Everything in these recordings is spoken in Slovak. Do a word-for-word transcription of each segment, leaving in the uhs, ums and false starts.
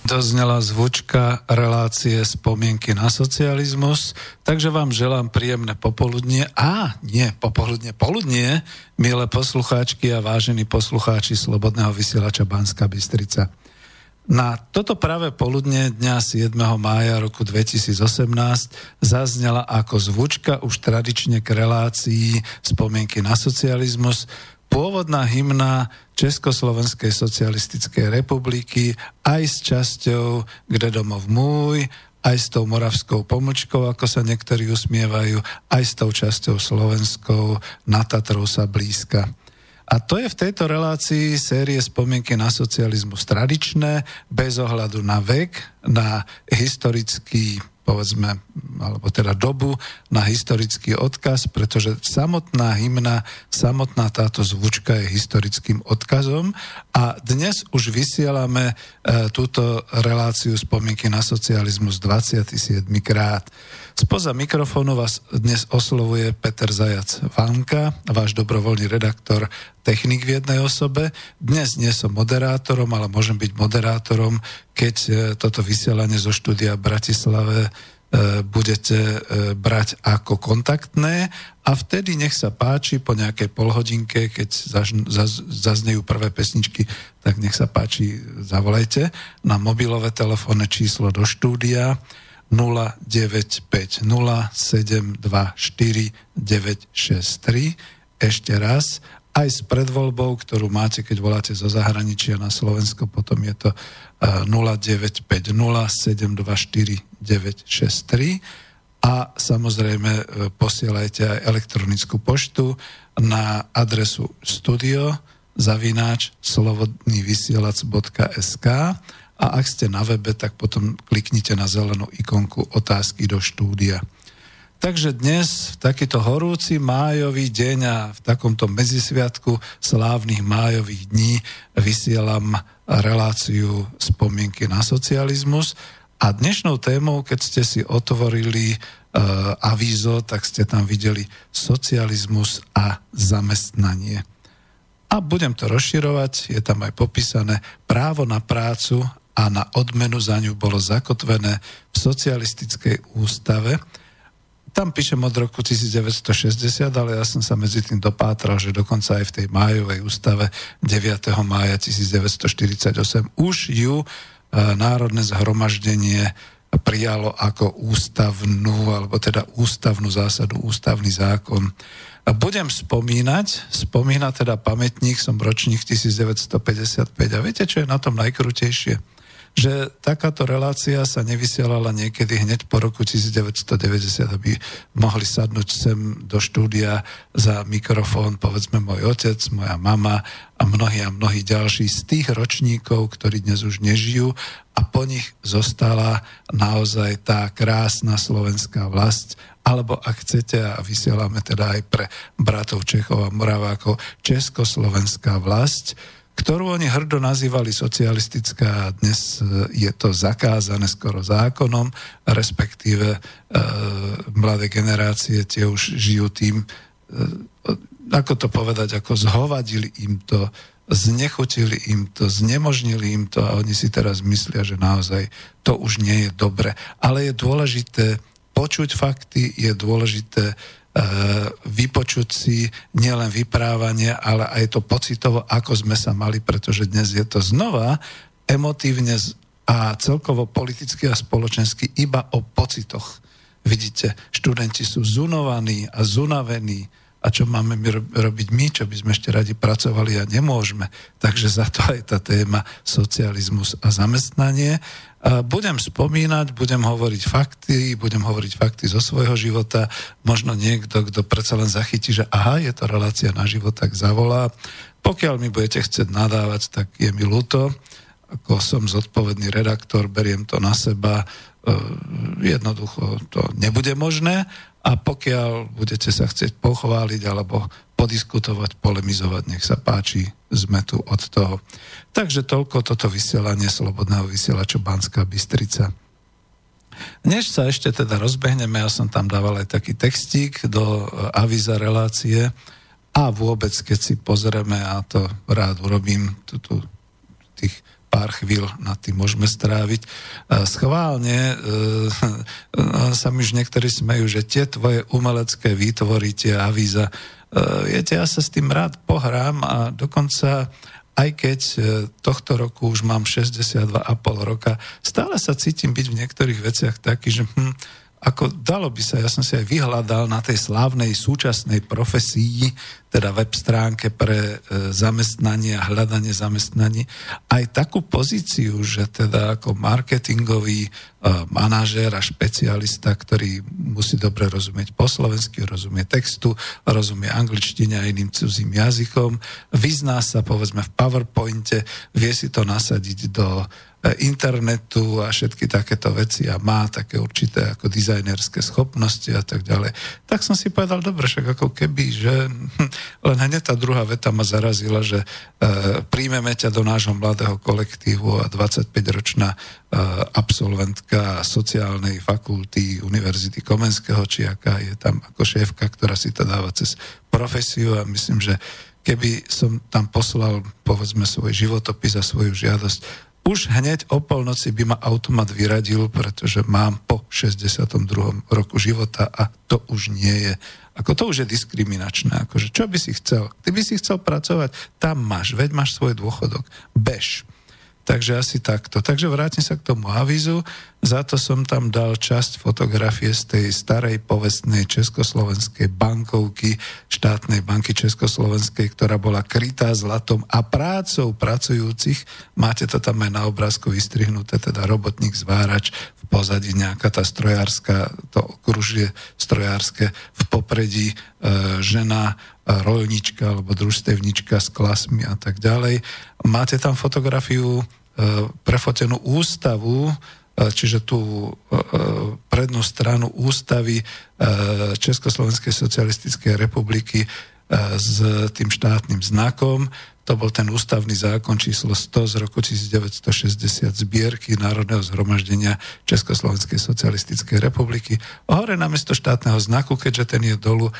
Doznela zvučka relácie Spomienky na socializmus, takže vám želám príjemné popoludnie. Á, nie, popoludnie, poludnie, milé poslucháčky a vážení poslucháči Slobodného vysielača Banská Bystrica. Na toto práve poludne dňa siedmeho mája roku dvetisícosemnásť zaznela ako zvučka už tradične k relácii Spomienky na socializmus pôvodná hymna Československej socialistickej republiky aj s časťou Kde domov môj, aj s tou moravskou pomlčkou, ako sa niektorí usmievajú, aj s tou časťou slovenskou Na Tatrou sa blízka. A to je v tejto relácii série Spomienky na socializmus tradičné, bez ohľadu na vek, na historický, povedzme, alebo teda dobu, na historický odkaz, pretože samotná hymna, samotná táto zvučka je historickým odkazom a dnes už vysielame e, túto reláciu Spomienky na socializmus dvadsiaty siedmy krát. Spoza mikrofónu vás dnes oslovuje Peter Zajac Vanka, váš dobrovoľný redaktor, technik v jednej osobe. Dnes nie som moderátorom, ale môžem byť moderátorom, keď toto vysielanie zo štúdia v Bratislave budete brať ako kontaktné a vtedy nech sa páči po nejakej polhodinke, keď zaznejú prvé pesničky, tak nech sa páči, zavolajte na mobilové telefónne číslo do štúdia nula deväť päť nula sedem dva štyri deväť šesť tri. Ešte raz, aj s predvoľbou, ktorú máte, keď voláte zo zahraničia na Slovensko, potom je to nula deväť päť nula sedem dva štyri deväť šesť tri a samozrejme posielajte aj elektronickú poštu na adresu studio zavináč slobodnyvysielac bodka es ká a ak ste na webe, tak potom kliknite na zelenú ikonku otázky do štúdia. Takže dnes, v takýto horúci májový deň a v takomto medzisviatku slávnych májových dní vysielam reláciu Spomienky na socializmus a dnešnou témou, keď ste si otvorili uh, avízo, tak ste tam videli socializmus a zamestnanie. A budem to rozširovať, je tam aj popísané právo na prácu a na odmenu za ňu bolo zakotvené v socialistickej ústave. Tam píšem od roku devätnásťstošesťdesiat, ale ja som sa medzi tým dopátral, že dokonca aj v tej májovej ústave deviateho mája devätnásťstoštyridsaťosem už ju Národné zhromaždenie prijalo ako ústavnú, alebo teda ústavnú zásadu, ústavný zákon. Budem spomínať, spomína teda pamätník, som ročník devätnásťstopäťdesiatpäť a viete, čo je na tom najkrutejšie? Že takáto relácia sa nevysielala niekedy hneď po roku devätnásťstodeväťdesiat, aby mohli sadnúť sem do štúdia za mikrofón, povedzme môj otec, moja mama a mnohí a mnohí ďalší z tých ročníkov, ktorí dnes už nežijú a po nich zostala naozaj tá krásna slovenská vlast, alebo ak chcete, a vysielame teda aj pre bratov Čechov a Moravákov, Československá vlast, ktorú oni hrdo nazývali socialistická a dnes je to zakázané skoro zákonom, respektíve e, mladé generácie tie už žijú tým, e, ako to povedať, ako zhovadili im to, znechutili im to, znemožnili im to a oni si teraz myslia, že naozaj to už nie je dobre. Ale je dôležité počuť fakty, je dôležité vypočuť si nielen vyprávanie, ale aj to pocitovo, ako sme sa mali, pretože dnes je to znova emotívne a celkovo politicky a spoločensky iba o pocitoch. Vidíte, študenti sú zunovaní a zunavení a čo máme my robiť my, čo by sme ešte radi pracovali a nemôžeme. Takže za to aj tá téma socializmus a zamestnanie. Budem spomínať, budem hovoriť fakty, budem hovoriť fakty zo svojho života. Možno niekto, kto predsa len zachytí, že aha, je to relácia na život, tak zavolá. Pokiaľ mi budete chcieť nadávať, tak je mi ľúto. Ako som zodpovedný redaktor, beriem to na seba. Jednoducho to nebude možné. A pokiaľ budete sa chcieť pochváliť alebo podiskutovať, polemizovať, nech sa páči, sme tu od toho. Takže toľko toto vysielanie Slobodného vysielača Banská Bystrica. Než sa ešte teda rozbehneme, ja som tam dával aj taký textík do avíza relácie a vôbec, keď si pozrieme, a to rád urobím, tu, tu, tých pár chvíľ nad tým môžeme stráviť. Schválne sa mi už niektorí smejú, že tie tvoje umelecké výtvory, tie avíza, viete, ja sa s tým rád pohrám a dokonca aj keď tohto roku už mám šesťdesiatdva a pol roka, stále sa cítim byť v niektorých veciach taký, že hm, ako dalo by sa, ja som si aj vyhľadal na tej slávnej súčasnej profesii, teda web stránke pre e, zamestnanie a hľadanie zamestnaní, aj takú pozíciu, že teda ako marketingový e, manažér a špecialista, ktorý musí dobre rozumieť po slovensky, rozumie textu, rozumie angličtine a iným cudzím jazykom, vyzná sa povedzme v PowerPointe, vie si to nasadiť do internetu a všetky takéto veci a má také určité ako dizajnerské schopnosti a tak ďalej. Tak som si povedal, dobre, však ako keby, že len hneď tá druhá veta ma zarazila, že e, príjmeme ťa do nášho mladého kolektívu a dvadsaťpäťročná e, absolventka sociálnej fakulty Univerzity Komenského, či aká je tam ako šéfka, ktorá si to dáva cez profesiu a myslím, že keby som tam poslal povedzme svoj životopis a svoju žiadosť, už hneď o polnoci by ma automat vyradil, pretože mám po šesťdesiatom druhom roku života a to už nie je. Ako to už je diskriminačné. Akože čo by si chcel? Ty by si chcel pracovať, tam máš, veď máš svoj dôchodok. Bež. Takže asi takto. Takže vrátim sa k tomu avízu. Za to som tam dal časť fotografie z tej starej povestnej československej bankovky, štátnej banky československej, ktorá bola krytá zlatom a prácou pracujúcich. Máte to tam aj na obrázku vystrihnuté, teda robotník, zvárač, v pozadí nejaká tá strojárska, to okružie strojárske, v popredí e, žena, roľnička alebo družstevnička s klasmi a tak ďalej. Máte tam fotografiu prefotenú ústavu, čiže tú prednú stranu ústavy Československej socialistickej republiky s tým štátnym znakom. To bol ten ústavný zákon číslo sto z roku devätnásťstošesťdesiat zbierky Národného zhromaždenia Československej socialistickej republiky. A hore namiesto štátneho znaku, keďže ten je dolu,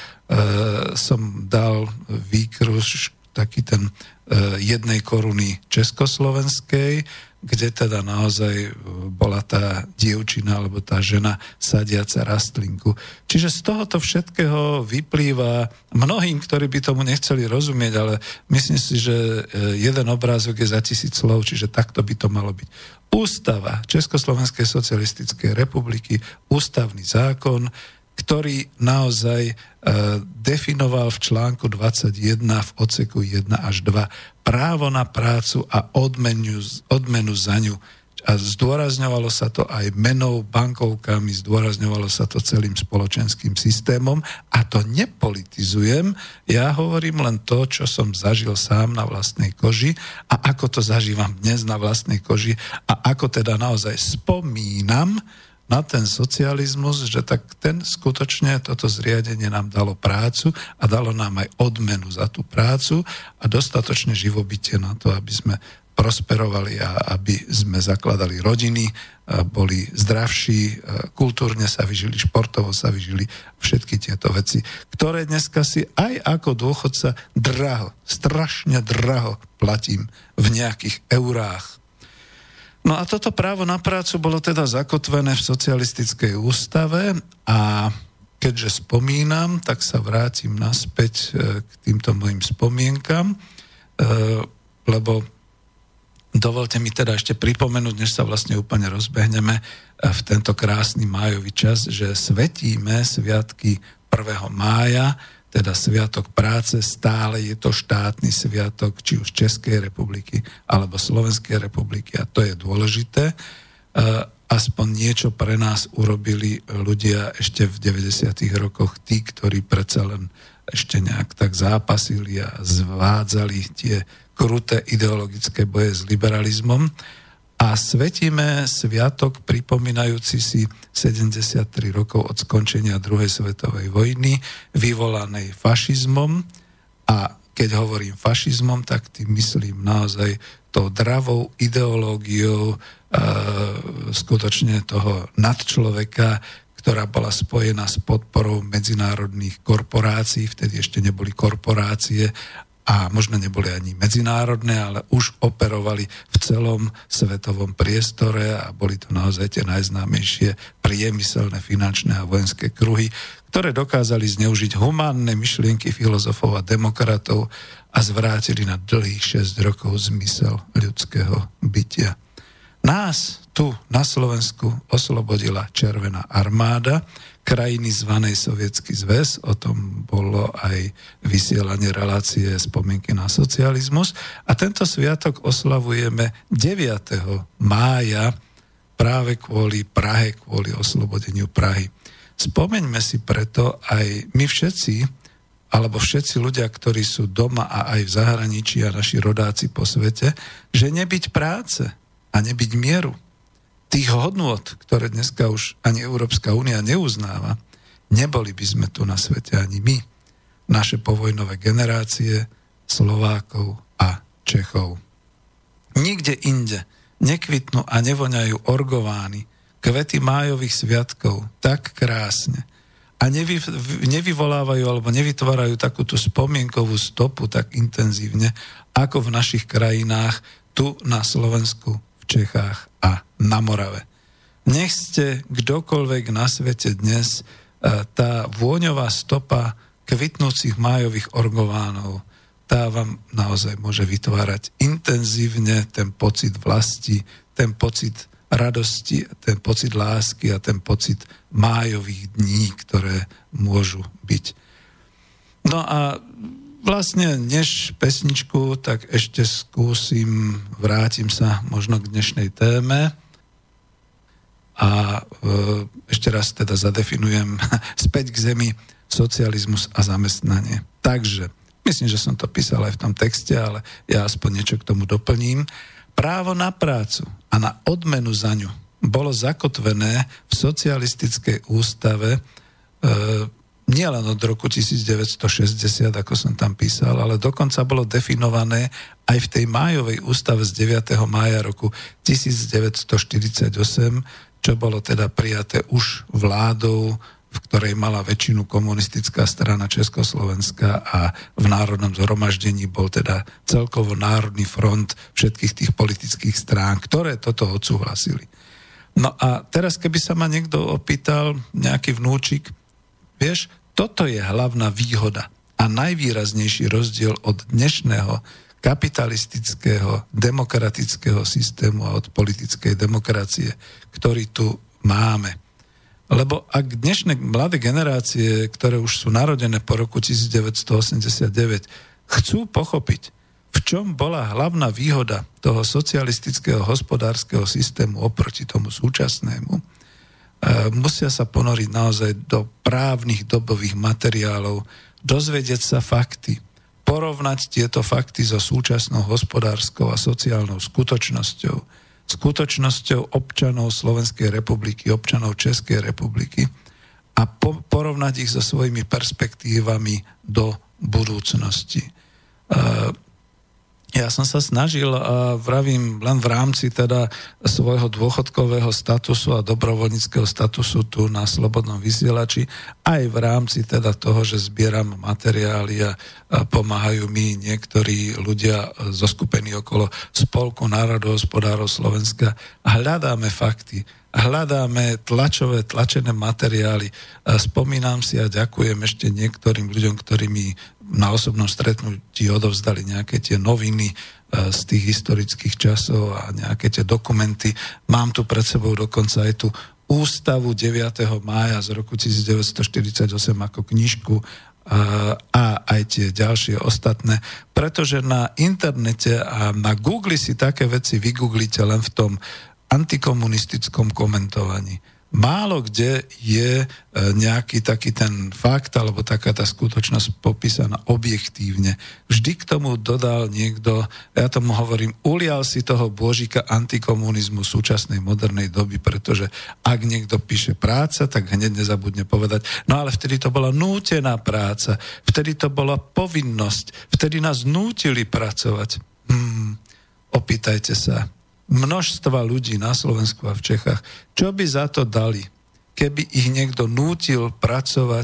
som dal výkruž taký ten jednej koruny československej, kde teda naozaj bola tá dievčina alebo tá žena sadiaca rastlinku. Čiže z tohoto všetkého vyplýva mnohým, ktorí by tomu nechceli rozumieť, ale myslím si, že jeden obrázok je za tisíc slov, čiže takto by to malo byť. Ústava Československej socialistickej republiky, ústavný zákon, ktorý naozaj e, definoval v článku dvadsaťjeden v odseku jeden až dva právo na prácu a odmenu, odmenu za ňu. A zdôrazňovalo sa to aj menou, bankovkami, zdôrazňovalo sa to celým spoločenským systémom a to nepolitizujem, ja hovorím len to, čo som zažil sám na vlastnej koži a ako to zažívam dnes na vlastnej koži a ako teda naozaj spomínam na ten socializmus, že tak ten skutočne toto zriadenie nám dalo prácu a dalo nám aj odmenu za tú prácu a dostatočne živobytie na to, aby sme prosperovali a aby sme zakladali rodiny, boli zdravší, kultúrne sa vyžili, športovo sa vyžili, všetky tieto veci, ktoré dneska si aj ako dôchodca draho, strašne draho platím v nejakých eurách. No a toto právo na prácu bolo teda zakotvené v socialistickej ústave a keďže spomínam, tak sa vrátim naspäť k týmto mojim spomienkam, lebo dovolte mi teda ešte pripomenúť, než sa vlastne úplne rozbehneme v tento krásny májový čas, že svetíme sviatky prvého mája, teda Sviatok práce, stále je to štátny sviatok, či už Českej republiky, alebo Slovenskej republiky, a to je dôležité. Aspoň niečo pre nás urobili ľudia ešte v deväťdesiatych rokoch, tí, ktorí predsa len ešte nejak tak zápasili a zvádzali tie kruté ideologické boje s liberalizmom. A svetíme sviatok pripomínajúci si sedemdesiattri rokov od skončenia druhej svetovej vojny, vyvolanej fašizmom. A keď hovorím fašizmom, tak tým myslím naozaj tou dravou ideológiou e, skutočne toho nadčloveka, ktorá bola spojená s podporou medzinárodných korporácií, vtedy ešte neboli korporácie, a možno neboli ani medzinárodné, ale už operovali v celom svetovom priestore a boli to naozaj tie najznámejšie priemyselné, finančné a vojenské kruhy, ktoré dokázali zneužiť humánne myšlienky filozofov a demokratov a zvrátili na dlhých šesť rokov zmysel ľudského bytia. Nás tu na Slovensku oslobodila Červená armáda, krajiny zvanej Sovietsky zväz, o tom bolo aj vysielanie relácie Spomienky na socializmus a tento sviatok oslavujeme deviateho mája práve kvôli Prahe, kvôli oslobodeniu Prahy. Spomeňme si preto aj my všetci, alebo všetci ľudia, ktorí sú doma a aj v zahraničí a naši rodáci po svete, že nebyť práce a nebyť mieru, tých hodnôt, ktoré dneska už ani Európska únia neuznáva, neboli by sme tu na svete ani my, naše povojnové generácie Slovákov a Čechov. Nikde inde nekvitnú a nevoňajú orgovány, kvety májových sviatkov tak krásne a nevy, nevyvolávajú alebo nevytvárajú takúto spomienkovú stopu tak intenzívne, ako v našich krajinách, tu na Slovensku, v Čechách a na Morave. Nech ste kdokoľvek na svete dnes, tá vôňová stopa kvitnúcich májových orgovánov, tá vám naozaj môže vytvárať intenzívne ten pocit vlasti, ten pocit radosti, ten pocit lásky a ten pocit májových dní, ktoré môžu byť. No a vlastne než pesničku, tak ešte skúsim, vrátim sa možno k dnešnej téme a e, ešte raz teda zadefinujem späť k zemi socializmus a zamestnanie. Takže, myslím, že som to písal aj v tom texte, ale ja aspoň niečo k tomu doplním. Právo na prácu a na odmenu za ňu bolo zakotvené v socialistickej ústave e, nielen od roku devätnásťstošesťdesiat, ako som tam písal, ale dokonca bolo definované aj v tej májovej ústave z deviateho mája roku devätnásťstoštyridsaťosem, čo bolo teda prijaté už vládou, v ktorej mala väčšinu komunistická strana Československa a v Národnom zhromaždení bol teda celkovo Národný front všetkých tých politických strán, ktoré toto odsúhlasili. No a teraz, keby sa ma niekto opýtal, nejaký vnúčik, vieš, toto je hlavná výhoda a najvýraznejší rozdiel od dnešného kapitalistického, demokratického systému a od politickej demokracie, ktorý tu máme. Lebo ak dnešné mladé generácie, ktoré už sú narodené po roku devätnásťstoosemdesiatdeväť, chcú pochopiť, v čom bola hlavná výhoda toho socialistického hospodárskeho systému oproti tomu súčasnému, musia sa ponoriť naozaj do právnych dobových materiálov, dozvedieť sa fakty, porovnať tieto fakty so súčasnou hospodárskou a sociálnou skutočnosťou, skutočnosťou občanov Slovenskej republiky, občanov Českej republiky a po- porovnať ich so svojimi perspektívami do budúcnosti. Uh, Ja som sa snažil, a vravím len v rámci teda svojho dôchodkového statusu a dobrovoľníckeho statusu tu na Slobodnom vysielači, aj v rámci teda toho, že zbieram materiály a pomáhajú mi niektorí ľudia zoskupení okolo Spolku národohospodárov Slovenska. Hľadáme fakty, hľadáme tlačové, tlačené materiály. Spomínam si a ďakujem ešte niektorým ľuďom, ktorí mi na osobnom stretnutí odovzdali nejaké tie noviny z tých historických časov a nejaké tie dokumenty. Mám tu pred sebou dokonca aj tú ústavu deviateho mája z roku devätnásťstoštyridsaťosem ako knižku a aj tie ďalšie ostatné, pretože na internete a na Google si také veci vygooglite len v tom antikomunistickom komentovaní. Málo kde je nejaký taký ten fakt alebo taká tá skutočnosť popísaná objektívne. Vždy k tomu dodal niekto, ja tomu hovorím, ulial si toho božika antikomunizmu súčasnej modernej doby, pretože ak niekto píše práca, tak hneď nezabudne povedať, no ale vtedy to bola nútená práca, vtedy to bola povinnosť, vtedy nás nútili pracovať. Hmm, opýtajte sa množstva ľudí na Slovensku a v Čechách, čo by za to dali, keby ich niekto nútil pracovať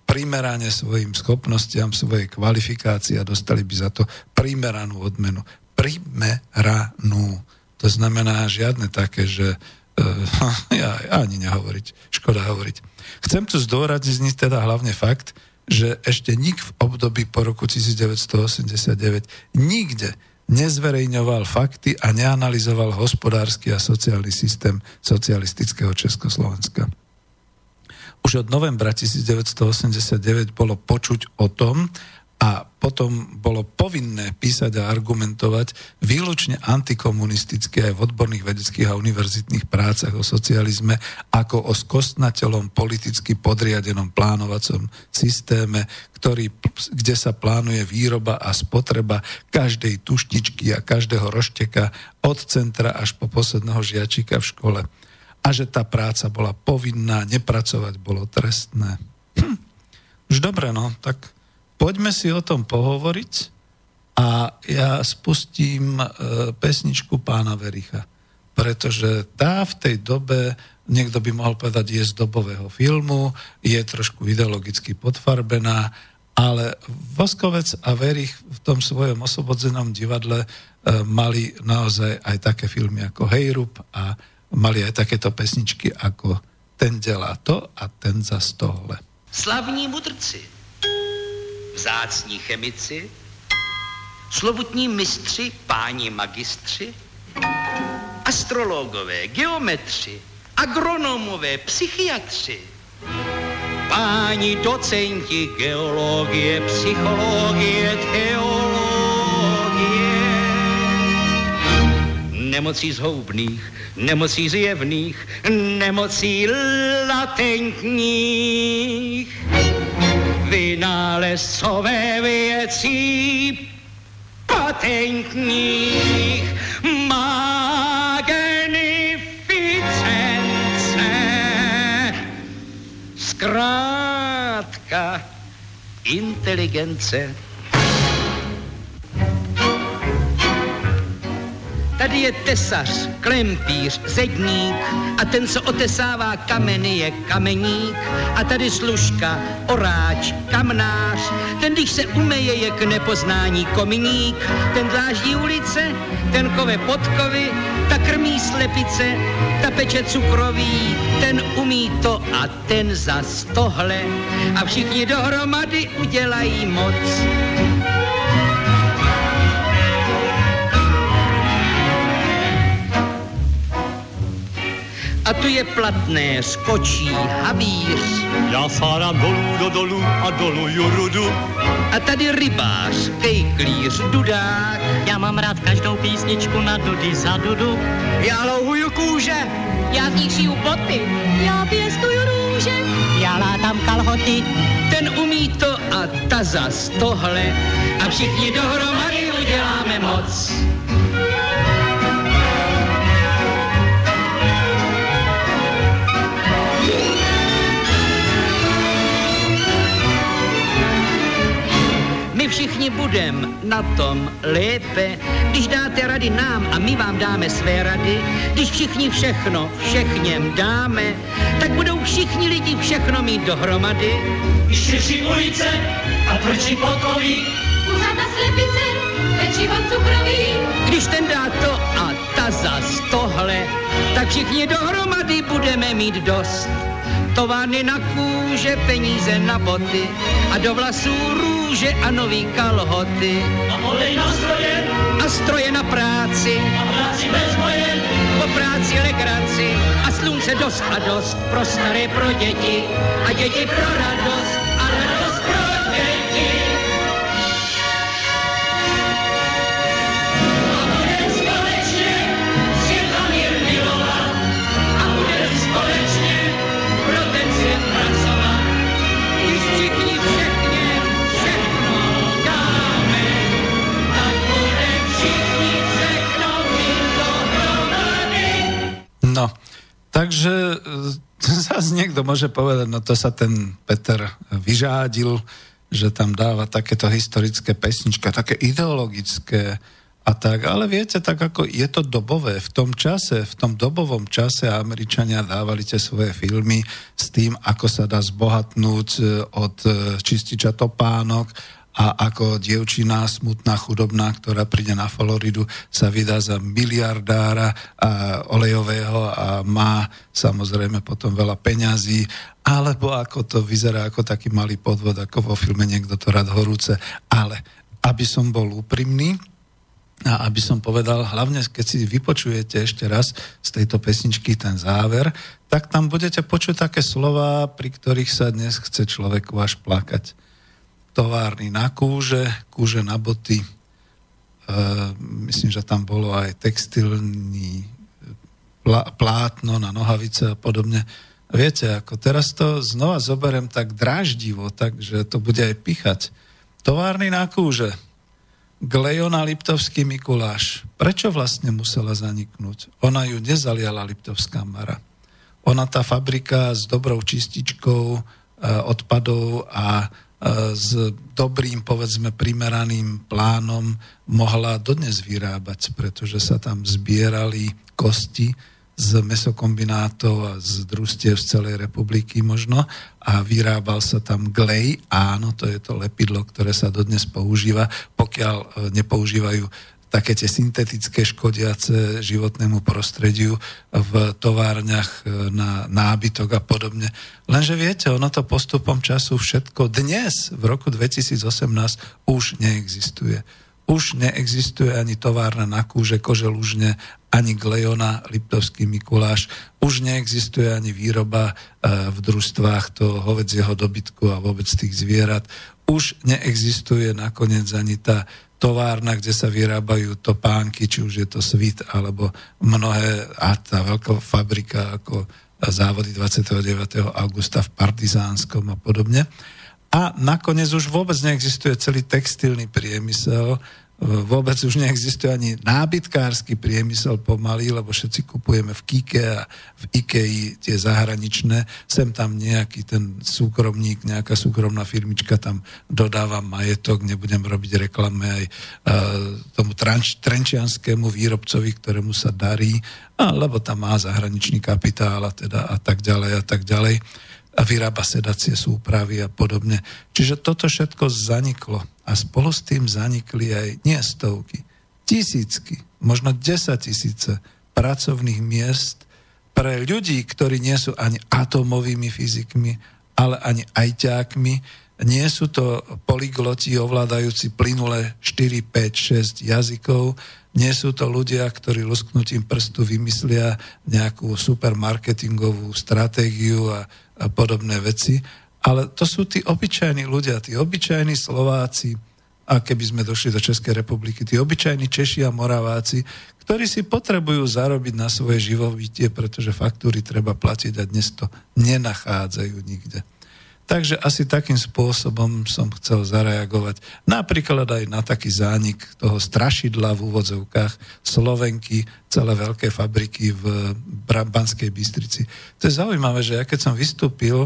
primerane svojim schopnostiam, svojej kvalifikácii a dostali by za to primeranú odmenu. Primeranú. To znamená žiadne také, že ja ani nehovoriť, škoda hovoriť. Chcem tu zdôrazniť teda hlavne fakt, že ešte nik v období po roku devätnásťstoosemdesiatdeväť nikde nezverejňoval fakty a neanalyzoval hospodársky a sociálny systém socialistického Československa. Už od novembra devätnásťstoosemdesiatdeväť bolo počuť o tom, a potom bolo povinné písať a argumentovať výlučne antikomunisticky aj v odborných vedeckých a univerzitných prácach o socializme ako o skostnateľom politicky podriadenom plánovacom systéme, ktorý, kde sa plánuje výroba a spotreba každej tuštičky a každého rošteka od centra až po posledného žiačika v škole. A že tá práca bola povinná, nepracovať bolo trestné. Hm. Už dobre, no, tak poďme si o tom pohovoriť a ja spustím e, pesničku Pána Vericha, pretože tá v tej dobe, niekto by mohol povedať, je z dobového filmu, je trošku ideologicky podfarbená, ale Voskovec a Verich v tom svojom Oslobodzenom divadle e, mali naozaj aj také filmy ako Hejrub a mali aj takéto pesničky ako Ten dělá to a ten zas tohle. Slavní mudrci, vzácní chemici, slovutní mistři, páni magistři, astrologové, geometři, agronomové, psychiatři, páni docenti, geologie, psychologie, teologie, nemocí zhoubných, nemocí zjevných, nemocí latentních, vynálezcové věcí patentních, magnificence, zkrátka inteligence. Tady je tesař, klempíř, zedník a ten, co otesává kameny, je kameník. A tady služka, oráč, kamnář, ten, když se umeje, je k nepoznání kominík. Ten dláždí ulice, ten kove podkovy, ta krmí slepice, ta peče cukroví, ten umí to a ten zas tohle. A všichni dohromady udělají moc. A tu je platné, skočí havíř. Já sádám dolů do dolů a dolů jurudu. A tady rybář, kejklíř, dudák. Já mám rád každou písničku na dudy za dudu. Já louhuju kůže. Já z nich šiju boty. Já pěstuju růže. Já látám kalhoty. Ten umí to a ta zas tohle. A všichni dohromady uděláme moc. My všichni budem na tom lépe, když dáte rady nám a my vám dáme své rady. Když všichni všechno všechněm dáme, tak budou všichni lidi všechno mít dohromady. Když širší ulice a tvrdší podkovy, kuřata slepice, pečivo cukroví. Když ten dá to a ta zas tohle, tak všichni dohromady budeme mít dost. Továrny na kůže, peníze na boty a do vlasů růže a nový kalhoty. a olej na stroje, A stroje na práci, a práci bez boje, po práci legraci a slunce dost a dost pro staré, pro děti a děti pro radost a radost pro děti. a budem společně svět a mír milovat, A budeme společně pro ten svět pracovat. Když všichni všechně všechno dáme, tak budem všichni všechno mít dohromady. No, takže zase niekto môže povedať, no to sa ten Peter vyžádil, že tam dáva takéto historické pesničky, také ideologické a tak, ale viete, tak ako je to dobové. V tom čase, v tom dobovom čase Američania dávali tie svoje filmy s tým, ako sa dá zbohatnúť od čističa topánok a ako dievčina smutná, chudobná, ktorá príde na Floridu, sa vydá za miliardára a olejového a má samozrejme potom veľa peňazí, alebo ako to vyzerá ako taký malý podvod, ako vo filme Niekto to rád horúce. Ale aby som bol úprimný, a aby som povedal, hlavne keď si vypočujete ešte raz z tejto pesničky ten záver, tak tam budete počuť také slová, pri ktorých sa dnes chce človeku až plakať. Továrny na kúže, kúže na boty, e, myslím, že tam bolo aj textilný plá, plátno na nohavice a podobne. Viete, ako teraz to znova zoberiem tak dráždivo, takže to bude aj pichať. Továrny na kúže, Glejona Liptovský Mikuláš. Prečo vlastne musela zaniknúť? Ona ju nezaliala Liptovská Mara. Ona, tá fabrika s dobrou čističkou e, odpadov a e, s dobrým, povedzme, primeraným plánom mohla dodnes vyrábať, pretože sa tam zbierali kosti z mesokombinátov a z družstiev z celej republiky možno a vyrábal sa tam glej, áno, to je to lepidlo, ktoré sa dodnes používa, pokiaľ nepoužívajú také tie syntetické škodiace životnému prostrediu v továrniach na nábytok a podobne. Lenže viete, ono to postupom času všetko dnes, v roku dvetisícosemnásť, už neexistuje. Už neexistuje ani továrna na kúže, koželužne, ani Glejona Liptovský Mikuláš. Už neexistuje ani výroba v družstvách toho hovedzieho dobytku a vôbec tých zvierat. Už neexistuje nakoniec ani tá továrna, kde sa vyrábajú topánky, či už je to Svit, alebo mnohé, a tá veľká fabrika ako závody dvadsiateho deviateho augusta v Partizánskom a podobne. A nakoniec už vôbec neexistuje celý textilný priemysel, vôbec už neexistuje ani nábytkársky priemysel pomaly, lebo všetci kupujeme v Kike a v Ikei tie zahraničné. Sem tam nejaký ten súkromník, nejaká súkromná firmička tam dodáva majetok, nebudem robiť reklame aj uh, tomu tranč, trenčianskému výrobcovi, ktorému sa darí, lebo tam má zahraničný kapitál a teda a tak ďalej a tak ďalej. A vyrába sedacie súpravy a podobne. Čiže toto všetko zaniklo a spolu s tým zanikli aj nie stovky, tisícky, možno desaťtisíce pracovných miest pre ľudí, ktorí nie sú ani atómovými fyzikmi, ale ani ajťákmi, nie sú to polygloti ovládajúci plynule štyri, päť, šesť jazykov, nie sú to ľudia, ktorí lusknutím prstu vymyslia nejakú supermarketingovú stratégiu a a podobné veci, ale to sú tí obyčajní ľudia, tí obyčajní Slováci, a keby sme došli do Českej republiky, tí obyčajní Češi a Moraváci, ktorí si potrebujú zarobiť na svoje živobytie, pretože faktúry treba platiť a dnes to nenachádzajú nikde. Takže asi takým spôsobom som chcel zareagovať napríklad aj na taký zánik toho strašidla v úvodzovkách Slovenky, celé veľké fabriky v Banskej Bystrici. To je zaujímavé, že ja keď som vystúpil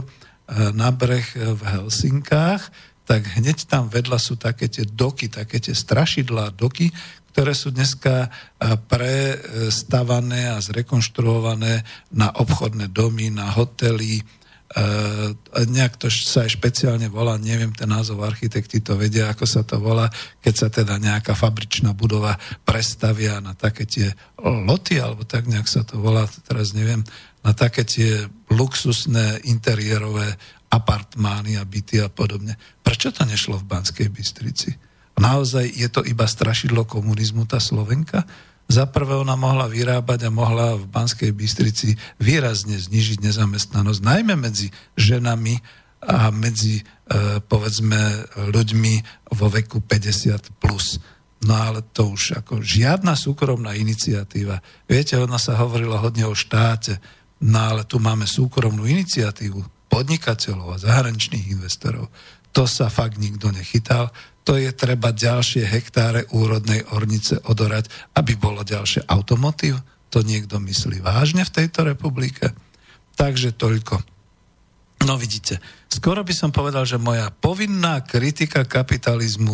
na breh v Helsinkách, tak hneď tam vedľa sú také tie doky, také tie strašidlá doky, ktoré sú dneska prestavané a zrekonštruované na obchodné domy, na hotely. Uh, nejak to sa aj špeciálne volá, neviem ten názov, architekti to vedia, ako sa to volá, keď sa teda nejaká fabričná budova prestavia na také tie loty, alebo tak nejak sa to volá, teraz neviem, na také tie luxusné interiérové apartmány a byty a podobne. Prečo to nešlo v Banskej Bystrici? Naozaj je to iba strašidlo komunizmu, tá Slovenka? Za prvé ona mohla vyrábať a mohla v Banskej Bystrici výrazne znižiť nezamestnanosť, najmä medzi ženami a medzi, e, povedzme, ľuďmi vo veku päťdesiat plus. No ale to už ako žiadna súkromná iniciatíva. Viete, ona sa hovorila hodne o štáte, no ale tu máme súkromnú iniciatívu podnikateľov a zahraničných investorov. To sa fakt nikto nechytal. To je treba ďalšie hektáre úrodnej ornice odorať, aby bolo ďalšie automotív. To niekto myslí vážne v tejto republike. Takže toľko. No vidíte, skoro by som povedal, že moja povinná kritika kapitalizmu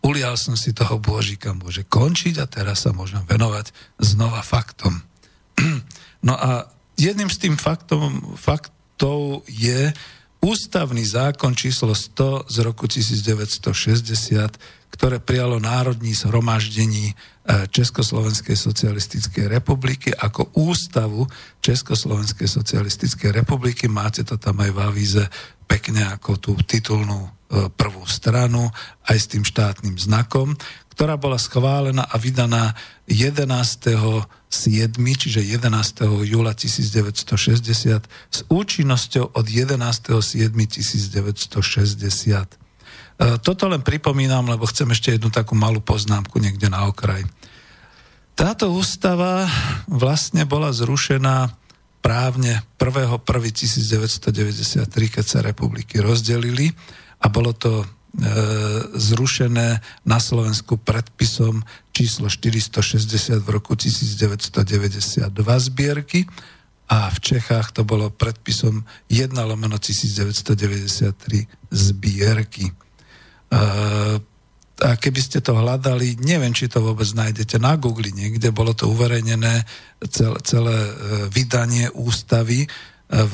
ulial som si toho bôžika, môže končiť a teraz sa môžem venovať znova faktom. No a jedným z tým faktom, faktov je ústavný zákon číslo sto z roku devätnásťstošesťdesiat, ktoré prijalo Národní zhromaždení Československej socialistickej republiky ako ústavu Československej socialistickej republiky. Máte to tam aj v avíze pekne ako tú titulnú prvú stranu aj s tým štátnym znakom, ktorá bola schválená a vydaná jedenásteho siedmeho čiže jedenásteho júla devätnásťstošesťdesiat s účinnosťou od jedenásteho siedmeho devätnásťstošesťdesiat. Toto len pripomínam, lebo chcem ešte jednu takú malú poznámku niekde na okraj. Táto ústava vlastne bola zrušená právne prvého prvého devätnásťstodeväťdesiattri, keď sa republiky rozdelili a bolo to e, zrušené na Slovensku predpisom číslo štyristošesťdesiat v roku devätnásťstodeväťdesiatdva zbierky a v Čechách to bolo predpisom jeden lomeno devätnásťstodeväťdesiattri zbierky. A keby ste to hľadali, neviem, či to vôbec nájdete na Google niekde, bolo to uverejnené celé, celé vydanie ústavy v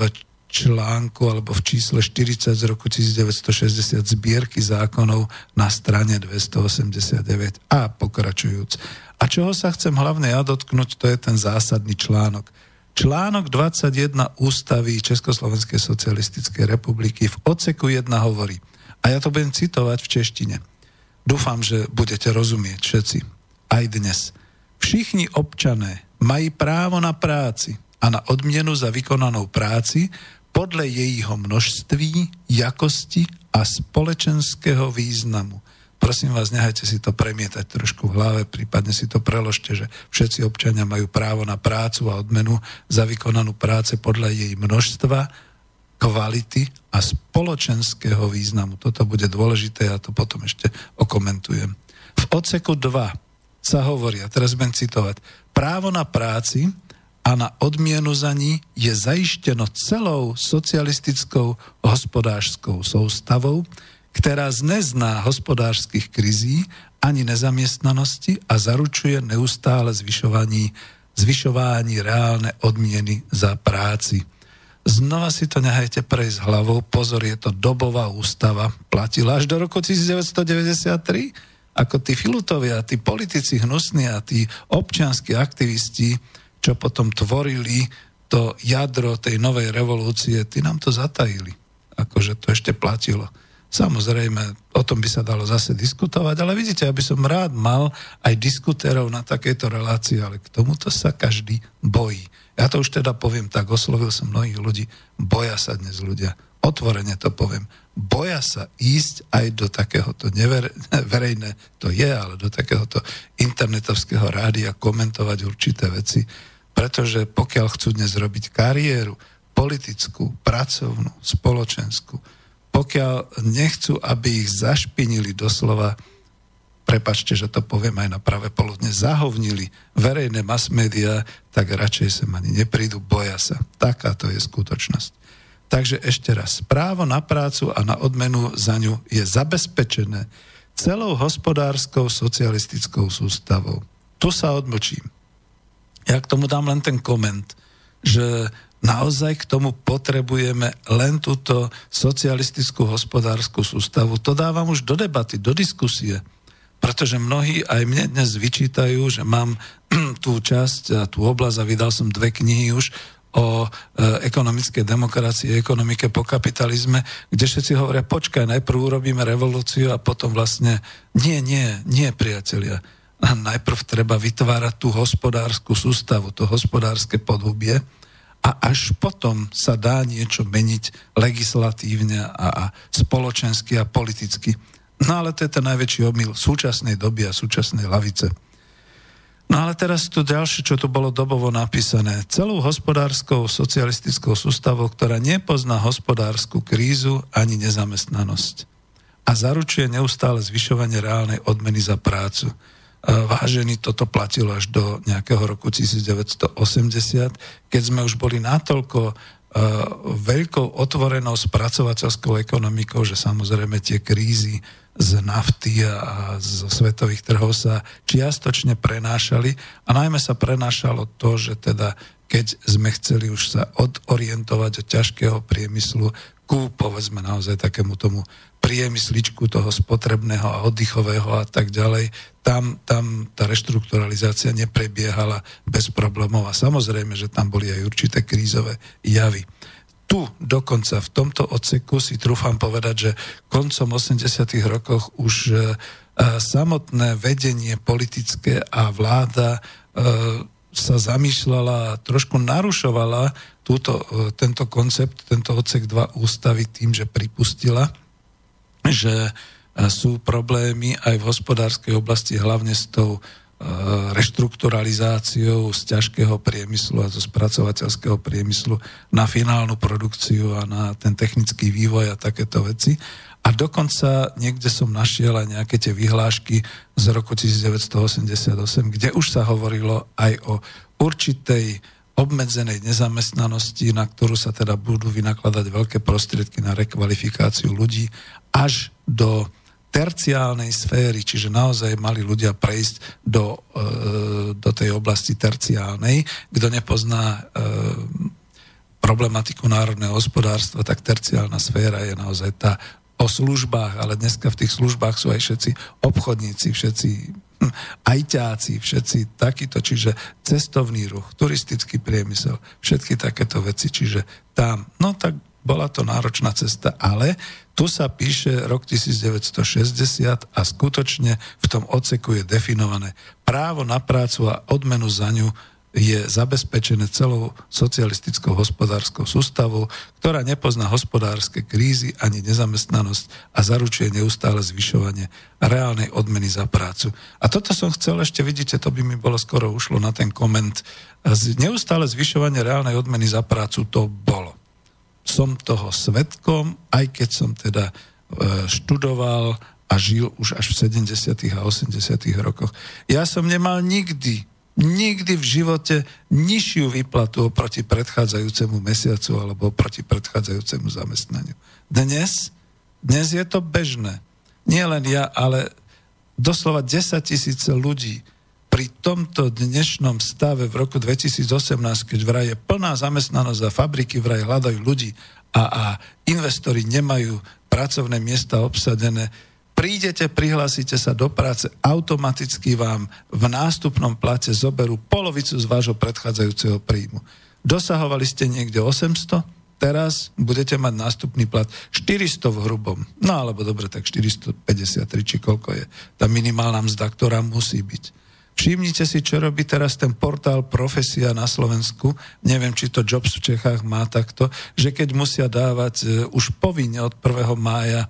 článku alebo v čísle štyridsať z roku devätnásťstošesťdesiat zbierky zákonov na strane dvestoosemdesiatdeväť a pokračujúc. A čoho sa chcem hlavne ja dotknúť, to je ten zásadný článok. Článok dvadsaťjeden ústavy Československej socialistickej republiky v odseku jeden hovorí, a ja to budem citovať v češtine. Dúfam, že budete rozumieť všetci. Aj dnes. Všichni občané mají právo na práci a na odmienu za vykonanou práci podľa jejího množství, jakosti a spoločenského významu. Prosím vás, nechajte si to premietať trošku v hlave, prípadne si to preložte, že všetci občania majú právo na prácu a odmenu za vykonanú práce podľa jej množstva, kvality a spoločenského významu. Toto bude dôležité, ja to potom ešte okomentujem. V odseku dva sa hovorí, a teraz budem citovať, právo na práci a na odmienu za ní je zaišteno celou socialistickou hospodářskou soustavou, ktorá nezná hospodářskych krizí ani nezamestnanosti a zaručuje neustále zvyšování, zvyšování reálne odmieny za práci. Znova si to nehajte prejsť hlavou, pozor, je to dobová ústava, platila až do roku devätnásťstodeväťdesiattri, ako tí filutovia, tí politici hnusní a tí občianski aktivisti, čo potom tvorili to jadro tej novej revolúcie, tí nám to zatajili, akože to ešte platilo. Samozrejme, o tom by sa dalo zase diskutovať, ale vidíte, ja by som rád mal aj diskutérov na takejto relácii, ale k tomuto sa každý bojí. Ja to už teda poviem tak, oslovil som mnohých ľudí, boja sa dnes ľudia, otvorene to poviem, boja sa ísť aj do takéhoto never, verejné, to je, ale do takéhoto internetovského rádia komentovať určité veci, pretože pokiaľ chcú dnes robiť kariéru, politickú, pracovnú, spoločenskú, pokiaľ nechcú, aby ich zašpinili doslova, prepáčte, že to poviem aj na práve poludne, zahovnili verejné mass médiá, tak radšej sem ani neprídu, boja sa. Takáto je skutočnosť. Takže ešte raz, právo na prácu a na odmenu za ňu je zabezpečené celou hospodárskou socialistickou sústavou. Tu sa odmlčím. Ja k tomu dám len ten koment, že naozaj k tomu potrebujeme len túto socialistickú hospodárskú sústavu. To dávam už do debaty, do diskusie. Pretože mnohí aj mne dnes vyčítajú, že mám tú časť a tú oblasť a vydal som dve knihy už o e, ekonomickej demokracii, ekonomike po kapitalizme, kde všetci hovoria, počkaj, najprv urobíme revolúciu a potom vlastne, nie, nie, nie, priatelia. A najprv treba vytvárať tú hospodárskú sústavu, to hospodárske podhubie a až potom sa dá niečo meniť legislatívne a, a spoločensky a politicky. No ale to je ten najväčší omyl súčasnej doby a súčasnej lavice. No ale teraz tu ďalšie, čo tu bolo dobovo napísané. Celou hospodárskou socialistickou sústavou, ktorá nepozná hospodárskú krízu ani nezamestnanosť a zaručuje neustále zvyšovanie reálnej odmeny za prácu. Vážený, toto platilo až do nejakého roku devätnásťstoosemdesiat, keď sme už boli natoľko veľkou otvorenou spracovateľskou ekonomikou, že samozrejme tie krízy z nafty a zo svetových trhov sa čiastočne prenášali a najmä sa prenášalo to, že teda keď sme chceli už sa odorientovať od ťažkého priemyslu ku, povedzme naozaj takému tomu priemysličku toho spotrebného a oddychového a tak ďalej, tam, tam tá reštrukturalizácia neprebiehala bez problémov a samozrejme, že tam boli aj určité krízové javy. Tu dokonca v tomto odseku si trúfam povedať, že koncom osemdesiatych rokoch už e, samotné vedenie politické a vláda e, sa zamýšľala, trošku narušovala túto, e, tento koncept, tento odsek dva ústavy tým, že pripustila, že sú problémy aj v hospodárskej oblasti, hlavne s tou reštrukturalizáciou z ťažkého priemyslu a zo spracovateľského priemyslu na finálnu produkciu a na ten technický vývoj a takéto veci. A dokonca niekde som našiel aj nejaké tie vyhlášky z roku devätnásťstoosemdesiatosem, kde už sa hovorilo aj o určitej obmedzenej nezamestnanosti, na ktorú sa teda budú vynakladať veľké prostriedky na rekvalifikáciu ľudí až do terciálnej sféry, čiže naozaj mali ľudia prejsť do, e, do tej oblasti terciálnej. Kto nepozná e, problematiku národného hospodárstva, tak terciálna sféra je naozaj tá o službách, ale dneska v tých službách sú aj všetci obchodníci, všetci ajťáci, všetci takíto, čiže cestovný ruch, turistický priemysel, všetky takéto veci, čiže tam, no tak bola to náročná cesta, ale tu sa píše rok devätnásťstošesťdesiat a skutočne v tom odseku je definované právo na prácu a odmenu za ňu je zabezpečené celou socialistickou hospodárskou sústavou, ktorá nepozná hospodárske krízy ani nezamestnanosť a zaručuje neustále zvyšovanie reálnej odmeny za prácu. A toto som chcel ešte, vidíte, to by mi bolo skoro ušlo na ten koment. Neustále zvyšovanie reálnej odmeny za prácu to bolo. Som toho svedkom, aj keď som teda študoval a žil už až v sedemdesiatych a osemdesiatych rokoch. Ja som nemal nikdy nikdy v živote nižšiu výplatu oproti predchádzajúcemu mesiacu alebo oproti predchádzajúcemu zamestnaniu. Dnes, dnes je to bežné. Nie len ja, ale doslova desaťtisíce ľudí pri tomto dnešnom stave v roku dvetisícosemnásť, keď vraj je plná zamestnanosť a fabriky vraj hľadajú ľudí a, a investori nemajú pracovné miesta obsadené, prídete, prihlásite sa do práce, automaticky vám v nástupnom plate zoberú polovicu z vášho predchádzajúceho príjmu. Dosahovali ste niekde osemsto, teraz budete mať nástupný plat štyristo v hrubom. No alebo dobre, tak štyristopäťdesiattri, či koľko je tá minimálna mzda, ktorá musí byť. Všimnite si, čo robí teraz ten portál Profesia na Slovensku. Neviem, či to Jobs v Čechách má takto, že keď musia dávať uh, už povinne od prvého mája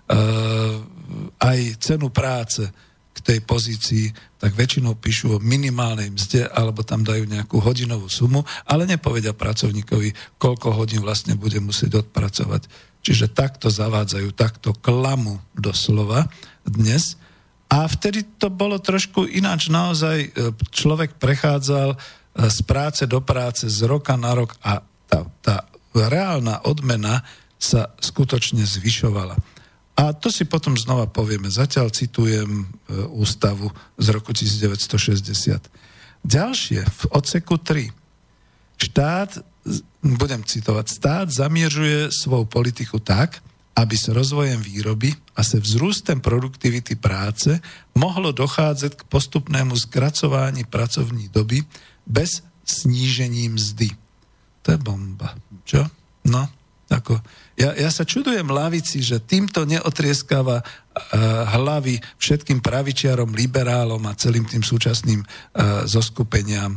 uh, aj cenu práce k tej pozícii, tak väčšinou píšu o minimálnej mzde alebo tam dajú nejakú hodinovú sumu, ale nepovedia pracovníkovi, koľko hodín vlastne bude musieť odpracovať. Čiže takto zavádzajú, takto klamu doslova dnes. A vtedy to bolo trošku ináč. Naozaj človek prechádzal z práce do práce z roka na rok a tá, tá reálna odmena sa skutočne zvyšovala. A to si potom znova povieme. Zatiaľ citujem ústavu z roku devätnásťstošesťdesiat. Ďalšie, v odseku tri. Štát, budem citovať, štát zamieržuje svoju politiku tak, aby s rozvojem výroby a se vzrůstem produktivity práce mohlo dochádzať k postupnému skracování pracovní doby bez snížení mzdy. To je bomba. Čo? No, ako... Ja, ja sa čudujem lavici, že týmto neotrieskáva uh, hlavy všetkým pravičiarom, liberálom a celým tým súčasným uh, zoskupeniam.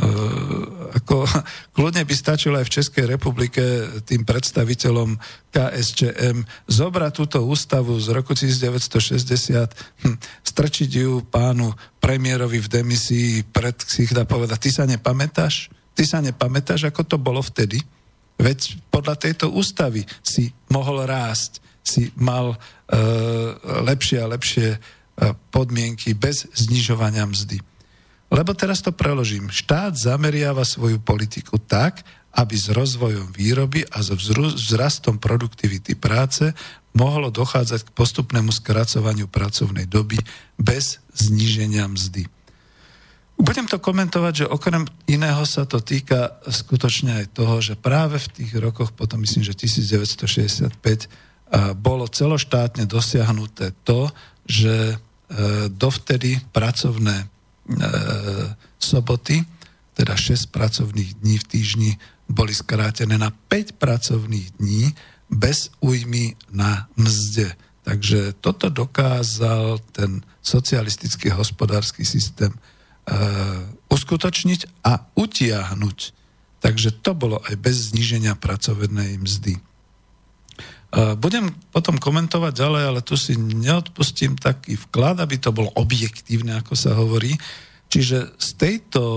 Uh, ako, kľudne by stačilo aj v Českej republike tým predstaviteľom ká es čé em zobrať túto ústavu z roku devätnásťstošesťdesiat, hm, strčiť ju pánu premiérovi v demisii pred ksicht a povedať, ty sa nepamätáš? Ty sa nepamätáš, ako to bolo vtedy? Veď podľa tejto ústavy si mohol rásť, si mal e, lepšie a lepšie e, podmienky bez znižovania mzdy. Lebo teraz to preložím. Štát zameriava svoju politiku tak, aby s rozvojom výroby a so vzrastom produktivity práce mohlo dochádzať k postupnému skracovaniu pracovnej doby bez zníženia mzdy. Budem to komentovať, že okrem iného sa to týka skutočne aj toho, že práve v tých rokoch, potom myslím, že devätnásťstošesťdesiatpäť, bolo celoštátne dosiahnuté to, že dovtedy pracovné soboty, teda šesť pracovných dní v týždni, boli skrátené na päť pracovných dní bez újmy na mzde. Takže toto dokázal ten socialistický hospodársky systém uskutočniť a utiahnuť. Takže to bolo aj bez zníženia pracovnej mzdy. Budem potom komentovať ďalej, ale tu si neodpustím taký vklad, aby to bolo objektívne, ako sa hovorí. Čiže z tejto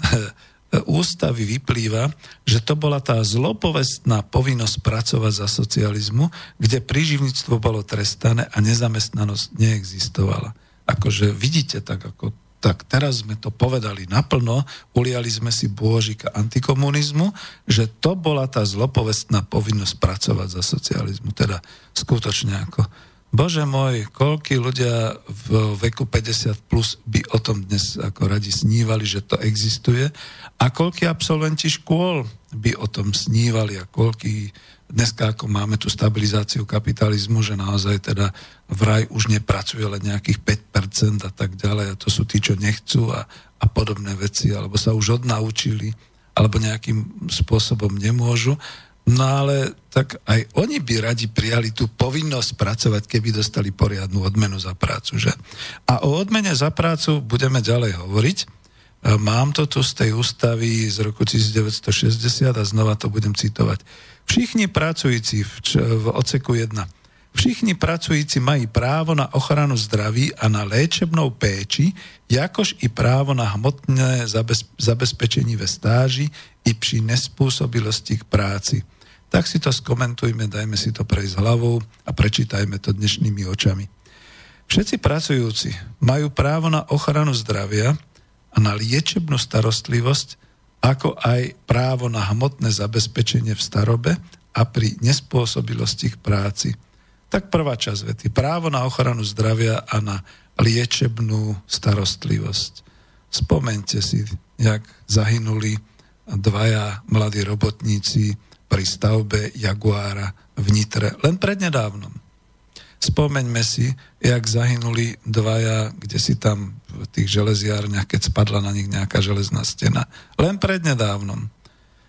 ústavy vyplýva, že to bola tá zlopovestná povinnosť pracovať za socializmu, kde príživníctvo bolo trestané a nezamestnanosť neexistovala. Akože vidíte, tak ako tak teraz sme to povedali naplno, uliali sme si bôžika antikomunizmu, že to bola tá zlopovestná povinnosť pracovať za socializmu. Teda skutočne ako, bože môj, koľkí ľudia v veku päťdesiat plus by o tom dnes ako radi snívali, že to existuje, a koľkí absolventi škôl by o tom snívali a koľkí dneska, ako máme tú stabilizáciu kapitalizmu, že naozaj teda vraj už nepracuje len nejakých päť percent a tak ďalej, a to sú tí, čo nechcú a, a podobné veci, alebo sa už odnaučili, alebo nejakým spôsobom nemôžu. No ale tak aj oni by radi prijali tú povinnosť pracovať, keby dostali poriadnu odmenu za prácu, že? A o odmene za prácu budeme ďalej hovoriť. Mám to tu z tej ústavy z roku devätnásťstošesťdesiat a znova to budem citovať. Všichni pracujúci v, v odseku jeden. Všichni pracujúci majú právo na ochranu zdraví a na léčebnou péči, jakož i právo na hmotné zabez, zabezpečenie ve stáži i pri nespôsobilosti k práci. Tak si to skomentujme, dajme si to prejsť hlavou a prečítajme to dnešnými očami. Všetci pracujúci majú právo na ochranu zdravia a na liečebnú starostlivosť, ako aj právo na hmotné zabezpečenie v starobe a pri nespôsobilosti k práci. Tak prvá časť vety. Právo na ochranu zdravia a na liečebnú starostlivosť. Spomeňte si, jak zahynuli dvaja mladí robotníci pri stavbe Jaguára v Nitre. Len prednedávnom. Spomeňme si, jak zahynuli dvaja, kde si tam v tých železiárniach, keď spadla na nich nejaká železná stena. Len prednedávnom. E,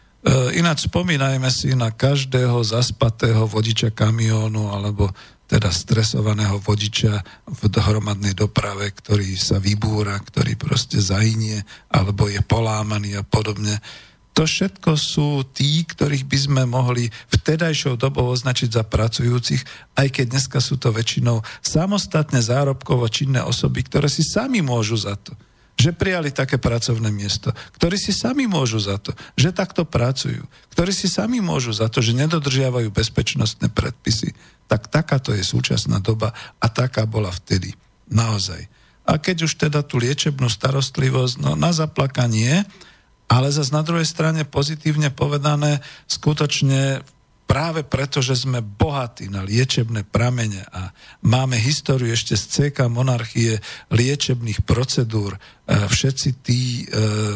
ináč spomínajme si na každého zaspatého vodiča kamiónu alebo teda stresovaného vodiča v hromadnej doprave, ktorý sa vybúra, ktorý proste zahynie alebo je polámaný a podobne. To všetko sú tí, ktorých by sme mohli vtedajšou dobou označiť za pracujúcich, aj keď dneska sú to väčšinou samostatne zárobkovo činné osoby, ktoré si sami môžu za to, že prijali také pracovné miesto, ktorí si sami môžu za to, že takto pracujú, ktorí si sami môžu za to, že nedodržiavajú bezpečnostné predpisy. Tak takáto je súčasná doba a taká bola vtedy. Naozaj. A keď už teda tú liečebnú starostlivosť, no na zaplakanie, ale zase na druhej strane pozitívne povedané, skutočne práve preto, že sme bohatí na liečebné pramene a máme históriu ešte z cé ká monarchie liečebných procedúr, všetci tí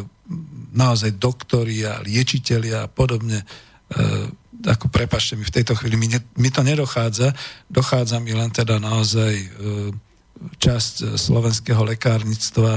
naozaj doktori a liečitelia a podobne, ako prepáčte mi v tejto chvíli, mi, ne, mi to nedochádza, dochádza mi len teda naozaj časť slovenského lekárnictva.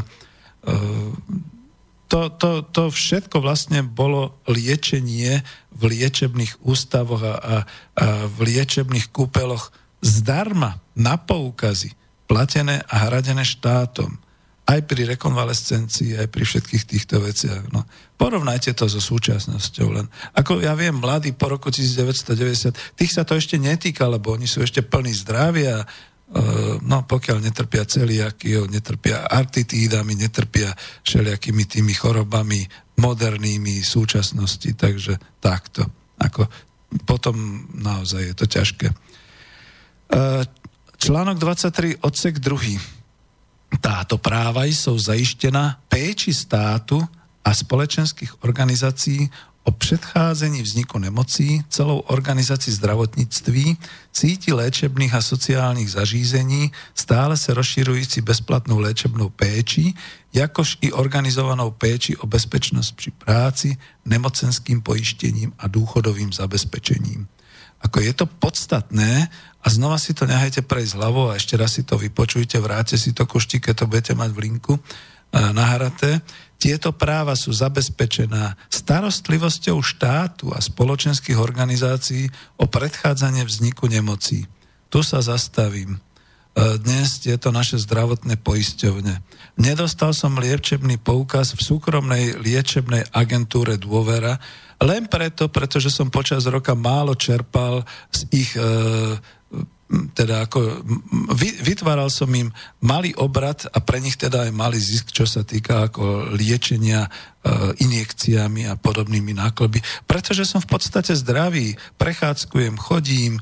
To, to, to všetko vlastne bolo liečenie v liečebných ústavoch a, a, a v liečebných kúpeloch zdarma, na poukazy, platené a hradené štátom. Aj pri rekonvalescencii, aj pri všetkých týchto veciach. No, porovnajte to so súčasnosťou len. Ako ja viem, mladí po roku devätnásťstodeväťdesiat, tých sa to ešte netýka, lebo oni sú ešte plní zdravia. No pokiaľ netrpia celiakiou, netrpia artitídami, netrpia všelijakými tými chorobami modernými súčasnosti, takže takto. Ako potom naozaj je to ťažké. Článok dvadsaťtri, odsek druhý. Táto práva sú zaištená péči státu a spoločenských organizácií o predchádzaní vzniku nemocí, celou organizácií zdravotníctví, síti léčebných a sociálnych zařízení, stále sa rozširujúci bezplatnou léčebnou péči, jakož i organizovanou péči o bezpečnosť pri práci, nemocenským poištením a dôchodovým zabezpečením. Ako je to podstatné, a znova si to nehajte prejsť hlavou a ešte raz si to vypočujte, vráte si to kušti, keď to budete mať v linku nahraté. Tieto práva sú zabezpečená starostlivosťou štátu a spoločenských organizácií o predchádzanie vzniku nemocí. Tu sa zastavím. Dnes je to naše zdravotné poisťovne. Nedostal som liečebný poukaz v súkromnej liečebnej agentúre Dôvera, len preto, pretože som počas roka málo čerpal z ich... E, teda ako vytváral som im malý obrad a pre nich teda aj malý zisk, čo sa týka ako liečenia e, injekciami a podobnými nákladmi. Pretože som v podstate zdravý, prechádzkujem, chodím, e,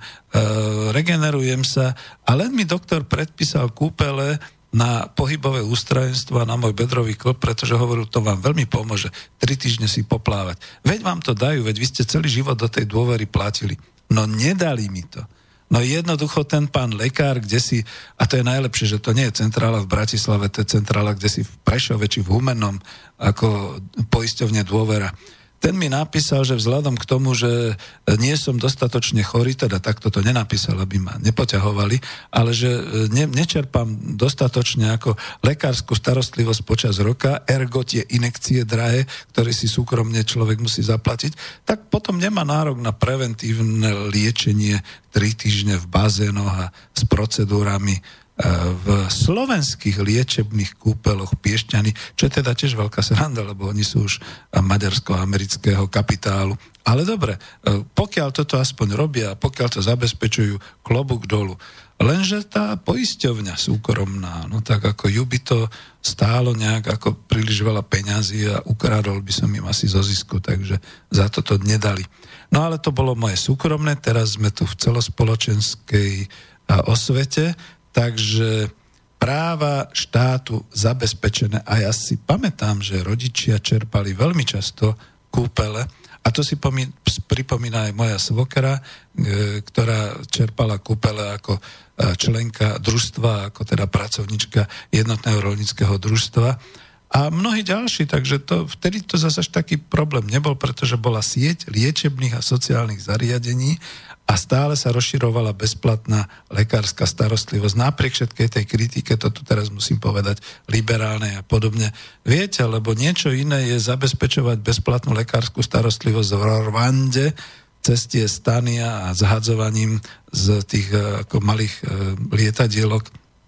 regenerujem sa a len mi doktor predpísal kúpele na pohybové ústrojenstvo a na môj bedrový klb, pretože hovoril, to vám veľmi pomôže tri týždne si poplávať. Veď vám to dajú, veď vy ste celý život do tej Dôvery platili. No nedali mi to. No jednoducho ten pán lekár, kde si, a to je najlepšie, že to nie je centrála v Bratislave, to je centrála, kde si v Prešove či v Humennom, ako poisťovne Dôvera. Ten mi napísal, že vzhľadom k tomu, že nie som dostatočne chorý, teda takto to nenapísal, aby ma nepoťahovali, ale že ne, nečerpám dostatočne ako lekárskú starostlivosť počas roka, ergo tie inekcie drahé, ktoré si súkromne človek musí zaplatiť, tak potom nemá nárok na preventívne liečenie tri týždne v bazénoch a s procedúrami v slovenských liečebných kúpeloch Piešťany, čo je teda tiež veľká sranda, lebo oni sú už maďarsko-amerického kapitálu. Ale dobre, pokiaľ toto aspoň robia, pokiaľ to zabezpečujú, klobúk dolu. Lenže tá poisťovňa súkromná, no tak ako ju by to stálo nejak ako príliš veľa peňazí a ukradol by som im asi zo zisku, takže za to to nedali. No ale to bolo moje súkromné, teraz sme tu v celospoločenskej osvete. Takže práva štátu zabezpečené. A ja si pamätám, že rodičia čerpali veľmi často kúpele. A to si pomí, pripomína aj moja svokra, e, ktorá čerpala kúpele ako členka družstva, ako teda pracovnička jednotného roľníckeho družstva. A mnohí ďalší, takže to, vtedy to zase taký problém nebol, pretože bola sieť liečebných a sociálnych zariadení a stále sa rozširovala bezplatná lekárska starostlivosť. Napriek všetkej tej kritike, to tu teraz musím povedať, liberálnej a podobne. Viete, lebo niečo iné je zabezpečovať bezplatnú lekárskú starostlivosť v Rwande, cez tie stany a zhadzovaním z tých ako malých lietadielok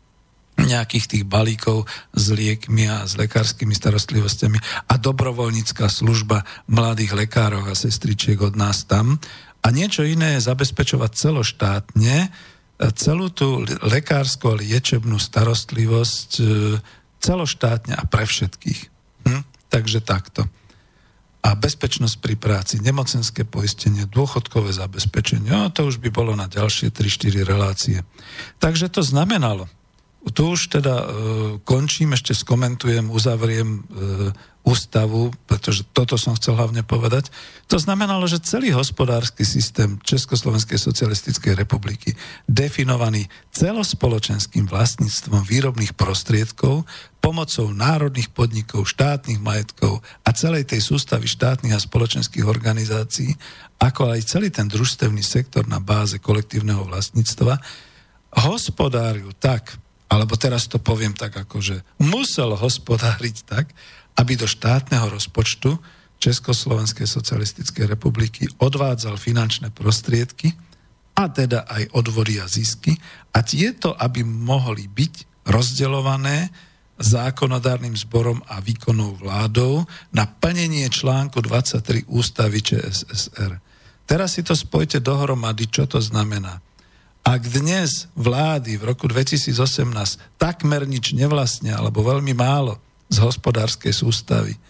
nejakých tých balíkov s liekmi a s lekárskymi starostlivostiami a dobrovoľnícka služba mladých lekárov a sestričiek od nás tam. A niečo iné je zabezpečovať celoštátne celú tú lekárskú a liečebnú starostlivosť celoštátne a pre všetkých. Hm? Takže takto. A bezpečnosť pri práci, nemocenské poistenie, dôchodkové zabezpečenie, no, to už by bolo na ďalšie tri štyri relácie. Takže to znamenalo, tu už teda e, končím, ešte skomentujem, uzavriem e, ústavu, pretože toto som chcel hlavne povedať. To znamenalo, že celý hospodársky systém Československej socialistickej republiky, definovaný celospoločenským vlastníctvom výrobných prostriedkov, pomocou národných podnikov, štátnych majetkov a celej tej sústavy štátnych a spoločenských organizácií, ako aj celý ten družstevný sektor na báze kolektívneho vlastníctva, hospodáril tak, alebo teraz to poviem tak, ako že musel hospodáriť tak, aby do štátneho rozpočtu Československej socialistickej republiky odvádzal finančné prostriedky a teda aj odvody a zisky a tieto, aby mohli byť rozdeľované zákonodárnym zborom a výkonnou vládou na plnenie článku dvadsaťtri Ústavy ČSSR. Teraz si to spojte dohromady, čo to znamená. Ak dnes vlády v roku dvetisícosemnásť takmer nič nevlastnia, alebo veľmi málo z hospodárskej sústavy,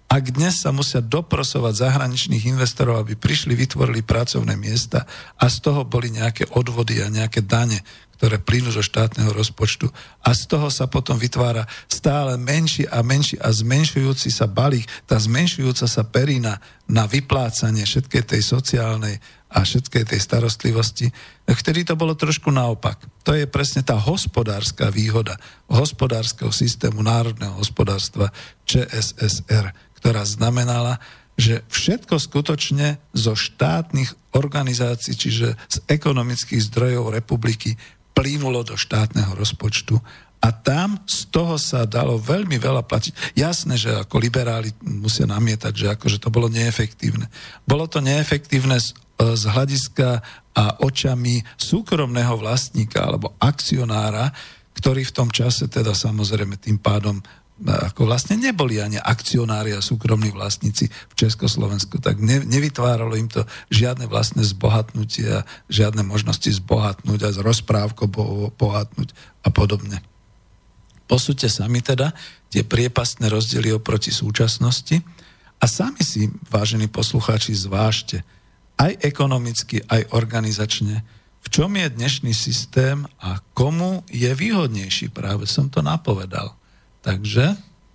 Ak dnes sa musia doprosovať zahraničných investorov, aby prišli, vytvorili pracovné miesta a z toho boli nejaké odvody a nejaké dane, ktoré plynú zo štátneho rozpočtu a z toho sa potom vytvára stále menší a menší a zmenšujúci sa balík, tá zmenšujúca sa perina na vyplácanie všetkej tej sociálnej a všetkej tej starostlivosti, vtedy to bolo trošku naopak. To je presne tá hospodárska výhoda hospodárskeho systému národného hospodárstva ČSSR, ktorá znamenala, že všetko skutočne zo štátnych organizácií, čiže z ekonomických zdrojov republiky, plynulo do štátneho rozpočtu a tam z toho sa dalo veľmi veľa platiť. Jasné, že ako liberáli musia namietať, že akože to bolo neefektívne. Bolo to neefektívne z, z hľadiska a očami súkromného vlastníka alebo akcionára, ktorý v tom čase teda samozrejme tým pádom ako vlastne neboli ani akcionári a súkromní vlastníci v Československu, tak ne, nevytváralo im to žiadne vlastné zbohatnutie a žiadne možnosti zbohatnúť a z rozprávko bohatnúť a podobne. Posúďte sami teda tie priepastné rozdiely oproti súčasnosti a sami si, vážení poslucháči, zvážte aj ekonomicky, aj organizačne, v čom je dnešný systém a komu je výhodnejší. Práve som to napovedal. Takže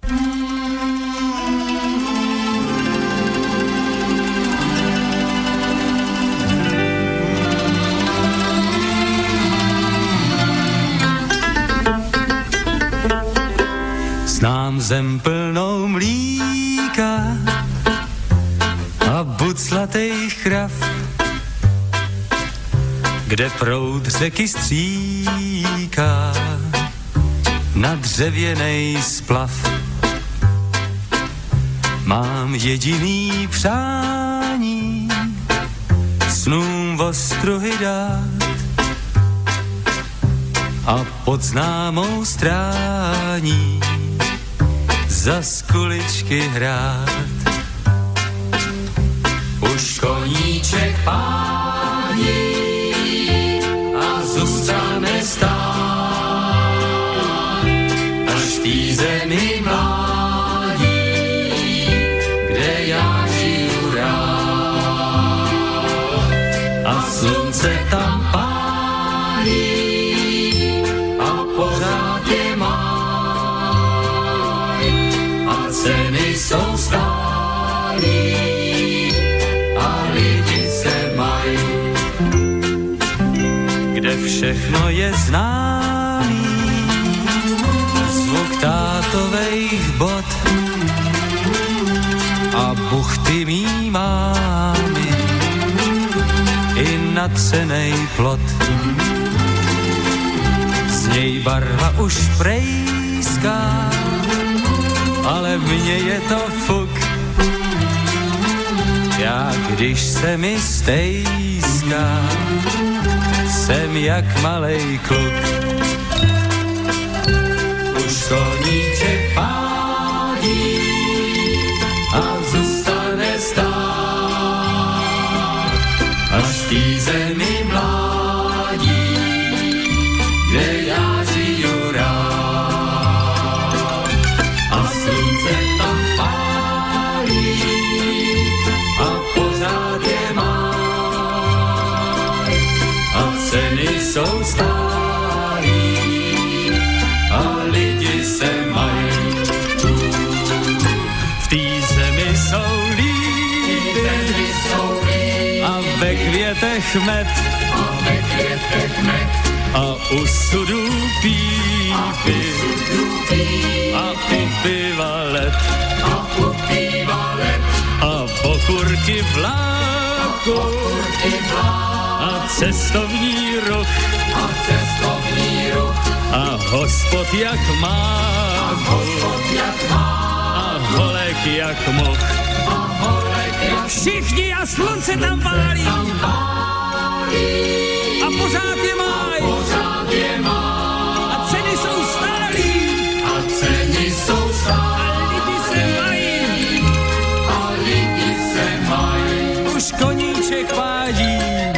znám zem plnou mlíka a buclatých krav, kde proud řeky stříká na dřevěnej splav. Mám jediný přání snům ostruhy dát a pod známou strání zas kuličky hrát. Už koníček pání a zůstane stát v tý zemi mládí, kde já žiju rád. A slunce tam pálí a pořád je máj. A ceny jsou stálí a lidi se mají. Kde všechno je známý, tátovejch bod a buchty mý mámy i natřenej plot. Z něj barva už prejská, ale mně je to fuk. Já když se mi stejská, jsem jak malej kluk. Koníček pádí a zůstane stát až v tý zemi mládí, kde já žiju rád. A slunce tam pálí a pořád je máj a ceny jsou stálí a lidi se mají. V tý zemi jsou lípy a ve květech med a u sudů pípy a u piva led a pokurky vláku a cestovní ruch a hospod jak máku a holek jak moh. Všichni a slunce tam pálí a pořád je máj a ceny jsou stálí a lidi se mají už koníček pádí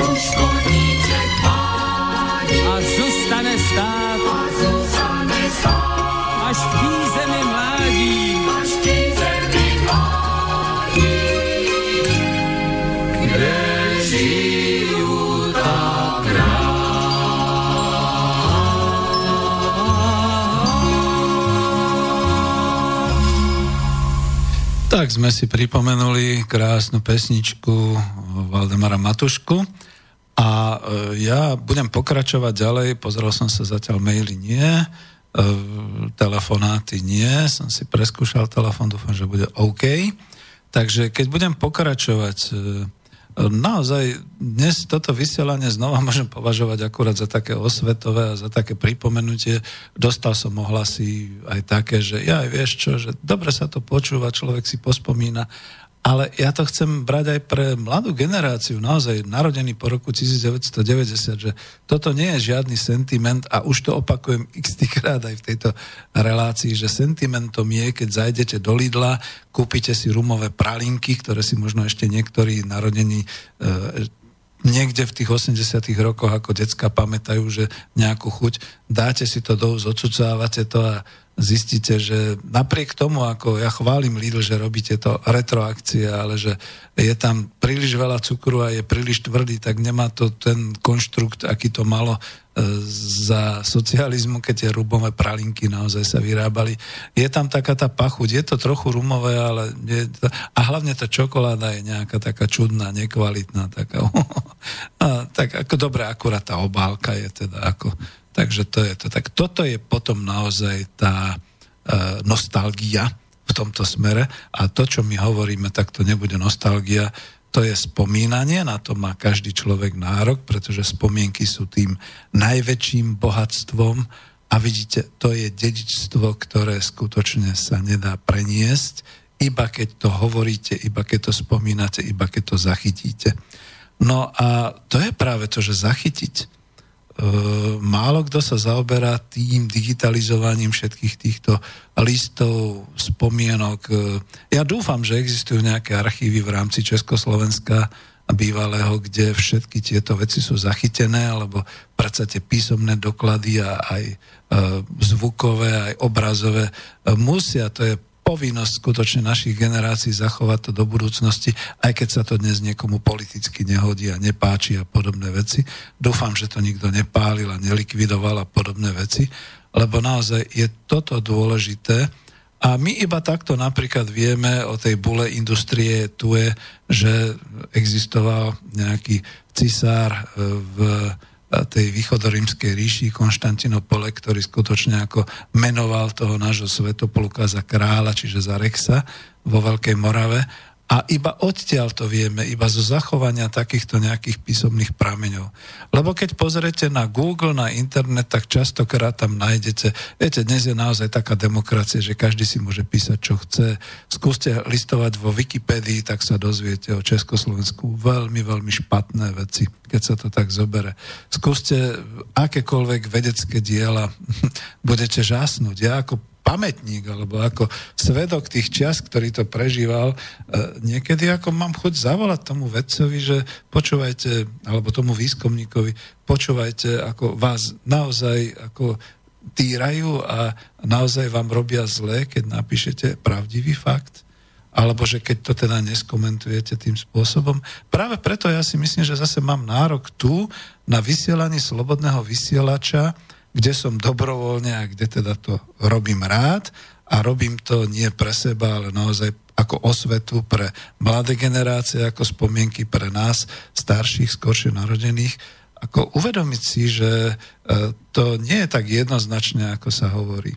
a zůstane stát až v tý zemi mládí Tak sme si pripomenuli krásnu pesničku Valdemara Matušku a ja budem pokračovať ďalej. Pozrel som sa zatiaľ maily, nie. Telefonáty nie. Som si preskúšal telefón, dúfam, že bude OK. Takže keď budem pokračovať, naozaj dnes toto vysielanie znova môžem považovať akurát za také osvetové a za také pripomenutie. Dostal som ohlasy aj také, že ja aj vieš čo, že dobre sa to počúva, človek si pospomína, ale ja to chcem brať aj pre mladú generáciu, naozaj narodený po roku devätnásťstodeväťdesiat, že toto nie je žiadny sentiment a už to opakujem x-krát aj v tejto relácii, že sentimentom je, keď zajdete do Lidla, kúpite si rumové pralinky, ktoré si možno ešte niektorí narodení e, niekde v tých osemdesiatych rokoch ako decka pamätajú, že nejakú chuť, dáte si to do úst, odcucávate to a zistíte, že napriek tomu, ako ja chválim Lidl, že robíte to retroakcie, ale že je tam príliš veľa cukru a je príliš tvrdý, tak nemá to ten konštrukt, aký to malo za socializmu, keď tie rumové pralinky naozaj sa vyrábali. Je tam taká tá pachuť, je to trochu rumové, ale je to, a hlavne tá čokoláda je nejaká taká čudná, nekvalitná, taká a, tak ako dobre, akurát tá obálka je teda ako, takže to je to. Tak toto je potom naozaj tá e, nostalgia v tomto smere a to, čo my hovoríme, tak to nebude nostalgia, to je spomínanie, na to má každý človek nárok, pretože spomienky sú tým najväčším bohatstvom a vidíte, to je dedičstvo, ktoré skutočne sa nedá preniesť, iba keď to hovoríte, iba keď to spomínate, iba keď to zachytíte. No a to je práve to, že zachytiť. Málo kto sa zaoberá tým digitalizovaním všetkých týchto listov, spomienok. Ja dúfam, že existujú nejaké archívy v rámci Československa bývalého, kde všetky tieto veci sú zachytené, alebo predsa tie písomné doklady a aj zvukové, aj obrazové musia, to je povinnosť skutočne našich generácií zachovať to do budúcnosti, aj keď sa to dnes niekomu politicky nehodí a nepáči a podobné veci. Dúfam, že to nikto nepálil a nelikvidoval a podobné veci, lebo naozaj je toto dôležité. A my iba takto napríklad vieme o tej bule industrie tu je, že existoval nejaký cisár v tej východorímskej ríši Konštantinopole, ktorý skutočne ako menoval toho nášho Svätopluka za kráľa, čiže za Rexa vo Veľkej Morave. A iba odtiaľ to vieme, iba zo zachovania takýchto nejakých písomných prameňov. Lebo keď pozriete na Google, na internet, tak častokrát tam nájdete, viete, dnes je naozaj taká demokracia, že každý si môže písať, čo chce. Skúste listovať vo Wikipédii, tak sa dozviete o Československu veľmi, veľmi špatné veci, keď sa to tak zobere. Skúste akékoľvek vedecké diela, budete žasnúť. Ja ako pamätník, alebo ako svedok tých čias, ktorý to prežíval, niekedy ako mám chuť zavolať tomu vedcovi, že počúvajte, alebo tomu výskumníkovi, počúvajte, ako vás naozaj ako týrajú a naozaj vám robia zle, keď napíšete pravdivý fakt, alebo že keď to teda neskomentujete tým spôsobom. Práve preto ja si myslím, že zase mám nárok tu na vysielaní slobodného vysielača, kde som dobrovoľne a kde teda to robím rád a robím to nie pre seba, ale naozaj ako osvetu pre mladé generácie, ako spomienky pre nás, starších, skoršie narodených, ako uvedomiť si, že to nie je tak jednoznačne, ako sa hovorí.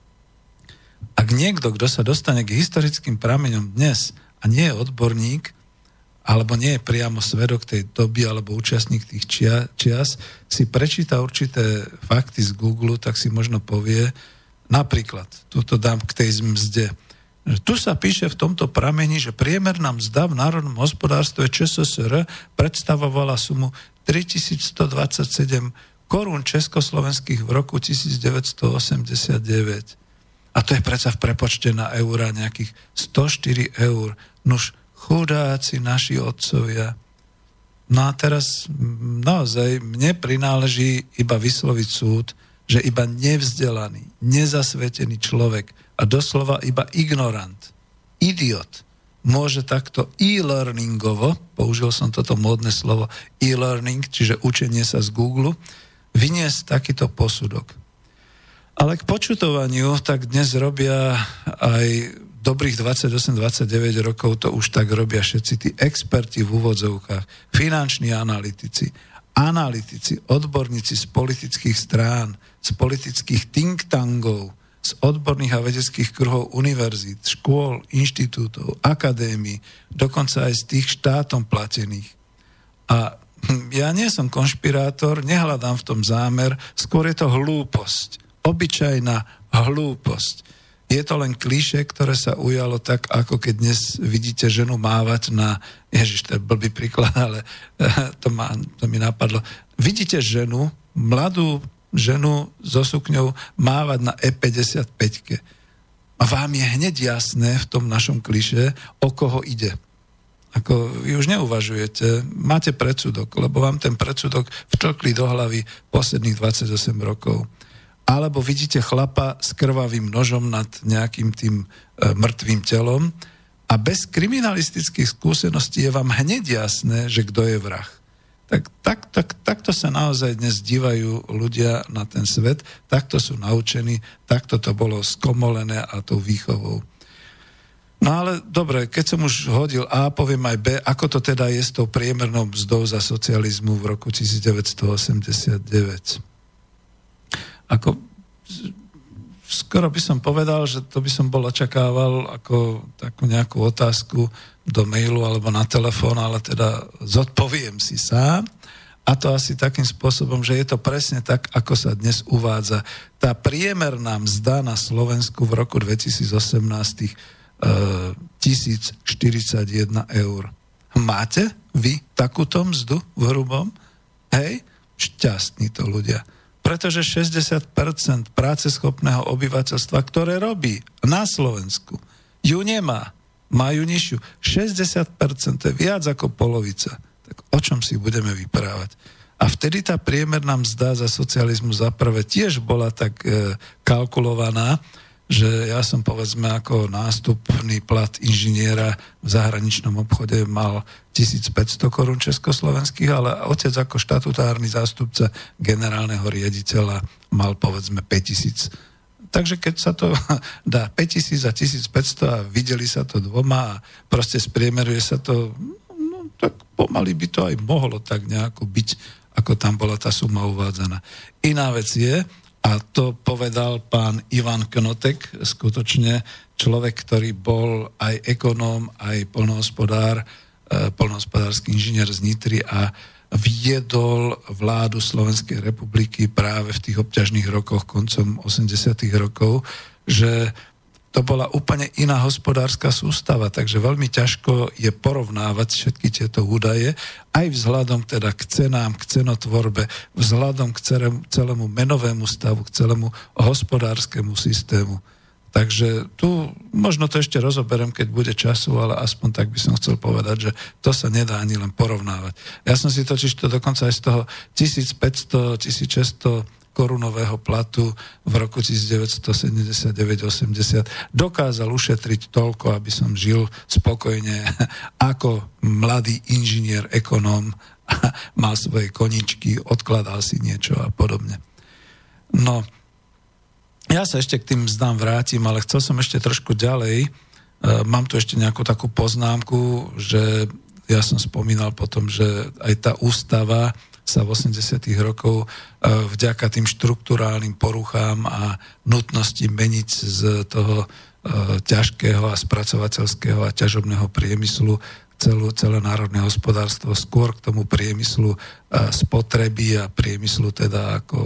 Ak niekto, kto sa dostane k historickým prameňom dnes a nie je odborník, alebo nie je priamo svedok tej doby alebo účastník tých čia, čias, si prečíta určité fakty z Google, tak si možno povie, napríklad, tuto dám k tej mzde, že tu sa píše v tomto pramení, že priemerná mzda v národnom hospodárstve ČSSR predstavovala sumu tritisícstodvadsaťsedem korún československých v roku devätnásťstoosemdesiatdeväť. A to je predsa v prepočte na eura nejakých stoštyri eur. Nuž, chudáci naši otcovia. No a teraz naozaj mne prináleží iba vysloviť súd, že iba nevzdelaný, nezasvetený človek a doslova iba ignorant, idiot, môže takto e-learningovo, použil som toto módne slovo e-learning, čiže učenie sa z Google, vyniesť takýto posudok. Ale k počutovaniu tak dnes robia aj dobrých dvadsaťosem dvadsaťdeväť rokov to už tak robia všetci tí experti v úvodzovkách, finanční analytici, analytici, odborníci z politických strán, z politických think tankov, z odborných a vedeckých kruhov univerzít, škôl, inštitútov, akadémií, dokonca aj z tých štátom platených. A ja nie som konšpirátor, nehľadám v tom zámer, skôr je to hlúposť, obyčajná hlúposť. Je to len klíše, ktoré sa ujalo tak, ako keď dnes vidíte ženu mávať na, ježiš, to je blbý príklad, ale to, má, to mi napadlo. Vidíte ženu, mladú ženu so sukňou mávať na é päťdesiatpäťke. A vám je hneď jasné v tom našom klíše, o koho ide. Ako vy už neuvažujete, máte predsudok, lebo vám ten predsudok vtlkli do hlavy posledných dvadsaťosem rokov. Alebo vidíte chlapa s krvavým nožom nad nejakým tým e, mŕtvým telom a bez kriminalistických skúseností je vám hneď jasné, že kto je vrah. Tak, tak, tak, takto sa naozaj dnes dívajú ľudia na ten svet, takto sú naučení, takto to bolo skomolené a tou výchovou. No ale dobre, keď som už hodil A, poviem aj B, ako to teda je s tou priemernou mzdou za socializmu v roku devätnásťstoosemdesiatdeväť. Ako, skoro by som povedal, že to by som bol očakával ako takú nejakú otázku do mailu alebo na telefón, ale teda zodpoviem si sám. A to asi takým spôsobom, že je to presne tak, ako sa dnes uvádza. Tá priemerná mzda na Slovensku v roku dvetisícosemnásť e, tisíc štyridsaťjeden eur. Máte vy takúto mzdu v hrubom? Hej? Šťastní to ľudia. Pretože šesťdesiat percent práceschopného obyvateľstva, ktoré robí na Slovensku, ju nemá. Majú nižšiu. šesťdesiat percent je viac ako polovica. Tak o čom si budeme vyprávať? A vtedy tá priemerná mzda za socializmu za prvé tiež bola tak e, kalkulovaná, že ja som povedzme ako nástupný plat inžiniera v zahraničnom obchode mal tisícpäťsto korún československých, ale otec ako štatutárny zástupca generálneho riaditeľa mal povedzme päťtisíc. Takže keď sa to dá päťtisíc a tisícpäťsto a videli sa to dvoma a proste spriemeruje sa to, no tak pomaly by to aj mohlo tak nejako byť, ako tam bola tá suma uvádzaná. Iná vec je, a to povedal pán Ivan Knotek, skutočne človek, ktorý bol aj ekonóm, aj poľnohospodár, poľnohospodársky inžinier z Nitry a viedol vládu Slovenskej republiky práve v tých obťažných rokoch, koncom osemdesiatych rokov, že to bola úplne iná hospodárska sústava, takže veľmi ťažko je porovnávať všetky tieto údaje, aj vzhľadom teda k cenám, k cenotvorbe, vzhľadom k celému menovému stavu, k celému hospodárskemu systému. Takže tu možno to ešte rozoberiem, keď bude času, ale aspoň tak by som chcel povedať, že to sa nedá ani len porovnávať. Ja som si totiž to dokonca aj z toho tisícpäťsto tisícšesťsto korunového platu v roku devätnásťstosedemdesiatdeväť osemdesiat dokázal ušetriť toľko, aby som žil spokojne ako mladý inžinier, ekonóm, mal svoje koničky, odkladal si niečo a podobne. No, ja sa ešte k tým mzdám vrátim, ale chcel som ešte trošku ďalej. Mám tu ešte nejakú takú poznámku, že ja som spomínal potom, že aj tá ústava sa v osemdesiatych rokov vďaka tým štruktúrálnym poruchám a nutnosti meniť z toho ťažkého a spracovateľského a ťažobného priemyslu celú, celé národné hospodárstvo skôr k tomu priemyslu spotreby a priemyslu teda ako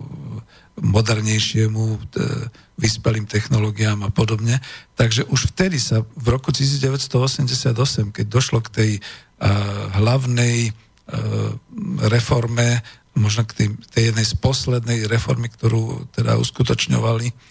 modernejšiemu, vyspelým technológiám a podobne. Takže už vtedy sa v roku devätnásťstoosemdesiatosem, keď došlo k tej hlavnej reforme, možno k tej, tej jednej z poslednej reformy, ktorú teda uskutočňovali e,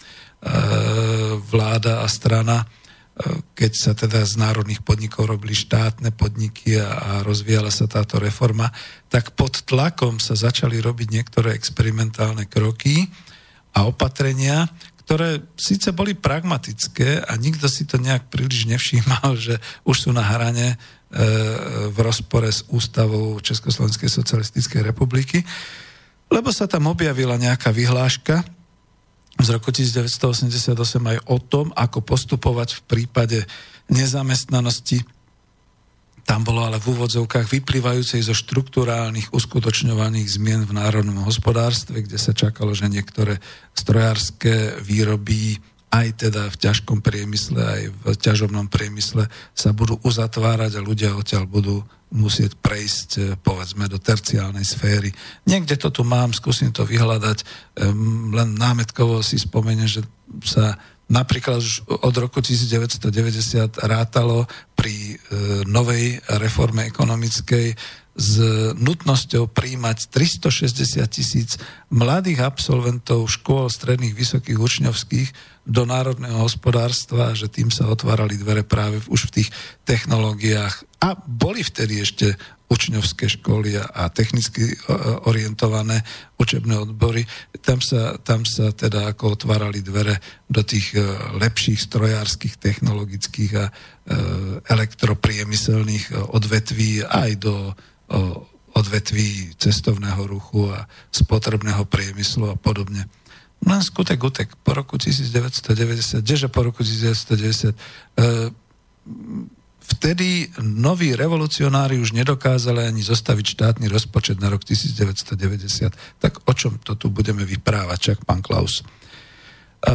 vláda a strana, e, keď sa teda z národných podnikov robili štátne podniky a, a rozvíjala sa táto reforma, tak pod tlakom sa začali robiť niektoré experimentálne kroky a opatrenia, ktoré síce boli pragmatické a nikto si to nejak príliš nevšímal, že už sú na hrane v rozpore s ústavou Československej socialistickej republiky, lebo sa tam objavila nejaká vyhláška, z roku devätnásťstoosemdesiatosem aj o tom, ako postupovať v prípade nezamestnanosti. Tam bolo ale v úvodzovkách vyplývajúcej zo štruktúrálnych uskutočňovaných zmien v národnom hospodárstve, kde sa čakalo, že niektoré strojárske výroby aj teda v ťažkom priemysle, aj v ťažobnom priemysle sa budú uzatvárať a ľudia odtiaľ budú musieť prejsť, povedzme, do terciálnej sféry. Niekde to tu mám, skúsim to vyhľadať, len námetkovo si spomeniem, že sa napríklad už od roku devätnásťstodeväťdesiat rátalo pri novej reforme ekonomickej s nutnosťou prijímať tristošesťdesiat tisíc mladých absolventov škôl stredných, vysokých, učňovských do národného hospodárstva, že tým sa otvárali dvere práve už v tých technológiách. A boli vtedy ešte učňovské školy a technicky orientované učebné odbory. Tam sa, tam sa teda ako otvárali dvere do tých lepších strojárskych, technologických a elektropriemyselných odvetví aj do odvetví cestovného ruchu a spotrebného priemyslu a podobne. Len skutek utek po roku devätnásťstodeväťdesiat, kdeže po roku devätnásťstodeväťdesiat, e, vtedy noví revolucionári už nedokázali ani zostaviť štátny rozpočet na rok devätnásťstodeväťdesiat. Tak o čom to tu budeme vyprávať, čak pán Klaus? E,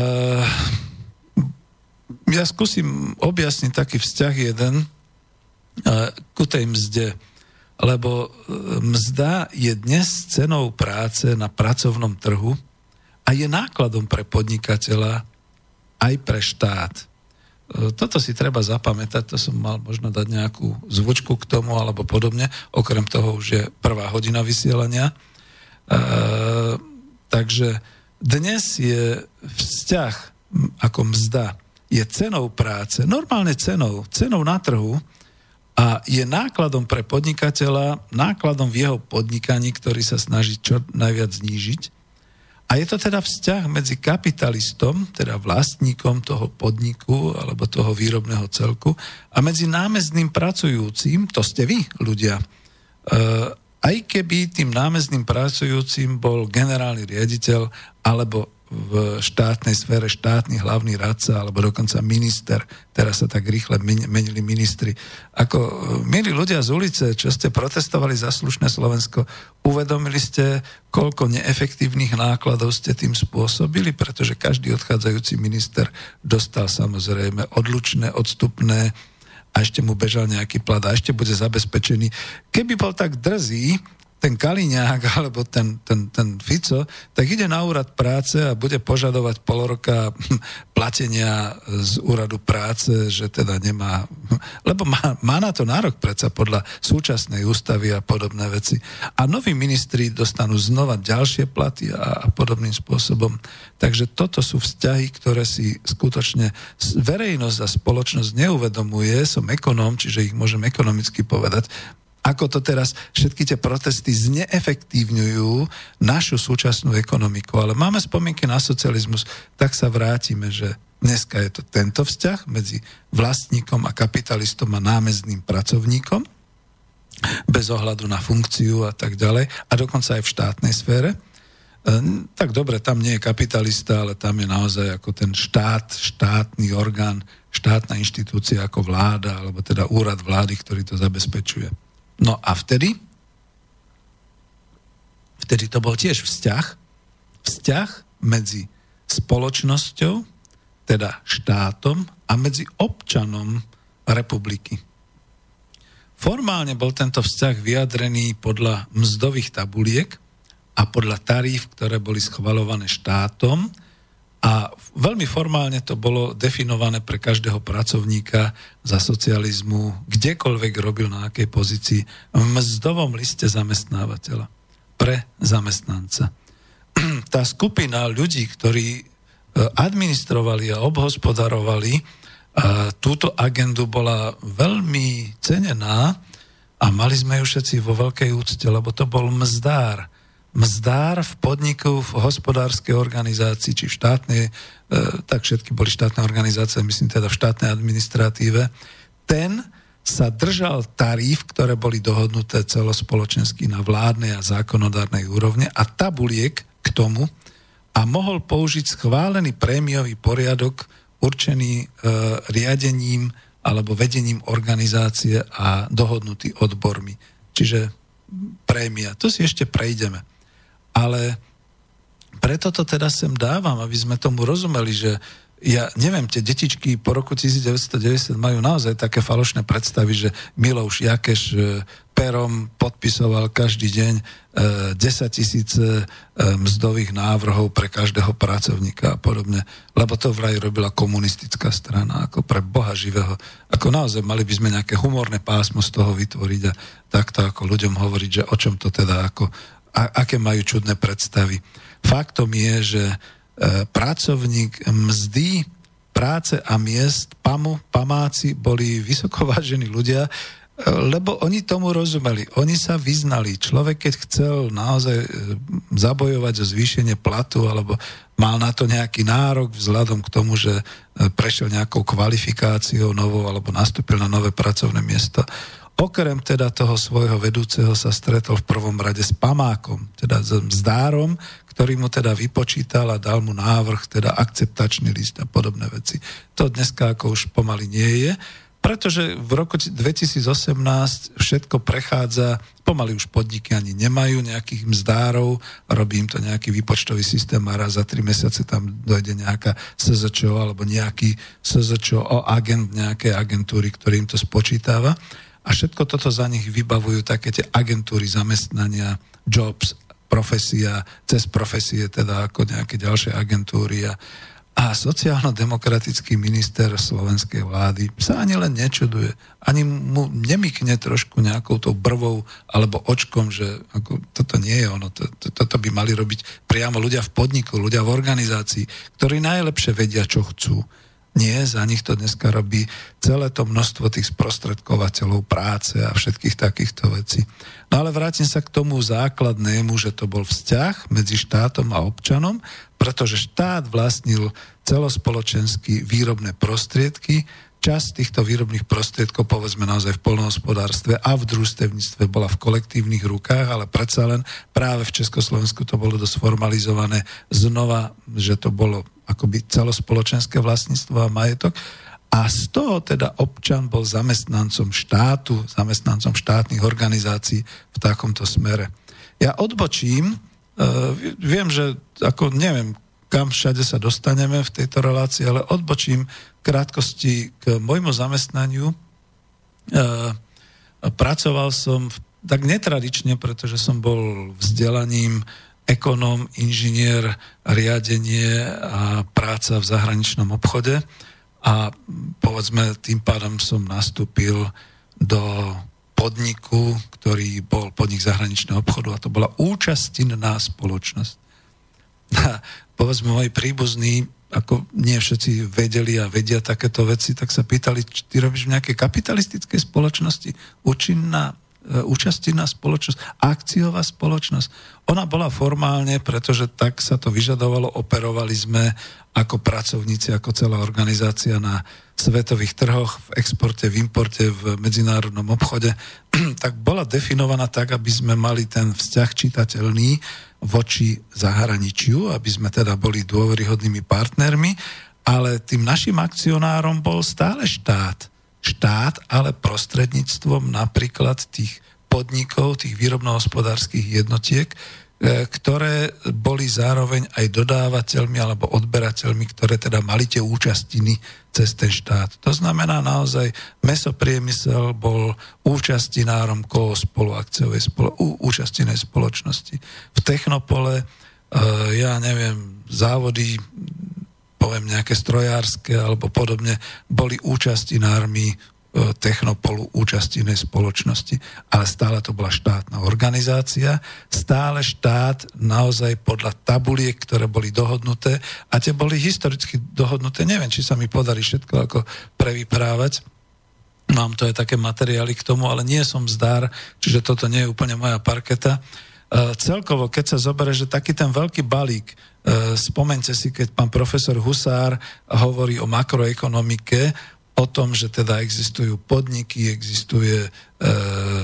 ja skúsim objasniť taký vzťah jeden e, ku tej mzde. Lebo mzda je dnes cenou práce na pracovnom trhu a je nákladom pre podnikateľa aj pre štát. Toto si treba zapamätať, to som mal možno dať nejakú zvučku k tomu alebo podobne, okrem toho už je prvá hodina vysielania. E, takže dnes je vzťah ako mzda, je cenou práce, normálne cenou, cenou na trhu, a je nákladom pre podnikateľa, nákladom v jeho podnikaní, ktorý sa snaží čo najviac znížiť. A je to teda vzťah medzi kapitalistom, teda vlastníkom toho podniku alebo toho výrobného celku a medzi námezným pracujúcim, to ste vy, ľudia. E, aj keby tým námezným pracujúcim bol generálny riaditeľ alebo v štátnej sfére štátny hlavný radca alebo dokonca minister. Teraz sa tak rýchle menili ministri. Ako milí ľudia z ulice, čo ste protestovali za slušné Slovensko, uvedomili ste, koľko neefektívnych nákladov ste tým spôsobili, pretože každý odchádzajúci minister dostal samozrejme odlučné, odstupné a ešte mu bežal nejaký plat a ešte bude zabezpečený. Keby bol tak drzý, ten Kaliňák alebo ten, ten, ten Fico, tak ide na úrad práce a bude požadovať pol roka platenia z úradu práce, že teda nemá, lebo má, má na to nárok predsa podľa súčasnej ústavy a podobné veci. A noví ministri dostanú znova ďalšie platy a, a podobným spôsobom. Takže toto sú vzťahy, ktoré si skutočne verejnosť a spoločnosť neuvedomuje. Som ekonóm, čiže ich môžem ekonomicky povedať. Ako to teraz všetky tie protesty zneefektívňujú našu súčasnú ekonomiku. Ale máme spomienky na socializmus, tak sa vrátime, že dneska je to tento vzťah medzi vlastníkom a kapitalistom a námezným pracovníkom, bez ohľadu na funkciu a tak ďalej, a dokonca aj v štátnej sfére. E, tak dobre, tam nie je kapitalista, ale tam je naozaj ako ten štát, štátny orgán, štátna inštitúcia ako vláda, alebo teda úrad vlády, ktorý to zabezpečuje. No a vtedy, vtedy to bol tiež vzťah, vzťah medzi spoločnosťou, teda štátom, a medzi občanom republiky. Formálne bol tento vzťah vyjadrený podľa mzdových tabuliek a podľa taríf, ktoré boli schvaľované štátom, a veľmi formálne to bolo definované pre každého pracovníka za socializmu, kdekoľvek robil na akej pozícii, v mzdovom liste zamestnávateľa pre zamestnanca. Tá skupina ľudí, ktorí administrovali a obhospodarovali túto agendu, bola veľmi cenená a mali sme ju všetci vo veľkej úcte, lebo to bol mzdár. Mzdár v podniku, v hospodárskej organizácii, či v štátnej, e, tak všetky boli štátne organizácie, myslím teda v štátnej administratíve, ten sa držal taríf, ktoré boli dohodnuté celospoločensky na vládnej a zákonodárnej úrovne a tabuliek k tomu a mohol použiť schválený prémiový poriadok určený e, riadením alebo vedením organizácie a dohodnutý odbormi. Čiže prémia. To si ešte prejdeme. Ale preto to teda sem dávam, aby sme tomu rozumeli, že ja neviem, tie detičky po roku devätnásťstodeväťdesiat majú naozaj také falošné predstavy, že Miloš Jakeš perom podpisoval každý deň desaťtisíc mzdových návrhov pre každého pracovníka a podobne, lebo to vraj robila komunistická strana, ako pre Boha živého. Ako naozaj mali by sme nejaké humorné pásmo z toho vytvoriť a takto ako ľuďom hovoriť, že o čom to teda, ako, a, aké majú čudné predstavy. Faktom je, že pracovník mzdy, práce a miest, pamu, pamáci boli vysokovážení ľudia, lebo oni tomu rozumeli. Oni sa vyznali. Človek, keď chcel naozaj zabojovať o zvýšenie platu alebo mal na to nejaký nárok vzhľadom k tomu, že prešiel nejakou kvalifikáciou novou alebo nastúpil na nové pracovné miesto, okrem teda toho svojho vedúceho sa stretol v prvom rade s pamákom, teda s mzdárom, ktorý mu teda vypočítal a dal mu návrh, teda akceptačný list a podobné veci. To dneska ako už pomaly nie je, pretože v roku dvetisícosemnásť všetko prechádza, pomaly už podniky ani nemajú nejakých mzdárov, robí im to nejaký výpočtový systém a raz za tri mesiace tam dojde nejaká es zet čo alebo nejaký es zet čo o agent nejakej agentúry, ktorý im to spočítava. A všetko toto za nich vybavujú také tie agentúry zamestnania, jobs, profesia, cez profesie, teda ako nejaké ďalšie agentúry. A, a sociálno-demokratický minister slovenskej vlády sa ani len nečuduje. Ani mu nemykne trošku nejakou tou brvou alebo očkom, že ako, toto nie je ono. To, to, toto by mali robiť priamo ľudia v podniku, ľudia v organizácii, ktorí najlepšie vedia, čo chcú. Nie, za nich to dneska robí celé to množstvo tých sprostredkovateľov práce a všetkých takýchto vecí. No ale vrátim sa k tomu základnému, že to bol vzťah medzi štátom a občanom, pretože štát vlastnil celospoločensky výrobné prostriedky. Časť týchto výrobných prostriedkov, povedzme naozaj v poľnohospodárstve a v družstevníctve bola v kolektívnych rukách, ale predsa len práve v Československu to bolo dosť formalizované znova, že to bolo akoby celospoločenské vlastníctvo a majetok. A z toho teda občan bol zamestnancom štátu, zamestnancom štátnych organizácií v takomto smere. Ja odbočím, viem, že ako neviem, kam všade sa dostaneme v tejto relácii, ale odbočím krátkosti k môjmu zamestnaniu. E, pracoval som tak netradične, pretože som bol vzdelaním ekonóm, inžinier, riadenie a práca v zahraničnom obchode a povedzme tým pádom som nastúpil do podniku, ktorý bol podnik zahraničného obchodu a to bola účastinná spoločnosť. A povedzme moji príbuzní, ako nie všetci vedeli a vedia takéto veci, tak sa pýtali, či ty robíš v nejakej kapitalistickej spoločnosti, účinná, účastinná spoločnosť, akciová spoločnosť. Ona bola formálne, pretože tak sa to vyžadovalo, operovali sme ako pracovníci, ako celá organizácia na svetových trhoch, v exporte, v importe, v medzinárodnom obchode, tak bola definovaná tak, aby sme mali ten vzťah čitateľný voči zahraničiu, aby sme teda boli dôveryhodnými partnermi, ale tým našim akcionárom bol stále štát. Štát, ale prostredníctvom napríklad tých podnikov, tých výrobno-hospodárskych jednotiek, ktoré boli zároveň aj dodávateľmi alebo odberateľmi, ktoré teda mali tie účastiny cez ten štát. To znamená naozaj, mäsopriemysel bol účastinárom koho spoluakciovej spolo, účastinej spoločnosti. V Technopole, ja neviem, závody, poviem nejaké strojárske alebo podobne, boli účastinármi Technopolu, účastinej spoločnosti. Ale stále to bola štátna organizácia, stále štát naozaj podľa tabuliek, ktoré boli dohodnuté a tie boli historicky dohodnuté. Neviem, či sa mi podarí všetko ako prevyprávať. Mám to aj také materiály k tomu, ale nie som zdár, čiže toto nie je úplne moja parketa. E, celkovo, keď sa zoberie, že taký ten veľký balík, e, spomeňte si, keď pán profesor Husár hovorí o makroekonomike, o tom, že teda existujú podniky, existuje, e,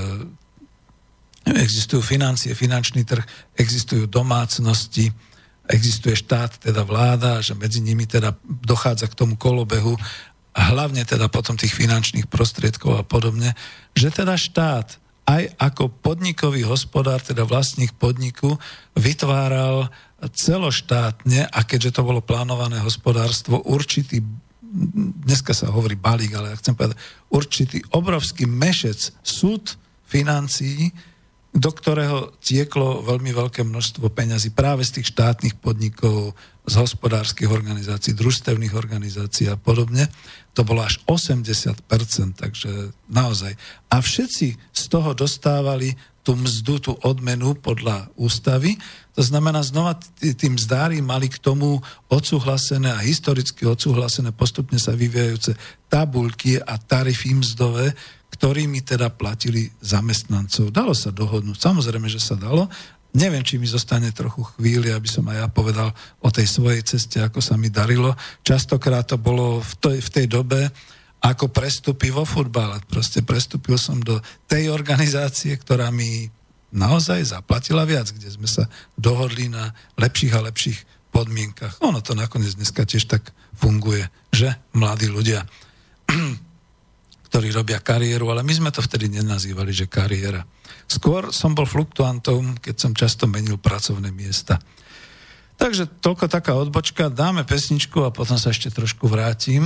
existujú financie, finančný trh, existujú domácnosti, existuje štát, teda vláda, že medzi nimi teda dochádza k tomu kolobehu, a hlavne teda potom tých finančných prostriedkov a podobne, že teda štát aj ako podnikový hospodár, teda vlastník podniku, vytváral celoštátne, a keďže to bolo plánované hospodárstvo, určitý, dneska sa hovorí balík, ale ja chcem povedať, určitý obrovský mešec súd financií, do ktorého tieklo veľmi veľké množstvo peňazí práve z tých štátnych podnikov, z hospodárskych organizácií, družstevných organizácií a podobne. To bolo až osemdesiat percent, takže naozaj. A všetci z toho dostávali tú mzdu, tú odmenu podľa ústavy. To znamená, znova tí, tí mzdári mali k tomu odsúhlasené a historicky odsúhlasené postupne sa vyvíjajúce tabuľky a tarify mzdové, ktorými teda platili zamestnancov. Dalo sa dohodnúť, samozrejme, že sa dalo. Neviem, či mi zostane trochu chvíli, aby som aj ja povedal o tej svojej ceste, ako sa mi darilo. Častokrát to bolo v tej, v tej dobe ako prestupy vo futbale. Proste prestúpil som do tej organizácie, ktorá mi naozaj zaplatila viac, kde sme sa dohodli na lepších a lepších podmienkach. Ono to nakoniec dneska tiež tak funguje, že mladí ľudia ktorí robia kariéru, ale my sme to vtedy nenazývali, že kariéra. Skôr som bol fluktuantom, keď som často menil pracovné miesta. Takže toľko taká odbočka, dáme pesničku a potom sa ešte trošku vrátim.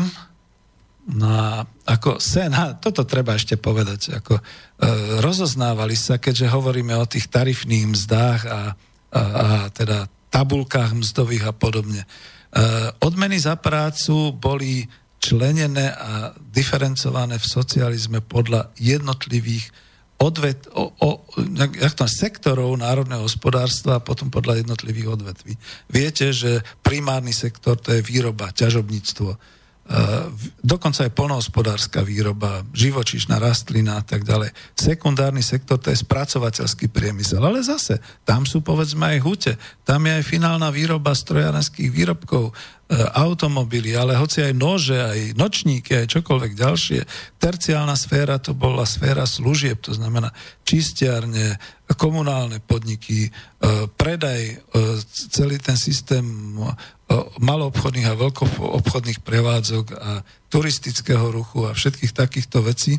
No ako sen, toto treba ešte povedať, ako e, rozoznávali sa, keďže hovoríme o tých tarifných mzdách a, a, a teda tabulkách mzdových a podobne. E, odmeny za prácu boli členené a diferencované v socializme podľa jednotlivých odvet, o, o, jak to, sektorov národného hospodárstva a potom podľa jednotlivých odvetví. Viete, že primárny sektor to je výroba, ťažobníctvo, dokonca aj poľnohospodárska výroba, živočíšna rastlina a tak ďalej. Sekundárny sektor to je spracovateľský priemysel, ale zase tam sú povedzme aj hute, tam je aj finálna výroba strojárenských výrobkov, automobily, ale hoci aj nože, aj nočníky, aj čokoľvek ďalšie. Terciálna sféra to bola sféra služieb, to znamená čistiarne, komunálne podniky, predaj, celý ten systém maloobchodných a veľkoobchodných prevádzok a turistického ruchu a všetkých takýchto vecí.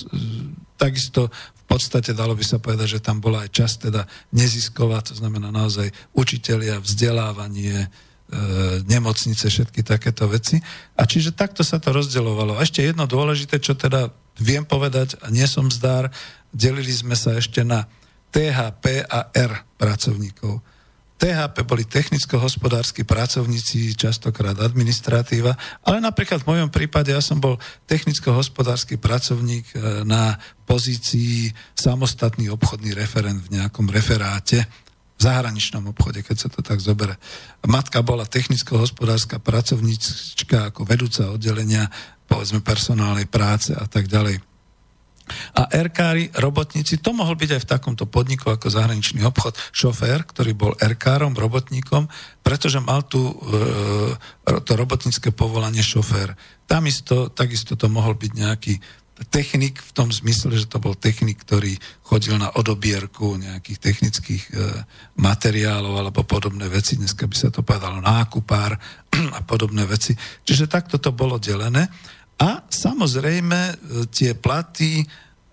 Takisto v podstate dalo by sa povedať, že tam bola aj časť teda nezisková, to znamená naozaj učitelia, vzdelávanie, nemocnice, všetky takéto veci. A čiže takto sa to rozdeľovalo. A ešte jedno dôležité, čo teda viem povedať, a nie som zdár, delili sme sa ešte na té há pé a er pracovníkov. té há pé boli technicko-hospodársky pracovníci, častokrát administratíva, ale napríklad v mojom prípade ja som bol technicko-hospodársky pracovník na pozícii samostatný obchodný referent v nejakom referáte, v zahraničnom obchode, keď sa to tak zobere. Matka bola technicko-hospodárska pracovníčka ako vedúca oddelenia, povedzme personálnej práce a tak ďalej. A erkári, robotníci, to mohol byť aj v takomto podniku ako zahraničný obchod, šofér, ktorý bol erkárom, robotníkom, pretože mal tu e, to robotnícke povolanie šofér. Tam isto, takisto to mohol byť nejaký technik v tom zmysle, že to bol technik, ktorý chodil na odobierku nejakých technických e, materiálov alebo podobné veci. Dneska by sa to povedalo nákupár a podobné veci. Čiže takto to bolo delené. A samozrejme e, tie platy, e,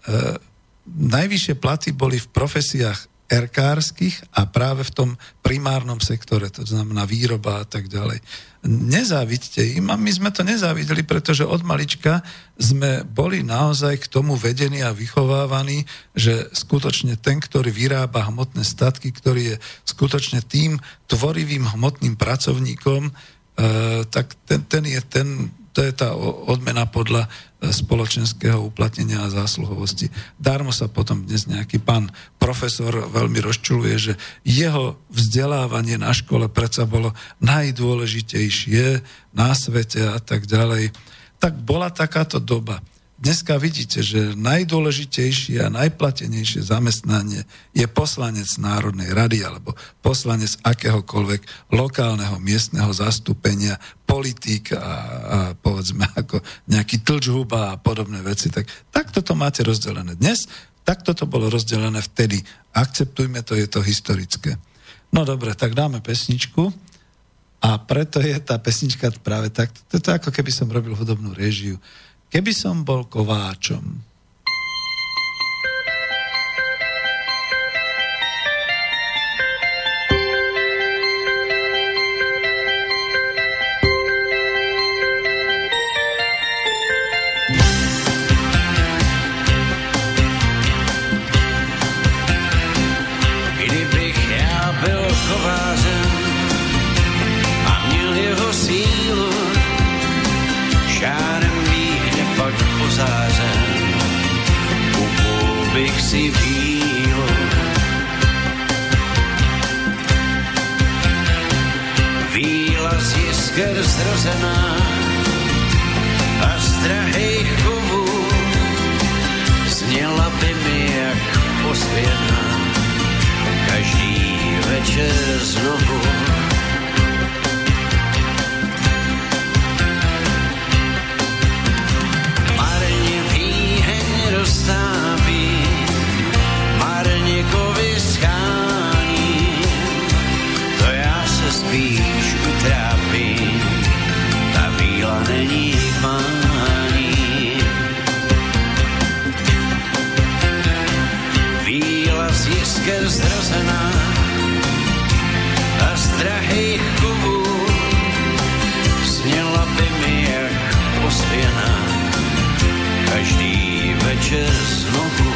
najvyššie platy boli v profesiách erkárskych a práve v tom primárnom sektore, to znamená výroba a tak ďalej. Nezávidte im, a my sme to nezávideli, pretože od malička sme boli naozaj k tomu vedení a vychovávaní, že skutočne ten, ktorý vyrába hmotné statky, ktorý je skutočne tým tvorivým hmotným pracovníkom, e, tak ten, ten je ten, to je tá odmena podľa spoločenského uplatnenia a zásluhovosti. Darmo sa potom dnes nejaký pán profesor veľmi rozčuluje, že jeho vzdelávanie na škole predsa bolo najdôležitejšie na svete a tak ďalej. Tak bola takáto doba. Dneska vidíte, že najdôležitejšie a najplatenejšie zamestnanie je poslanec Národnej rady alebo poslanec akéhokoľvek lokálneho miestneho zastúpenia, politík a, a povedzme ako nejaký tlčhuba a podobné veci. Tak, takto to máte rozdelené dnes, takto to bolo rozdelené vtedy. Akceptujme to, je to historické. No dobre, tak dáme pesničku A preto je tá pesnička práve tak. To je ako keby som robil hudobnú réžiu. Keby som bol kováčom. Bych si vílo. Víla z jisker zrozená a z drahých kovů zněla by mi jak posvěna každý večer znovu. Marně výheň roztáví, marně kovy schání, to já se spíš utrápím, ta víla není pání. Víla z jisker zrozená a z drahých kovů zněla by mi jak posvěna každý večer znovu.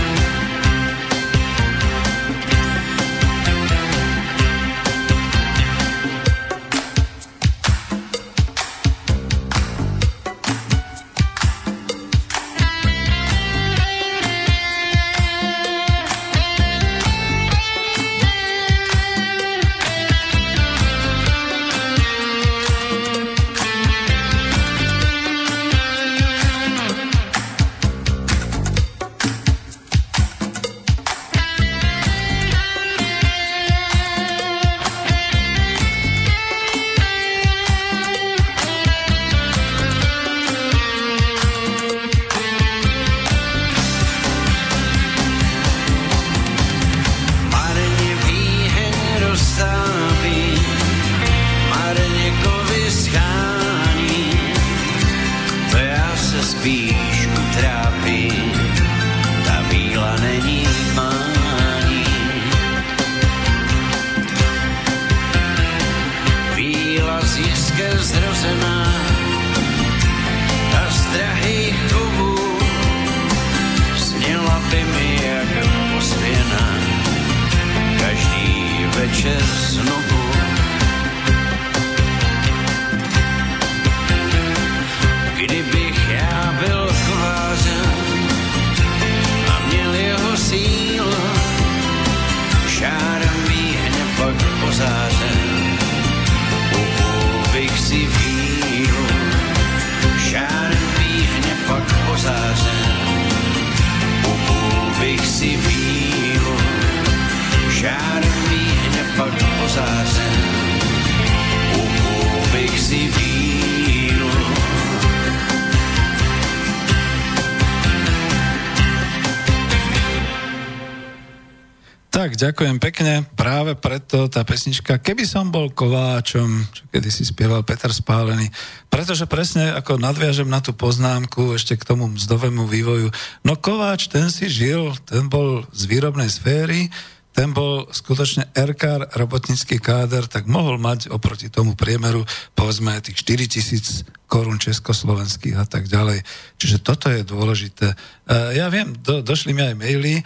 Ďakujem pekne, práve preto tá pesnička Keby som bol kováčom, čo kedysi spieval Peter Spálený, pretože presne ako nadviažem na tú poznámku ešte k tomu mzdovému vývoju, no kováč, ten si žil, ten bol z výrobnej sféry, ten bol skutočne erkár, robotnícky káder, tak mohol mať oproti tomu priemeru povedzme tých štyritisíc korún československých a tak ďalej. Čiže toto je dôležité. Ja viem, do, došli mi aj maily,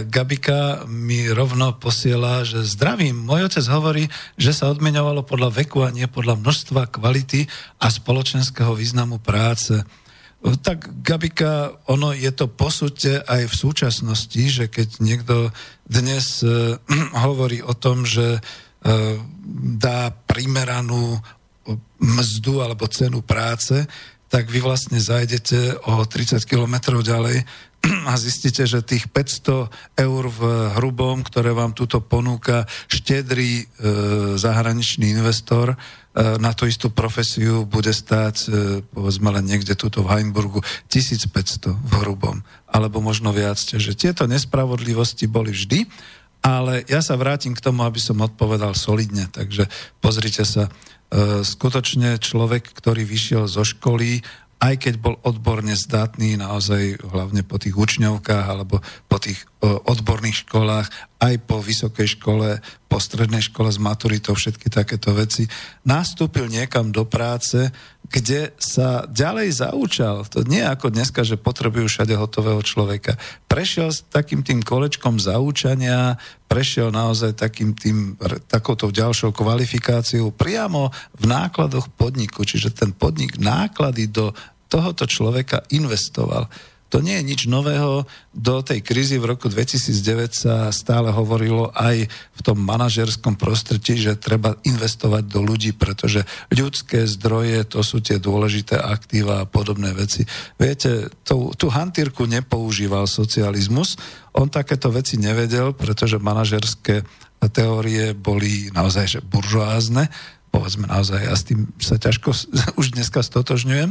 Gabika mi rovno posiela, že zdravím, môj otec hovorí, že sa odmeňovalo podľa veku a nie podľa množstva, kvality a spoločenského významu práce. Tak Gabika, ono je to posúďte aj v súčasnosti, že keď niekto dnes uh, hovorí o tom, že uh, dá primeranú mzdu alebo cenu práce, tak vy vlastne zajdete o tridsať kilometrov ďalej a zistíte, že tých päťsto eur v hrubom, ktoré vám tuto ponúka štedrý e, zahraničný investor, e, na tú istú profesiu bude stáť, e, povedzme len niekde tuto v Heimburgu, tisícpäťsto v hrubom, alebo možno viac. Čiže tieto nespravodlivosti boli vždy, ale ja sa vrátim k tomu, aby som odpovedal solidne. Takže pozrite sa, skutočne človek, ktorý vyšiel zo školy, aj keď bol odborne zdatný, naozaj hlavne po tých učňovkách alebo po tých odborných školách, aj po vysokej škole, po strednej škole s maturitou, všetky takéto veci, nastúpil niekam do práce, kde sa ďalej zaučal. To nie je ako dneska, že potrebujú všade hotového človeka. Prešiel s takým tým kolečkom zaučania, prešiel naozaj takým tým, takouto ďalšou kvalifikáciou priamo v nákladoch podniku, čiže ten podnik náklady do tohoto človeka investoval. To nie je nič nového. Do tej krízy v roku dvetisícdeväť sa stále hovorilo aj v tom manažerskom prostredí, že treba investovať do ľudí, pretože ľudské zdroje, to sú tie dôležité aktíva a podobné veci. Viete, tú, tú hantírku nepoužíval socializmus. On takéto veci nevedel, pretože manažerské teórie boli naozaj že buržoázne. Povedzme naozaj, ja s tým sa ťažko už dneska stotožňujem.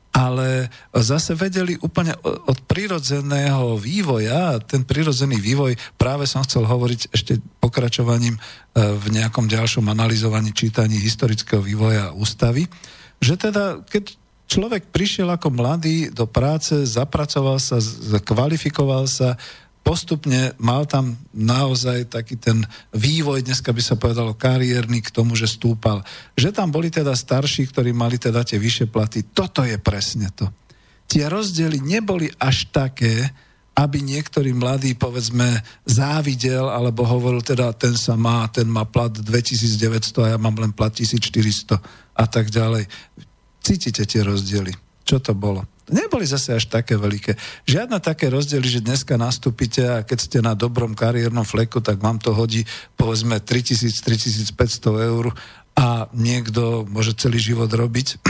Ale zase vedeli úplne od prírodzeného vývoja, ten prírodzený vývoj, práve som chcel hovoriť ešte pokračovaním v nejakom ďalšom analyzovaní, čítaní historického vývoja ústavy, že teda keď človek prišiel ako mladý do práce, zapracoval sa, kvalifikoval sa, postupne mal tam naozaj taký ten vývoj, dneska by sa povedalo kariérny, k tomu, že stúpal. Že tam boli teda starší, ktorí mali teda tie vyššie platy. Toto je presne to. Tie rozdiely neboli až také, aby niektorý mladý, povedzme, závidel, alebo hovoril teda, ten sa má, ten má plat dvetisícdeväťsto a ja mám len plat tisícštyristo a tak ďalej. Cítite tie rozdiely. Čo to bolo? Neboli zase až také veľké. Žiadne také rozdiely, že dneska nastúpite a keď ste na dobrom kariérnom fleku, tak vám to hodí povedzme tritisíc až tritisícpäťsto eur a niekto môže celý život robiť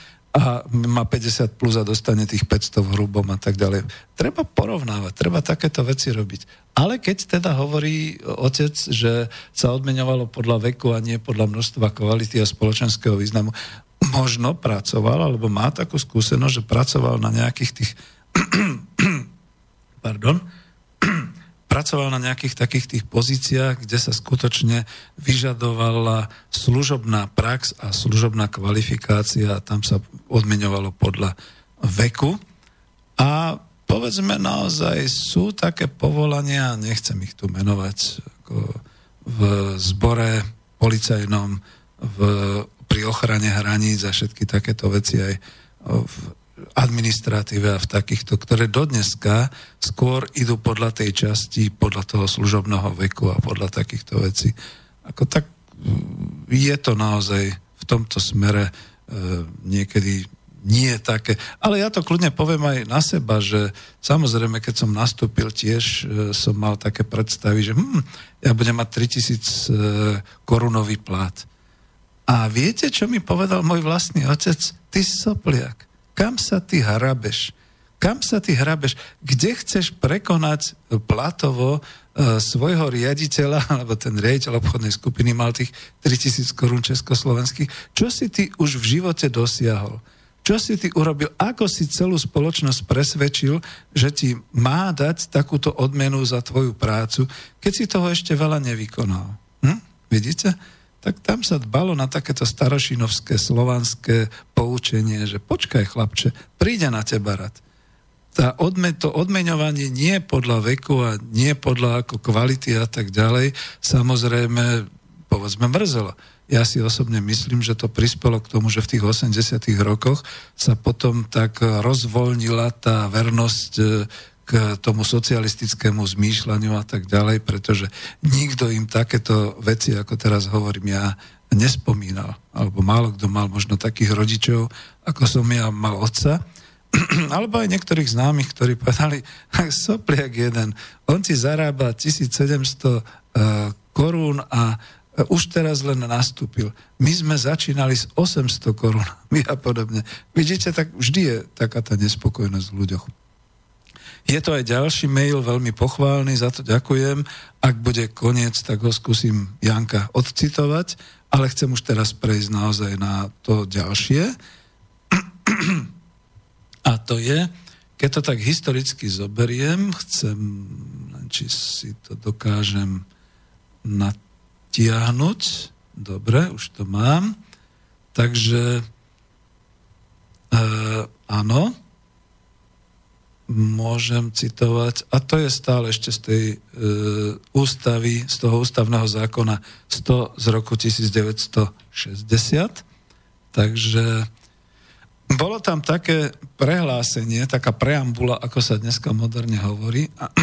a má päťdesiat plus a dostane tých päťsto v hrubom a tak ďalej. Treba porovnávať, treba takéto veci robiť. Ale keď teda hovorí otec, že sa odmeňovalo podľa veku a nie podľa množstva kvality a spoločenského významu, možno pracoval, alebo má takú skúsenosť, že pracoval na nejakých tých pardon, pracoval na nejakých takých tých pozíciách, kde sa skutočne vyžadovala služobná prax a služobná kvalifikácia a tam sa odmeňovalo podľa veku. A povedzme naozaj sú také povolania, nechcem ich tu menovať, ako v zbore policajnom, v pri ochrane hraníc a všetky takéto veci aj v administratíve a v takýchto, ktoré dodneska skôr idú podľa tej časti, podľa toho služobného veku a podľa takýchto vecí. Ako tak je to naozaj v tomto smere e, niekedy nie také. Ale ja to kľudne poviem aj na seba, že samozrejme, keď som nastúpil tiež, e, som mal také predstavy, že hm, ja budem mať tritisíc e, korunový plat. A viete, čo mi povedal môj vlastný otec? Ty sopliak, kam sa ty hrabeš? Kam sa ty hrabeš? Kde chceš prekonať platovo e, svojho riaditeľa, alebo ten riaditeľ obchodnej skupiny mal tých tritisíc korún československých? Čo si ty už v živote dosiahol? Čo si ty urobil? Ako si celú spoločnosť presvedčil, že ti má dať takúto odmenu za tvoju prácu, keď si toho ešte veľa nevykonal? Hm? Vidíte? Tak tam sa dbalo na takéto starošinovské slovanské poučenie, že počkaj chlapče, príde na teba rad. Tá odme, to odmeňovanie nie podľa veku a nie podľa ako kvality a tak ďalej, samozrejme, povedzme, mrzelo. Ja si osobne myslím, že to prispelo k tomu, že v tých osemdesiatych rokoch sa potom tak rozvoľnila tá vernosť k tomu socialistickému zmýšľaniu a tak ďalej, pretože nikto im takéto veci, ako teraz hovorím ja, nespomínal. Alebo málo kto mal možno takých rodičov, ako som ja mal otca, alebo aj niektorých známych, ktorí povedali, sopliak jeden, on ti zarába tisícsedemsto korún a už teraz len nastúpil. My sme začínali s osemsto korunami a podobne. Vidíte, tak vždy je taká tá nespokojnosť v ľuďoch. Je to aj ďalší mail, veľmi pochválny, za to ďakujem. Ak bude koniec, tak ho skúsim Janka odcitovať, ale chcem už teraz prejsť naozaj na to ďalšie. A to je, keď to tak historicky zoberiem, chcem, či si to dokážem natiahnuť. Dobre, už to mám. Takže e, áno, môžem citovať, a to je stále ešte z tej e, ústavy, z toho ústavného zákona sto z roku devätnásťstošesťdesiat. Takže bolo tam také prehlásenie, taká preambula, ako sa dneska moderne hovorí, a,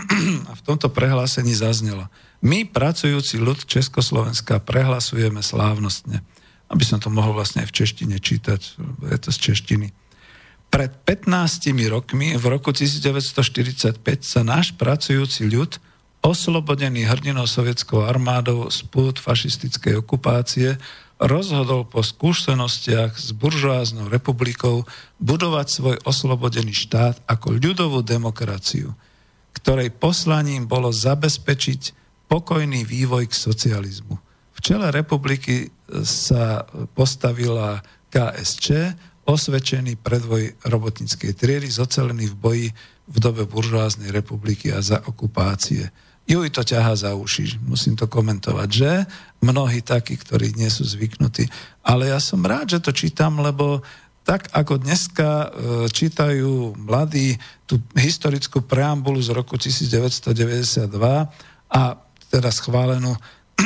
a v tomto prehlásení zaznelo: my, pracujúci ľud Československa, prehlasujeme slávnostne. Aby som to mohol vlastne aj v češtine čítať, je to z češtiny. Pred pätnástimi rokmi, v roku devätnásťstoštyridsaťpäť, sa náš pracujúci ľud, oslobodený hrdinou sovietskou armádou z pút fašistickej okupácie, rozhodol po skúsenostiach s buržoáznou republikou budovať svoj oslobodený štát ako ľudovú demokraciu, ktorej poslaním bolo zabezpečiť pokojný vývoj k socializmu. V čele republiky sa postavila ká es čé, osvedčený predvoj robotníckej triedy, zocelený v boji v dobe buržoáznej republiky a za okupácie. Juj to ťahá za uši, musím to komentovať, že? Mnohí takí, ktorí nie sú zvyknutí. Ale ja som rád, že to čítam, lebo tak ako dneska e, čítajú mladí tú historickú preambulu z roku devätnásťstodeväťdesiatdva a teda schválenú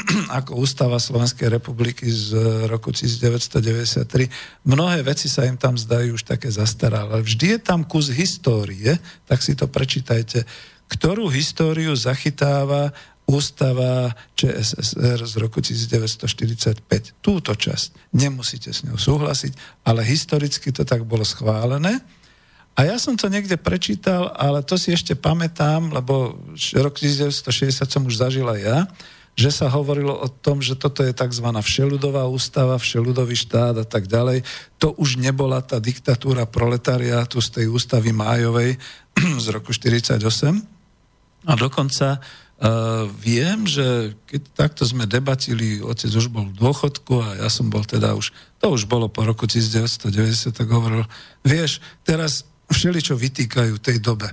ako ústava Slovenskej republiky z roku devätnásťstodeväťdesiattri. Mnohé veci sa im tam zdajú už také zastaralé. Ale vždy je tam kus histórie, tak si to prečítajte, ktorú históriu zachytáva ústava čé es es er z roku devätnásťstoštyridsaťpäť. Túto časť. Nemusíte s ňou súhlasiť, ale historicky to tak bolo schválené. A ja som to niekde prečítal, ale to si ešte pamätám, lebo rok devätnásťstošesťdesiat som už zažil aj ja, že sa hovorilo o tom, že toto je tzv. Všeľudová ústava, všeľudový štát a tak ďalej. To už nebola tá diktatúra proletariátu z tej ústavy májovej z roku štyridsaťosem. A dokonca uh, viem, že keď takto sme debatili, otec už bol v dôchodku a ja som bol teda už, to už bolo po roku devätnásťstodeväťdesiat, tak hovoril, vieš, teraz všeličo vytýkajú tej dobe.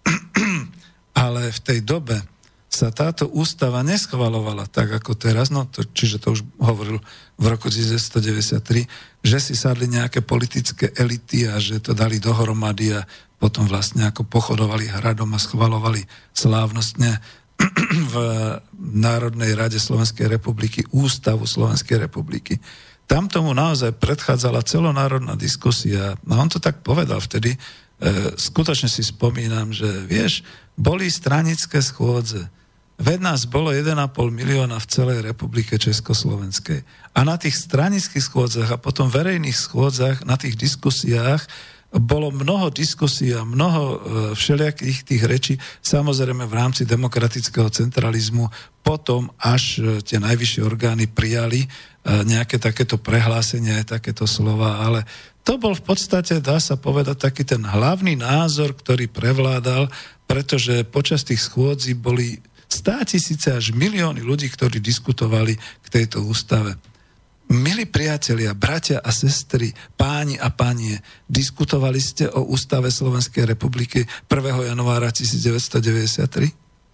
Ale v tej dobe sa táto ústava neschvalovala tak, ako teraz, no to, čiže to už hovoril v roku devätnásťstodeväťdesiattri, že si sadli nejaké politické elity a že to dali dohromady a potom vlastne ako pochodovali hradom a schvalovali slávnostne v Národnej rade Slovenskej republiky ústavu Slovenskej republiky. Tam tomu naozaj predchádzala celonárodná diskusia. No on to tak povedal vtedy, e, skutočne si spomínam, že vieš, boli stranické schôdze. Veď nás bolo jeden a pol milióna v celej republike Československej. A na tých stranických schôdzach a potom verejných schôdzach, na tých diskusiách bolo mnoho diskusí a mnoho e, všelijakých tých rečí, samozrejme v rámci demokratického centralizmu, potom až e, tie najvyššie orgány prijali e, nejaké takéto prehlásenia, takéto slova, ale to bol v podstate, dá sa povedať, taký ten hlavný názor, ktorý prevládal, pretože počas tých schôdzí boli státisíce až milióny ľudí, ktorí diskutovali k tejto ústave. Milí priatelia, bratia a sestry, páni a panie, diskutovali ste o ústave Slovenskej republiky prvého januára devätnásťstodeväťdesiattri?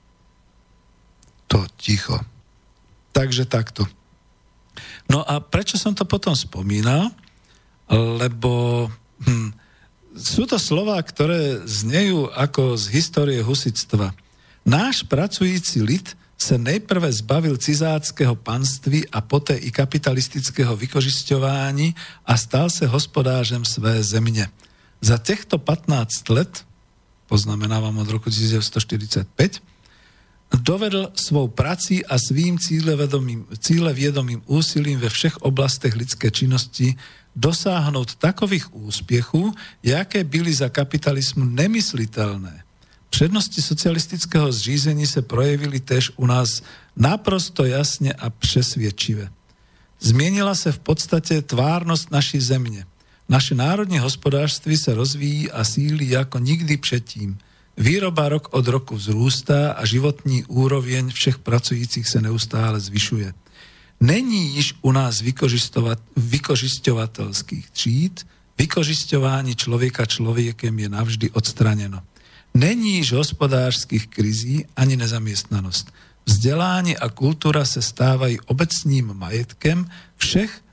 To ticho. Takže takto. No a prečo som to potom spomínal? Lebo hm, sú to slová, ktoré znejú ako z histórie husitstva. Náš pracujúci lid sa nejprve zbavil cizáckého panství a poté i kapitalistického vykořisťování a stal sa hospodářem své země. Za těchto pätnásť let, poznamenávam od roku devätnásťstoštyridsaťpäť, dovedl svou prací a svým cílevědomým úsilím ve všech oblastech lidské činnosti dosáhnout takových úspěchů, jaké byly za kapitalismu nemyslitelné. Přednosti socialistického zřízení se projevily též u nás naprosto jasně a přesvědčive. Změnila se v podstatě tvárnost naší země. Naše národní hospodářství se rozvíjí a sílí jako nikdy předtím. Výroba rok od roku vzrůstá a životní úroveň všech pracujících se neustále zvyšuje. Není již u nás vykořisťovatelských tříd, vykořisťování člověka člověkem je navždy odstraněno. Není již hospodářských krizí ani nezaměstnanost. Vzdělání a kultura se stávají obecným majetkem všech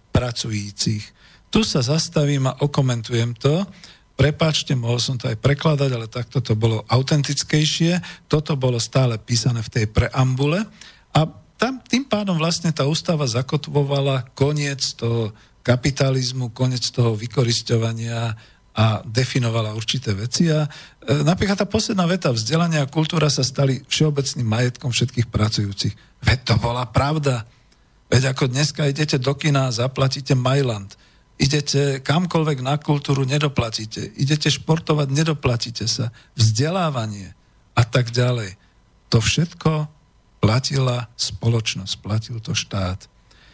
pracujícich. Tu sa zastavím a okomentujem to. Prepáčte, mohol som to aj prekladať, ale takto to bolo autentickejšie. Toto bolo stále písané v tej preambule a tam tým pádom vlastne tá ústava zakotvovala koniec toho kapitalizmu, koniec toho vykorisťovania a definovala určité veci. A e, napríklad tá posledná veta, vzdelanie a kultúra sa stali všeobecným majetkom všetkých pracujúcich. Veď to bola pravda. Veď ako dneska idete do kina a zaplatíte Mailand, idete kamkoľvek na kultúru, nedoplatíte, idete športovať, nedoplatíte sa, vzdelávanie a tak ďalej. To všetko platila spoločnosť, platil to štát.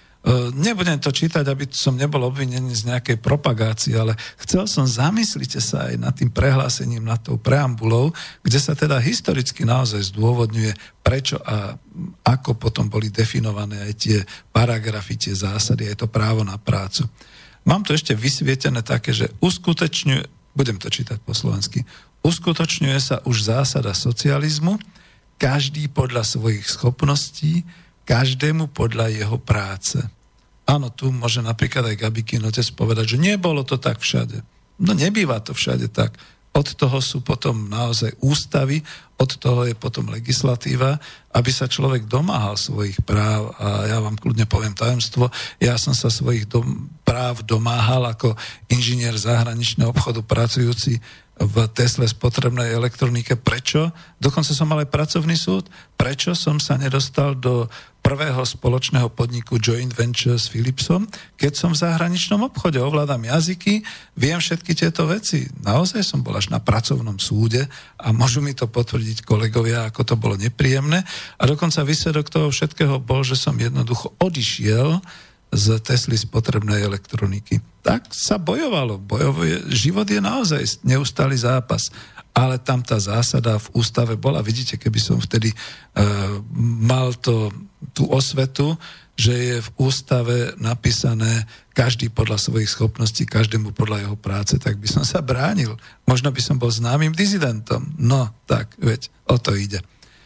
Nebudem to čítať, aby som nebol obvinený z nejakej propagácie, ale chcel som, zamyslite sa aj nad tým prehlásením, nad tou preambulou, kde sa teda historicky naozaj zdôvodňuje, prečo a ako potom boli definované aj tie paragrafy, tie zásady, aj to právo na prácu. Mám tu ešte vysvietené také, že uskutočňuje, budem to čítať po slovensky, uskutočňuje sa už zásada socializmu, každý podľa svojich schopností, každému podľa jeho práce. Áno, tu môže napríklad aj Gabikin otec povedať, že nebolo to tak všade. No nebýva to všade tak. Od toho sú potom naozaj ústavy, od toho je potom legislatíva, aby sa človek domáhal svojich práv. A ja vám kľudne poviem tajomstvo, ja som sa svojich dom- práv domáhal ako inžinier zahraničného obchodu pracujúci v Tesle spotrebnej elektronike. Prečo? Dokonca som mal aj pracovný súd. Prečo som sa nedostal do prvého spoločného podniku joint venture s Philipsom, keď som v zahraničnom obchode, ovládam jazyky, viem všetky tieto veci. Naozaj som bol až na pracovnom súde a môžu mi to potvrdiť kolegovia, ako to bolo nepríjemné. A dokonca výsledok toho všetkého bol, že som jednoducho odišiel z Tesly spotrebnej elektroniky. Tak sa bojovalo. Bojové, život je naozaj neustály zápas. Ale tam tá zásada v ústave bola. Vidíte, keby som vtedy uh, mal to, tú osvetu, že je v ústave napísané každý podľa svojich schopností, každému podľa jeho práce, tak by som sa bránil. Možno by som bol známym dizidentom. No, tak, veď, o to ide.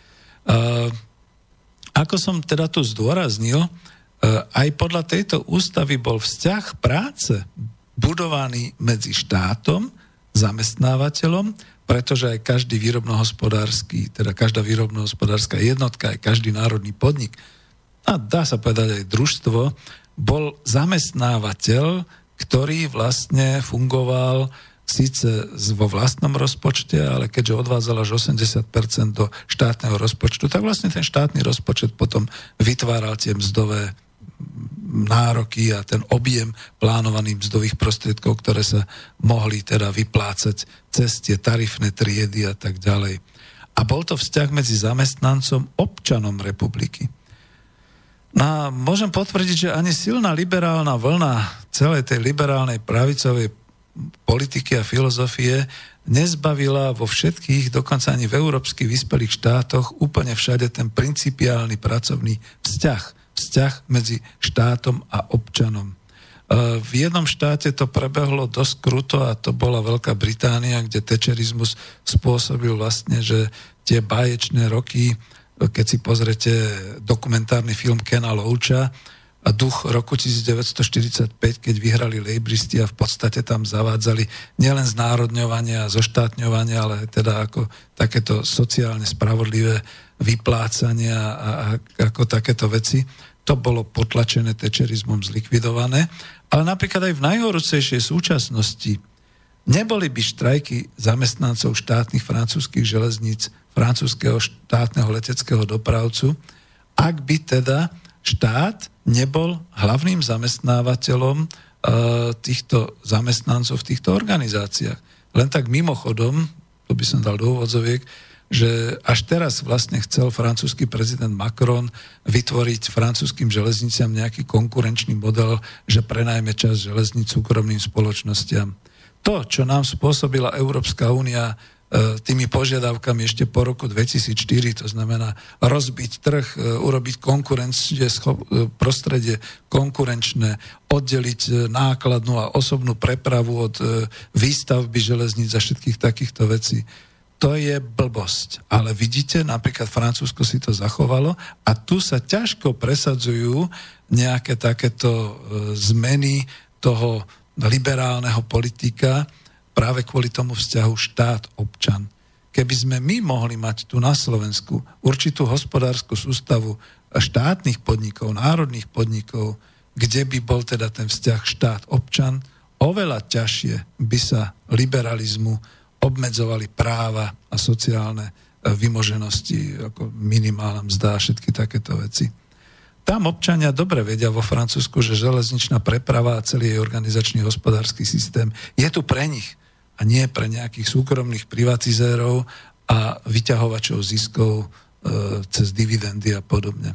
Uh, ako som teda tu zdôraznil, aj podľa tejto ústavy bol vzťah práce budovaný medzi štátom, zamestnávateľom, pretože aj každý výrobnohospodársky, teda každá výrobnohospodárska jednotka, aj každý národný podnik, a dá sa povedať aj družstvo, bol zamestnávateľ, ktorý vlastne fungoval síce vo vlastnom rozpočte, ale keďže odvádzal až osemdesiat percent do štátneho rozpočtu, tak vlastne ten štátny rozpočet potom vytváral tie mzdové nároky a ten objem plánovaných mzdových prostriedkov, ktoré sa mohli teda vyplácať cez tie tarifné triedy a tak ďalej. A bol to vzťah medzi zamestnancom, občanom republiky. No a môžem potvrdiť, že ani silná liberálna vlna celej tej liberálnej pravicovej politiky a filozofie nezbavila vo všetkých, dokonca ani v európskych vyspelých štátoch, úplne všade ten principiálny pracovný vzťah. Vzťah medzi štátom a občanom. V jednom štáte to prebehlo dosť kruto a to bola Veľká Británia, kde tečerizmus spôsobil vlastne, že tie báječné roky, keď si pozrete dokumentárny film Kena Loacha a duch roku devätnásťstoštyridsaťpäť, keď vyhrali lejbristi a v podstate tam zavádzali nielen znárodňovanie a zoštátňovanie, ale teda ako takéto sociálne spravodlivé vyplácania a, a ako takéto veci. To bolo potlačené tečerizmom, zlikvidované. Ale napríklad aj v najhorúcejšej súčasnosti neboli by štrajky zamestnancov štátnych francúzskych železníc, francúzskeho štátneho leteckého dopravcu, ak by teda štát nebol hlavným zamestnávateľom e, týchto zamestnancov v týchto organizáciách. Len tak mimochodom, to by som dal do úvodzoviek, že až teraz vlastne chcel francúzsky prezident Macron vytvoriť francúzskym železniciam nejaký konkurenčný model, že prenajme časť železníc súkromným spoločnostiam. To, čo nám spôsobila Európska únia tými požiadavkami ešte po roku dvetisícštyri, to znamená rozbiť trh, urobiť konkurenčné prostredie konkurenčné, oddeliť nákladnú a osobnú prepravu od výstavby železníc a všetkých takýchto vecí. To je blbosť. Ale vidíte, napríklad Francúzsko si to zachovalo a tu sa ťažko presadzujú nejaké takéto zmeny toho liberálneho politika práve kvôli tomu vzťahu štát-občan. Keby sme my mohli mať tu na Slovensku určitú hospodársku sústavu štátnych podnikov, národných podnikov, kde by bol teda ten vzťah štát-občan, oveľa ťažšie by sa liberalizmu obmedzovali práva a sociálne vymoženosti, ako minimálna mzda a všetky takéto veci. Tam občania dobre vedia vo Francúzsku, že železničná preprava a celý jej organizačný hospodársky systém je tu pre nich a nie pre nejakých súkromných privatizérov a vyťahovačov ziskov e, cez dividendy a podobne.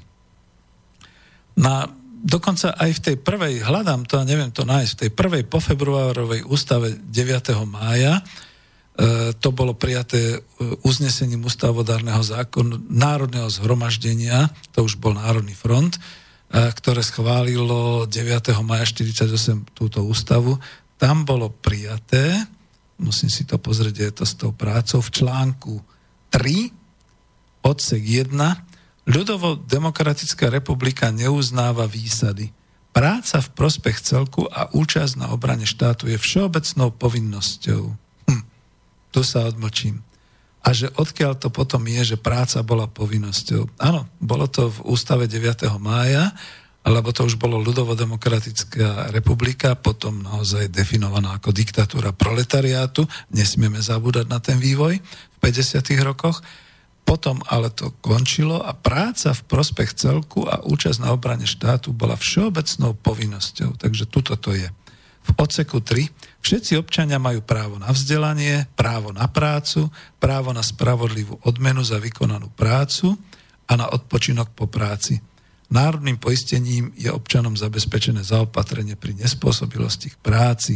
Na, dokonca aj v tej prvej, hľadám to a neviem to nájsť, v tej prvej pofebruárovej ústave deviateho mája e, to bolo prijaté uznesením ústavodárneho zákonu Národného zhromaždenia, to už bol Národný front, e, ktoré schválilo deviateho mája štyridsaťosem túto ústavu. Tam bolo prijaté, musím si to pozrieť, je to s tou prácou, v článku tri, odsek jeden, Ľudovo-demokratická republika neuznáva výsady. Práca v prospech celku a účasť na obrane štátu je všeobecnou povinnosťou. Hm, tu sa odmlčím. A že odkiaľ to potom je, že práca bola povinnosťou. Áno, bolo to v ústave deviateho mája, alebo to už bolo ľudovo-demokratická republika, potom naozaj definovaná ako diktatúra proletariátu. Nesmieme zabúdať na ten vývoj v päťdesiatych rokoch. Potom ale to končilo a práca v prospech celku a účasť na obrane štátu bola všeobecnou povinnosťou. Takže tuto to je. V odseku tri všetci občania majú právo na vzdelanie, právo na prácu, právo na spravodlivú odmenu za vykonanú prácu a na odpočinok po práci. Národným poistením je občanom zabezpečené zaopatrenie pri nespôsobilosti k práci.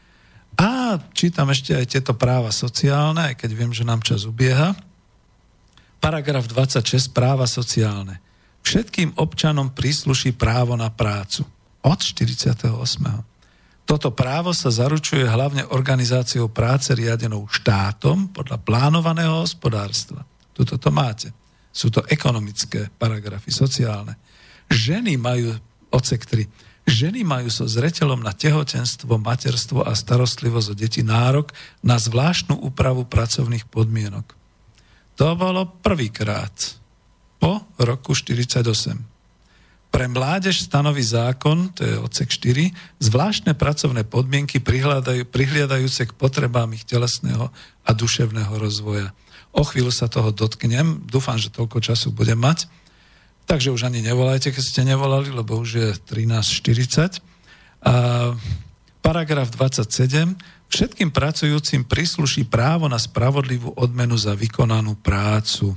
A čítam ešte aj tieto práva sociálne, aj keď viem, že nám čas ubieha. Paragraf dvadsaťšesť, práva sociálne. Všetkým občanom prísluší právo na prácu. Od štyridsiateho ôsmeho Toto právo sa zaručuje hlavne organizáciou práce riadenou štátom podľa plánovaného hospodárstva. Tuto to máte. Sú to ekonomické paragrafy, sociálne. Ženy majú, odsek tri, ženy majú so zreteľom na tehotenstvo, materstvo a starostlivosť o deti nárok na zvláštnu úpravu pracovných podmienok. To bolo prvýkrát po roku štyridsaťosem. Pre mládež stanoví zákon, to je odsek štyri, zvláštne pracovné podmienky prihliadajúce k potrebám ich telesného a duševného rozvoja. O chvíľu sa toho dotknem, dúfam, že toľko času budem mať, takže už ani nevolajte, keď ste nevolali, lebo už je trinásť štyridsať. A paragraf dvadsaťsedem. Všetkým pracujúcim prísluší právo na spravodlivú odmenu za vykonanú prácu.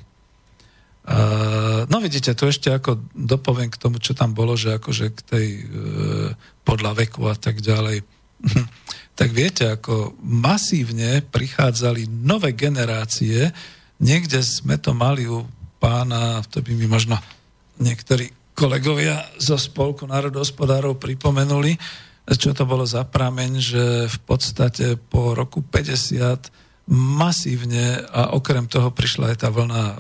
Uh, no vidíte, to ešte ako dopoviem k tomu, čo tam bolo, že akože k tej uh, podľa veku a tak ďalej. Tak viete, ako masívne prichádzali nové generácie. Niekde sme to mali u pána, to by mi možno niektorí kolegovia zo Spolku národohospodárov pripomenuli, čo to bolo za prameň, že v podstate po roku päťdesiat masívne a okrem toho prišla aj tá vlna e,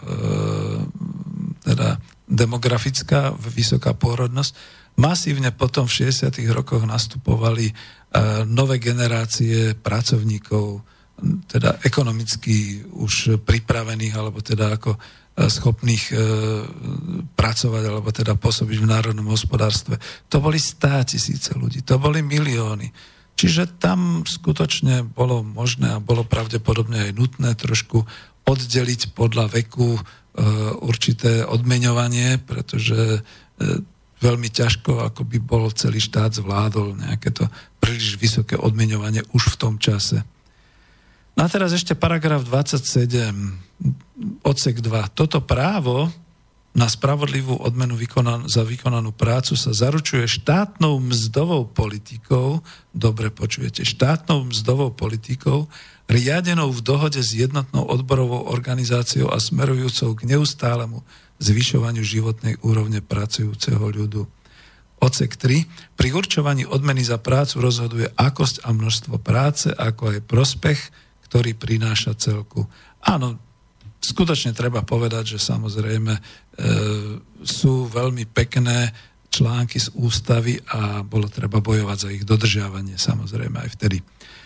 teda demografická, vysoká pôrodnosť. Masívne potom v šesťdesiatych rokoch nastupovali e, nové generácie pracovníkov, teda ekonomicky už pripravených, alebo teda ako schopných e, pracovať alebo teda pôsobiť v národnom hospodárstve. To boli státisíce ľudí, to boli milióny. Čiže tam skutočne bolo možné a bolo pravdepodobne aj nutné trošku oddeliť podľa veku e, určité odmeňovanie, pretože e, veľmi ťažko ako by bol celý štát zvládol nejaké to príliš vysoké odmeňovanie už v tom čase. No a teraz ešte paragraf dvadsaťsedem, odsek dva. Toto právo na spravodlivú odmenu vykonan- za vykonanú prácu sa zaručuje štátnou mzdovou politikou, dobre počujete, štátnou mzdovou politikou, riadenou v dohode s jednotnou odborovou organizáciou a smerujúcou k neustálemu zvyšovaniu životnej úrovne pracujúceho ľudu. Odsek tri. Pri určovaní odmeny za prácu rozhoduje akosť a množstvo práce, ako aj prospech, ktorý prináša celku. Áno, skutočne treba povedať, že samozrejme e, sú veľmi pekné články z ústavy a bolo treba bojovať za ich dodržiavanie, samozrejme aj vtedy.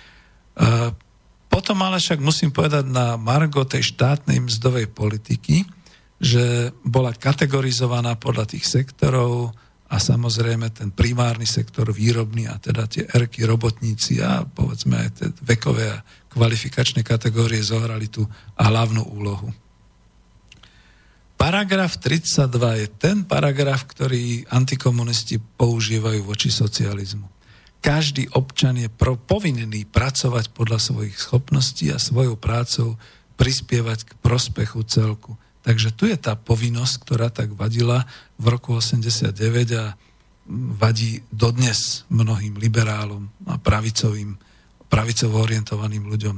Potom ale však musím povedať na margo tej štátnej mzdovej politiky, že bola kategorizovaná podľa tých sektorov a samozrejme ten primárny sektor výrobný a teda tie erky, robotníci a povedzme aj tie vekové a kvalifikačné kategórie zohrali tú hlavnú úlohu. Paragraf tridsaťdva je ten paragraf, ktorý antikomunisti používajú voči socializmu. Každý občan je povinný pracovať podľa svojich schopností a svojou prácou prispievať k prospechu celku. Takže tu je tá povinnosť, ktorá tak vadila v roku osemdesiatdeväť a vadí dodnes mnohým liberálom a pravicovým, pravicovo orientovaným ľuďom.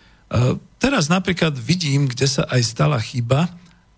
Teraz napríklad vidím, kde sa aj stala chyba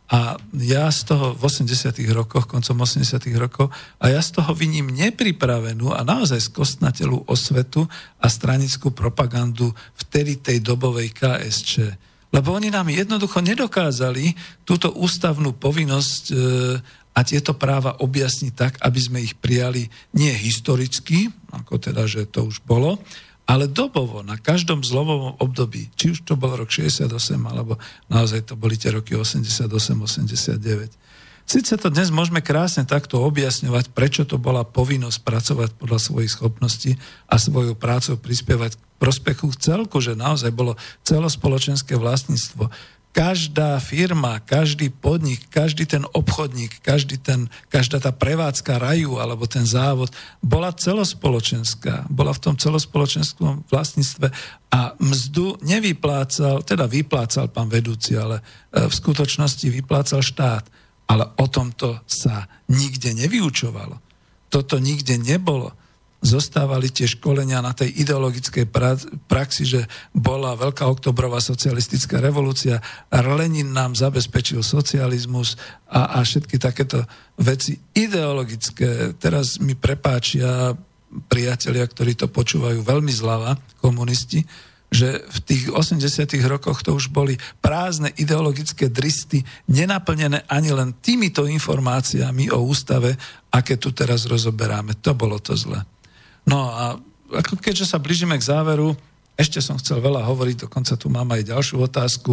a ja z toho v osemdesiatych rokoch, koncom osemdesiatych rokov, a ja z toho viním nepripravenú a naozaj skostnatelú osvetu a stranickú propagandu vtedy tej dobovej ká es čé. Lebo oni nám jednoducho nedokázali túto ústavnú povinnosť e, a tieto práva objasniť tak, aby sme ich prijali nie historicky, ako teda, že to už bolo, ale dobovo, na každom zlomovom období, či už to bol rok šesťdesiatosem, alebo naozaj to boli tie roky osemdesiatosem osemdesiatdeväť. Sice to dnes môžeme krásne takto objasňovať, prečo to bola povinnosť pracovať podľa svojich schopností a svojou prácou prispievať k prospechu celku, že naozaj bolo celospoločenské vlastníctvo. Každá firma, každý podnik, každý ten obchodník, každý ten, každá tá prevádzka raju alebo ten závod bola celospoločenská, bola v tom celospoločenskom vlastníctve a mzdu nevyplácal, teda vyplácal pán vedúci, ale v skutočnosti vyplácal štát. Ale o tomto sa nikde nevyučovalo. Toto nikde nebolo. Zostávali tie školenia na tej ideologickej praxi, že bola veľká oktobrová socialistická revolúcia, Lenin nám zabezpečil socializmus a, a všetky takéto veci ideologické. Teraz mi prepáčia priatelia, ktorí to počúvajú veľmi zľava, komunisti, že v tých osemdesiatych rokoch to už boli prázdne ideologické dristy, nenaplnené ani len týmito informáciami o ústave, aké tu teraz rozoberáme. To bolo to zle. No a ako keďže sa blížime k záveru, ešte som chcel veľa hovoriť, dokonca tu mám aj ďalšiu otázku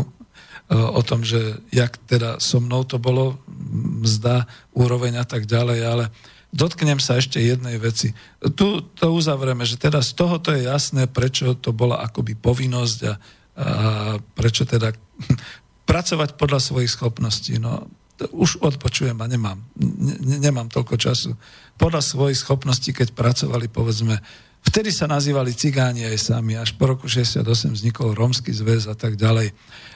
o tom, že jak teda so mnou to bolo, mzda, úroveň a tak ďalej, ale dotknem sa ešte jednej veci. Tu to uzavrieme, že teda z tohoto je jasné, prečo to bola akoby povinnosť a, a prečo teda pracovať podľa svojich schopností. No, už odpočujem a nemám, ne, nemám toľko času. Podľa svojich schopností, keď pracovali, povedzme, vtedy sa nazývali cigáni aj sami, až po roku šesťdesiatosem vznikol Rómsky zväz a tak ďalej.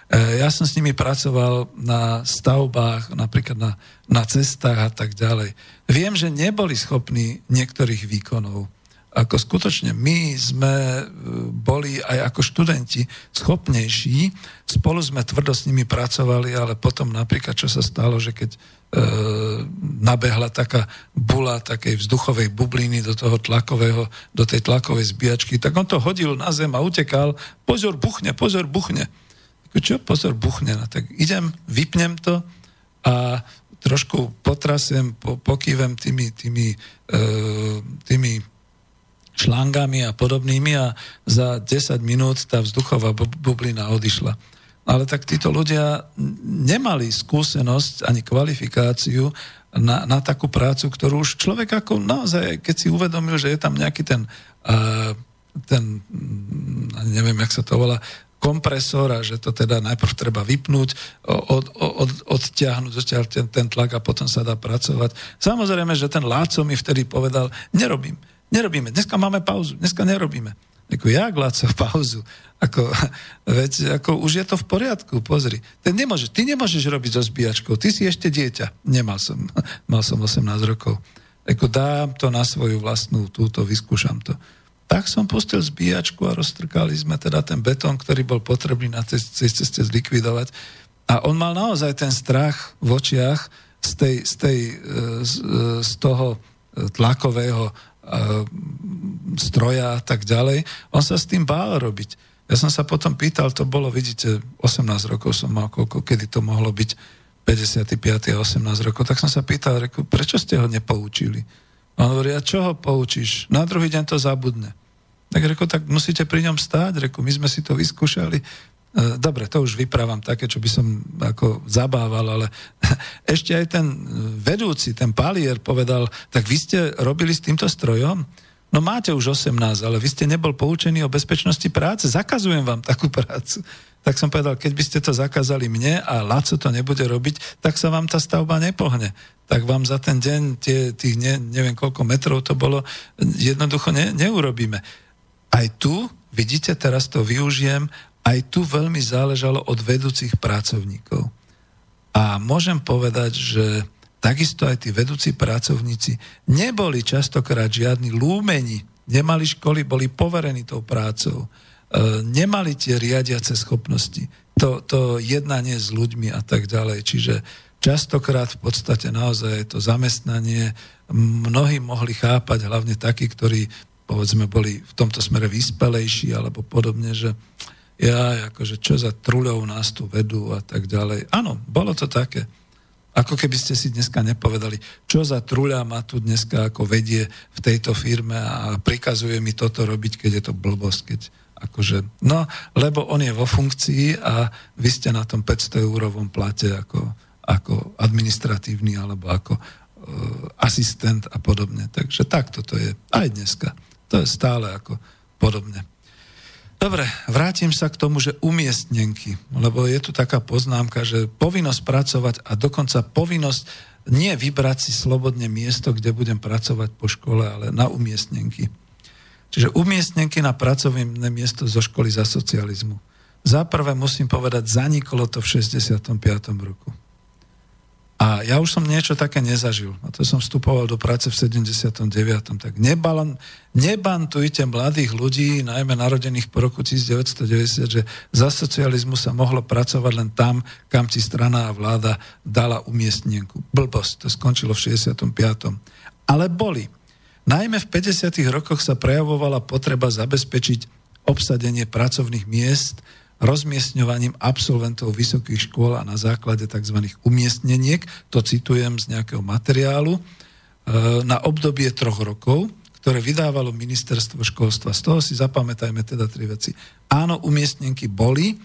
Ja som s nimi pracoval na stavbách, napríklad na, na cestách a tak ďalej. Viem, že neboli schopní niektorých výkonov. Ako skutočne my sme boli aj ako študenti schopnejší, spolu sme tvrdo s nimi pracovali, ale potom napríklad, čo sa stalo, že keď e, nabehla taká bula takej vzduchovej bubliny do toho tlakového, do tej tlakovej zbíjačky, tak on to hodil na zem a utekal, pozor, buchne, pozor, buchne. Čo, pozor, buchne, no tak idem, vypnem to a trošku potrasiem, po, pokývem tými, tými, e, tými šlangami a podobnými a za desať minút tá vzduchová bublina odišla. Ale tak títo ľudia nemali skúsenosť ani kvalifikáciu na, na takú prácu, ktorú už človek ako naozaj, keď si uvedomil, že je tam nejaký ten, uh, ten neviem, jak sa to volá, kompresor a že to teda najprv treba vypnúť, od, od, odtiahnuť ten, ten tlak a potom sa dá pracovať. Samozrejme, že ten Láco mi vtedy povedal, nerobím. Nerobíme. Dneska máme pauzu. Dneska nerobíme. Ako jak, Láco, pauzu? Ako, veď, ako už je to v poriadku, pozri. Ty nemôžeš, ty nemôžeš robiť so zbíjačkou. Ty si ešte dieťa. Nemal som. Mal som osemnásť rokov. Ako dám to na svoju vlastnú túto, vyskúšam to. Tak som pustil zbíjačku a roztrkali sme teda ten betón, ktorý bol potrebný na tej ceste zlikvidovať. A on mal naozaj ten strach v očiach z, tej, z, tej, z, z toho tlakového stroja a tak ďalej. On sa s tým bál robiť. Ja som sa potom pýtal, to bolo, vidíte, osemnásť rokov som mal, koľko, kedy to mohlo byť, päťdesiatpäť a osemnásť rokov, tak som sa pýtal, reku, prečo ste ho nepoučili? A on hovorí, a čo ho poučíš? Na druhý deň to zabudne. Tak reku, tak musíte pri ňom stáť. Reku, my sme si to vyskúšali. Dobre, to už vyprávam také, čo by som ako zabával, ale ešte aj ten vedúci, ten palier povedal, tak vy ste robili s týmto strojom? No máte už osemnásť, ale vy ste nebol poučený o bezpečnosti práce. Zakazujem vám takú prácu. Tak som povedal, keď by ste to zakázali mne a Laco to nebude robiť, tak sa vám tá stavba nepohne. Tak vám za ten deň tie, tých ne, neviem koľko metrov to bolo, jednoducho ne, neurobíme. Aj tu, vidíte, teraz to využijem, aj tu veľmi záležalo od vedúcich pracovníkov. A môžem povedať, že takisto aj tí vedúci pracovníci neboli častokrát žiadni lúmeni, nemali školy, boli poverení tou prácou, e, nemali tie riadiace schopnosti, to, to jednanie s ľuďmi a tak ďalej. Čiže častokrát v podstate naozaj to zamestnanie mnohí mohli chápať, hlavne takí, ktorí povedzme boli v tomto smere vyspelejší alebo podobne, že ja, akože čo za truľov nás tu vedú a tak ďalej. Áno, bolo to také. Ako keby ste si dneska nepovedali, čo za truľa ma tu dneska ako vedie v tejto firme a prikazuje mi toto robiť, keď je to blbosť, keď akože, no, lebo on je vo funkcii a vy ste na tom päťsto eurovom plate ako, ako administratívny alebo ako e, asistent a podobne. Takže takto to je aj dneska. To je stále ako podobne. Dobre, vrátim sa k tomu, že umiestnenky, lebo je tu taká poznámka, že povinnosť pracovať a dokonca povinnosť nie vybrať si slobodne miesto, kde budem pracovať po škole, ale na umiestnenky. Čiže umiestnenky na pracovné miesto zo školy za socializmu. Za prvé musím povedať, zaniklo to v šesťdesiatom piatom roku. A ja už som niečo také nezažil. A to som vstupoval do práce v sedemdesiatom deviatom Tak nebalan, nebantujte mladých ľudí, najmä narodených po roku devätnásťstodeväťdesiat, že za socializmu sa mohlo pracovať len tam, kam ti strana a vláda dala umiestnenku. Blbosť, to skončilo v šesťdesiatom piatom Ale boli. Najmä v päťdesiatych rokoch sa prejavovala potreba zabezpečiť obsadenie pracovných miest rozmiestňovaním absolventov vysokých škôl a na základe tzv. Umiestneniek, to citujem z nejakého materiálu, na obdobie troch rokov, ktoré vydávalo ministerstvo školstva. Z toho si zapamätajme teda tri veci. Áno, umiestnenky boli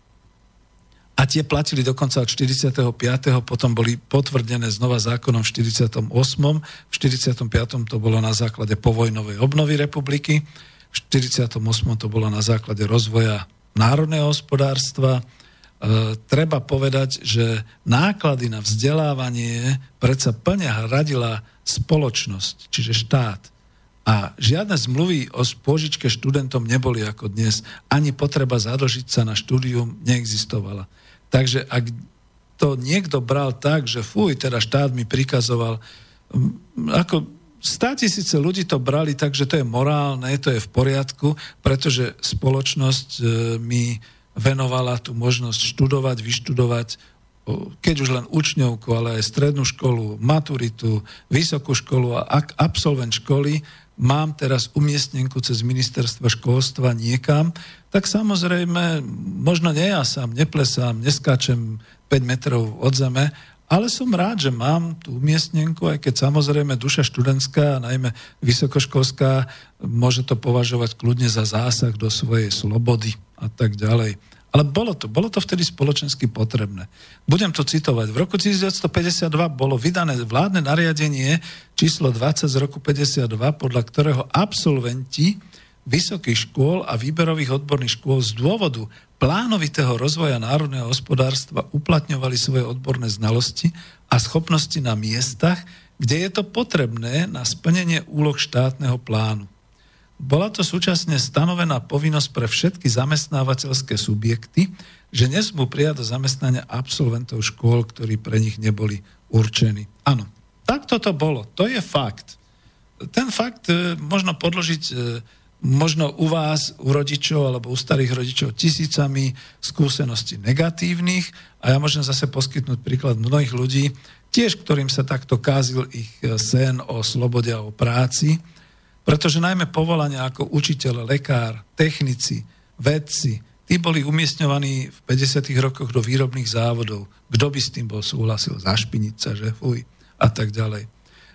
a tie platili dokonca od štyridsiateho piateho potom boli potvrdené znova zákonom v štyridsiatom ôsmom V štyridsiatom piatom to bolo na základe povojnovej obnovy republiky, v štyridsiatom ôsmom to bolo na základe rozvoja národného hospodárstva. E, treba povedať, že náklady na vzdelávanie predsa plne hradila spoločnosť, čiže štát. A žiadne zmluvy o pôžičke študentom neboli ako dnes. Ani potreba zadlžiť sa na štúdium neexistovala. Takže ak to niekto bral tak, že fuj, teda štát mi prikazoval, ako státisíce ľudí to brali tak, že to je morálne, to je v poriadku, pretože spoločnosť mi venovala tú možnosť študovať, vyštudovať, keď už len učňovku, ale aj strednú školu, maturitu, vysokú školu a absolvent školy, mám teraz umiestnenku cez ministerstvo školstva niekam, tak samozrejme, možno nie ja sám, neplesám, neskáčem päť metrov od zeme, ale som rád, že mám tú umiestnenku, aj keď samozrejme duša študentská, najmä vysokoškolská, môže to považovať kľudne za zásah do svojej slobody a tak ďalej. Ale bolo to, bolo to vtedy spoločensky potrebné. Budem to citovať. V roku devätnásťstopäťdesiatdva bolo vydané vládne nariadenie číslo dvadsať z roku päťdesiatdva, podľa ktorého absolventi vysokých škôl a výberových odborných škôl z dôvodu plánovitého rozvoja národného hospodárstva uplatňovali svoje odborné znalosti a schopnosti na miestach, kde je to potrebné na splnenie úloh štátneho plánu. Bola to súčasne stanovená povinnosť pre všetky zamestnávateľské subjekty, že nesmú prijať do zamestnania absolventov škôl, ktorí pre nich neboli určení. Áno, takto to bolo. To je fakt. Ten fakt možno podložiť možno u vás, u rodičov alebo u starých rodičov tisícami skúseností negatívnych a ja môžem zase poskytnúť príklad mnohých ľudí, tiež ktorým sa takto kázil ich sen o slobode a o práci, pretože najmä povolania ako učiteľ, lekár, technici, vedci, tí boli umiestňovaní v päťdesiatych rokoch do výrobných závodov. Kto by s tým bol súhlasil? Zašpiniť sa, že fuj, a tak ďalej.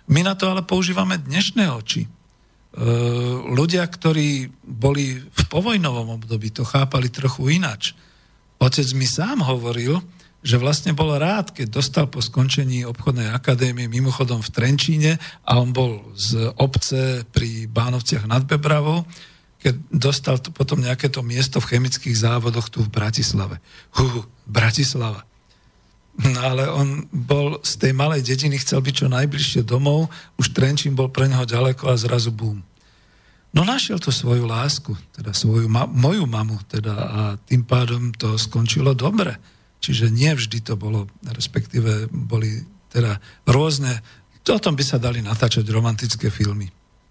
My na to ale používame dnešné oči. Ľudia, ktorí boli v povojnovom období, to chápali trochu inač. Otec mi sám hovoril, že vlastne bol rád, keď dostal po skončení obchodnej akadémie, mimochodom v Trenčíne, a on bol z obce pri Bánovciach nad Bebravou, keď dostal to potom nejaké to miesto v chemických závodoch tu v Bratislave. Hú, Bratislava. No ale on bol z tej malej dediny, chcel byť čo najbližšie domov, už Trenčín bol pre neho ďaleko a zrazu bum. No našiel tu svoju lásku, teda svoju ma- moju mamu, teda, a tým pádom to skončilo dobre. Čiže nie vždy to bolo, respektíve boli teda rôzne, o tom by sa dali natáčať romantické filmy.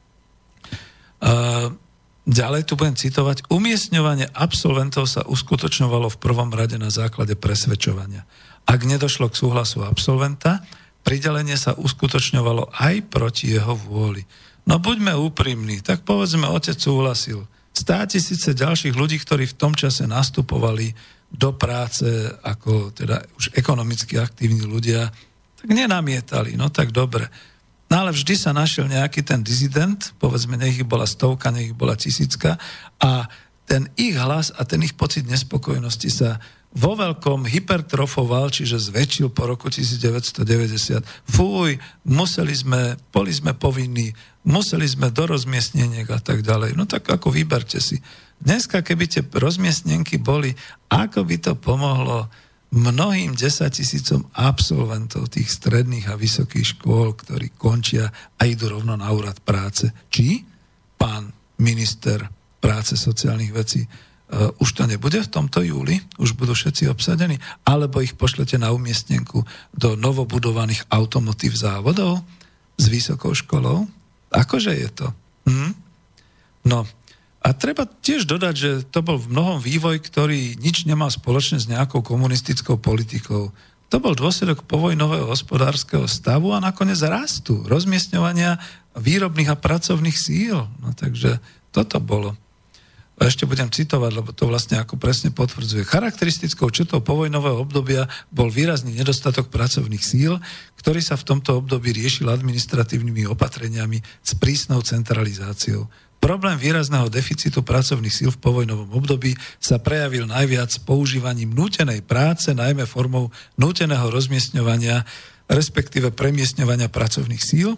Uh, ďalej tu budem citovať, umiestňovanie absolventov sa uskutočňovalo v prvom rade na základe presvedčovania. Ak nedošlo k súhlasu absolventa, pridelenie sa uskutočňovalo aj proti jeho vôli. No buďme úprimní, tak povedzme, otec súhlasil. Státisíce ďalších ľudí, ktorí v tom čase nastupovali do práce ako teda už ekonomicky aktívni ľudia, tak nenamietali, no tak dobre. No ale vždy sa našiel nejaký ten dizident, povedzme, nech ich bola stovka, nech ich bola tisícka, a ten ich hlas a ten ich pocit nespokojnosti sa vo veľkom hypertrofoval, čiže zväčšil po roku devätnásťstodeväťdesiat. Fúj, museli sme, boli sme povinní, museli sme do rozmiestneniek a tak ďalej. No tak ako vyberte si. Dneska, keby tie rozmiestnenky boli, ako by to pomohlo mnohým desaťtisícom absolventov tých stredných a vysokých škôl, ktorí končia a idú rovno na úrad práce. Či pán minister práce sociálnych vecí Uh, už to nebude v tomto júli, už budú všetci obsadení, alebo ich pošlete na umiestnenku do novobudovaných automotív závodov s vysokou školou? Akože je to? Hm? No, a treba tiež dodať, že to bol v mnohom vývoj, ktorý nič nemal spoločné s nejakou komunistickou politikou. To bol dôsledok povojnového hospodárskeho stavu a nakoniec rastu, rozmiestňovania výrobných a pracovných síl. No takže toto bolo. A ešte budem citovať, lebo to vlastne ako presne potvrdzuje. Charakteristickou črtou povojnového obdobia bol výrazný nedostatok pracovných síl, ktorý sa v tomto období riešil administratívnymi opatreniami s prísnou centralizáciou. Problém výrazného deficitu pracovných síl v povojnovom období sa prejavil najviac používaním nútenej práce, najmä formou núteného rozmiestňovania, respektíve premiestňovania pracovných síl,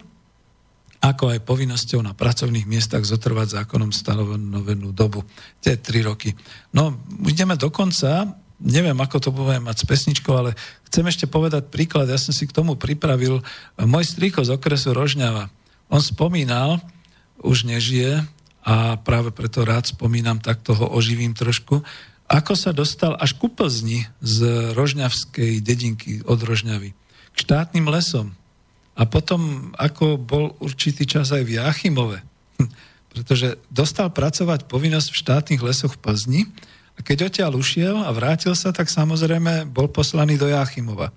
ako aj povinnosťou na pracovných miestach zotrvať zákonom stanovenú dobu. Tie tri roky. No, ideme do konca. Neviem, ako to budeme mať s pesničkou, ale chcem ešte povedať príklad. Ja som si k tomu pripravil. Môj strýko z okresu Rožňava. On spomínal, už nežije, a práve preto rád spomínam, tak toho oživím trošku, ako sa dostal až ku Plzni z rožňavskej dedinky od Rožňavy k štátnym lesom. A potom, ako bol určitý čas aj v Jáchymove, pretože dostal pracovať povinnosť v štátnych lesoch v Plzni, a keď odtiaľ ušiel a vrátil sa, tak samozrejme bol poslaný do Jáchymova.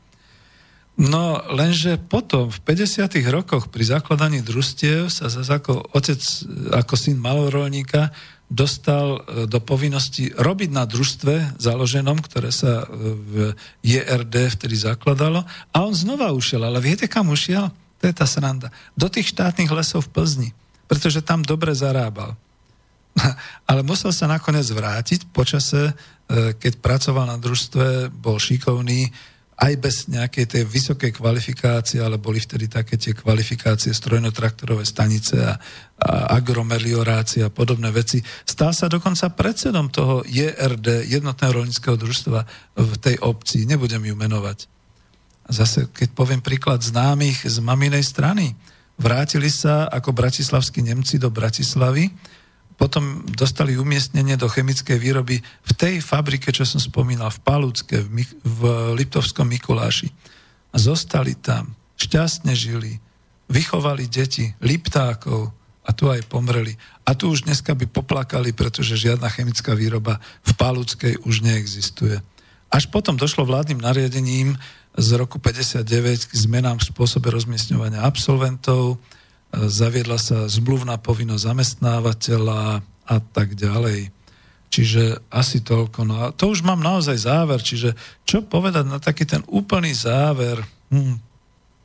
No, lenže potom, v päťdesiatych rokoch pri zakladaní družstiev sa zase ako otec, ako syn malorolníka dostal do povinnosti robiť na družstve založenom, ktoré sa v J R D vtedy zakladalo, a on znova ušiel. Ale viete, kam ušiel? To je tá sranda. Do tých štátnych lesov v Plzni, pretože tam dobre zarábal. Ale musel sa nakoniec vrátiť počase, keď pracoval na družstve, bol šikovný, aj bez nejakej tej vysokej kvalifikácie, ale boli vtedy také tie kvalifikácie strojno-traktorové stanice a, a agromeliorácia a podobné veci. Stal sa dokonca predsedom toho J R D, jednotného roľníckeho družstva v tej obci. Nebudem ju menovať. A zase, keď poviem príklad známych z maminej strany, vrátili sa ako bratislavskí Nemci do Bratislavy, potom dostali umiestnenie do chemickej výroby v tej fabrike, čo som spomínal, v Palúcke, v, Mik- v Liptovskom Mikuláši. A zostali tam, šťastne žili, vychovali deti, Liptákov, a tu aj pomreli. A tu už dneska by poplakali, pretože žiadna chemická výroba v Palúckej už neexistuje. Až potom došlo vládnym nariadením z roku päťdesiatdeväť k zmenám v spôsobe rozmiestňovania absolventov, zaviedla sa zmluvná povinnosť zamestnávateľa a tak ďalej. Čiže asi toľko. No a to už mám naozaj záver. Čiže čo povedať na taký ten úplný záver? Hm.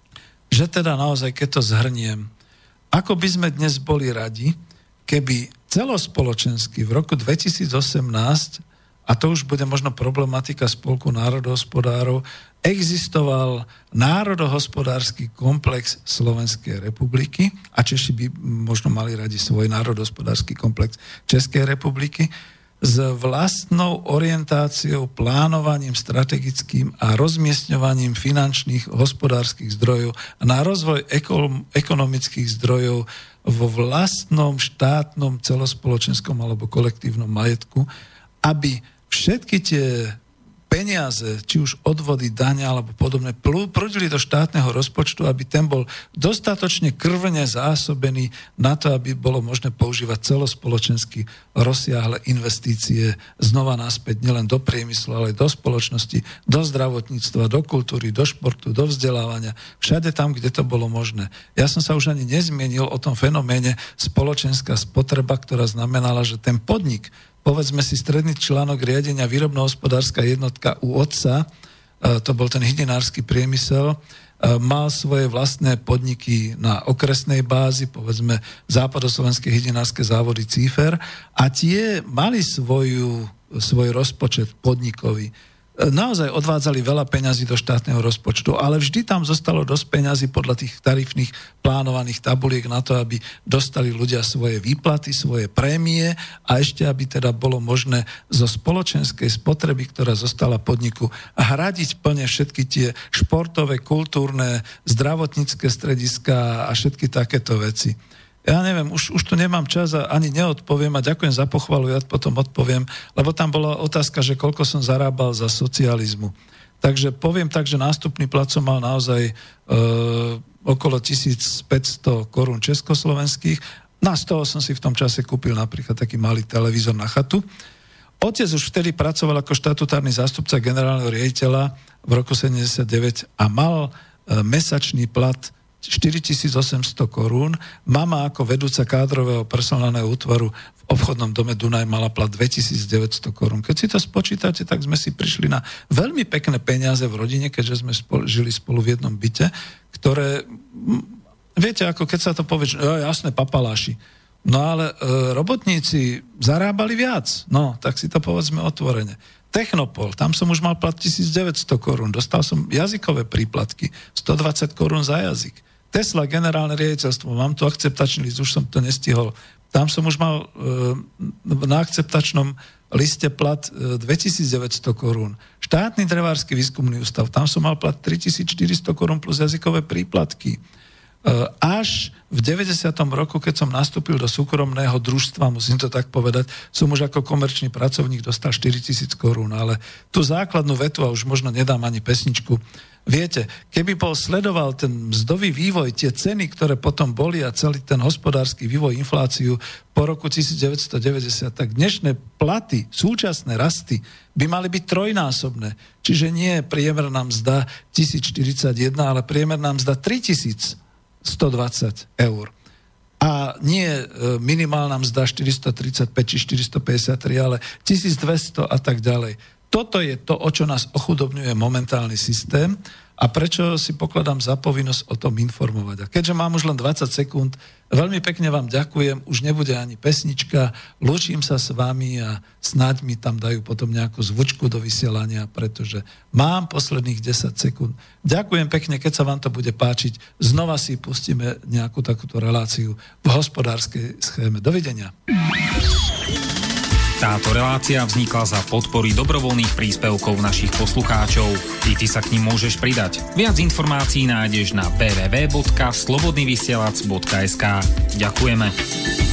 že teda naozaj, keď to zhrniem, ako by sme dnes boli radi, keby celospoločensky v roku dvetisícosemnásť, a to už bude možno problematika Spolku národohospodárov, existoval národohospodársky komplex Slovenskej republiky a Češi by možno mali radi svoj národohospodársky komplex Českej republiky s vlastnou orientáciou, plánovaním strategickým a rozmiestňovaním finančných hospodárskych zdrojov na rozvoj ekonomických zdrojov vo vlastnom štátnom celospoločenskom alebo kolektívnom majetku, aby všetky tie peniaze, či už odvody, dane alebo podobné, prúdili do štátneho rozpočtu, aby ten bol dostatočne krvne zásobený na to, aby bolo možné používať celospoločensky rozsiahle investície znova naspäť nielen do priemyslu, ale aj do spoločnosti, do zdravotníctva, do kultúry, do športu, do vzdelávania, všade tam, kde to bolo možné. Ja som sa už ani nezmienil o tom fenoméne spoločenská spotreba, ktorá znamenala, že ten podnik, povedzme si stredný článok riadenia výrobno-hospodárska jednotka u otca, to bol ten hydinársky priemysel, mal svoje vlastné podniky na okresnej bázi, povedzme západoslovenské hydinárske závody Cífer, a tie mali svoju, svoj rozpočet podnikový. Naozaj odvádzali veľa peňazí do štátneho rozpočtu, ale vždy tam zostalo dosť peňazí podľa tých tarifných plánovaných tabuliek na to, aby dostali ľudia svoje výplaty, svoje prémie a ešte, aby teda bolo možné zo spoločenskej spotreby, ktorá zostala podniku, hradiť plne všetky tie športové, kultúrne, zdravotnícke strediská a všetky takéto veci. Ja neviem, už, už tu nemám čas a ani neodpoviem a ďakujem za pochvalu, ja potom odpoviem, lebo tam bola otázka, že koľko som zarábal za socializmu. Takže poviem tak, že nástupný plat som mal naozaj e, okolo tisícpäťsto korún československých. Na z toho som si v tom čase kúpil napríklad taký malý televízor na chatu. Otec už vtedy pracoval ako štatutárny zástupca generálneho riaditeľa v roku sedemdesiatdeväť a mal e, mesačný plat štyritisícosemsto korún. Mama ako vedúca kádrového personálneho útvaru v obchodnom dome Dunaj mala plat dvetisícdeväťsto korún. Keď si to spočítate, tak sme si prišli na veľmi pekné peniaze v rodine, keďže sme spolu, žili spolu v jednom byte, ktoré, viete, ako keď sa to povie, že jo, jasné, papaláši. No ale e, robotníci zarábali viac. No, tak si to povedzme otvorene. Technopol, tam som už mal plat tisícdeväťsto korún. Dostal som jazykové príplatky, stodvadsať korún za jazyk. Tesla, generálne riaditeľstvo, mám tu akceptačný list, už som to nestihol. Tam som už mal e, na akceptačnom liste plat e, dvetisícdeväťsto korún. Štátny drevársky výskumný ústav, tam som mal plat tritisícštyristo korún plus jazykové príplatky. E, až v deväťdesiatom roku, keď som nastúpil do súkromného družstva, musím to tak povedať, som už ako komerčný pracovník dostal štyritisíc korún, ale tú základnú vetu, a už možno nedám ani pesničku, viete, keby bol sledoval ten mzdový vývoj, tie ceny, ktoré potom boli a celý ten hospodársky vývoj, infláciu po roku devätnásťstodeväťdesiat, tak dnešné platy, súčasné rasty by mali byť trojnásobné. Čiže nie priemerná mzda tisícštyridsaťjeden, ale priemerná mzda tritisícstodvadsať eur. A nie minimálna mzda štyristotridsaťpäť či štyristopäťdesiattri, ale tisícdvesto a tak ďalej. Toto je to, o čo nás ochudobňuje momentálny systém a prečo si pokladám za povinnosť o tom informovať. A keďže mám už len dvadsať sekúnd, veľmi pekne vám ďakujem, už nebude ani pesnička, lúčim sa s vami a snáď mi tam dajú potom nejakú zvučku do vysielania, pretože mám posledných desať sekúnd. Ďakujem pekne, keď sa vám to bude páčiť, znova si pustíme nejakú takúto reláciu v hospodárskej schéme. Dovidenia. Táto relácia vznikla za podpory dobrovoľných príspevkov našich poslucháčov. I ty sa k nim môžeš pridať. Viac informácií nájdeš na w w w bodka slobodnyvysielac bodka es ka. Ďakujeme.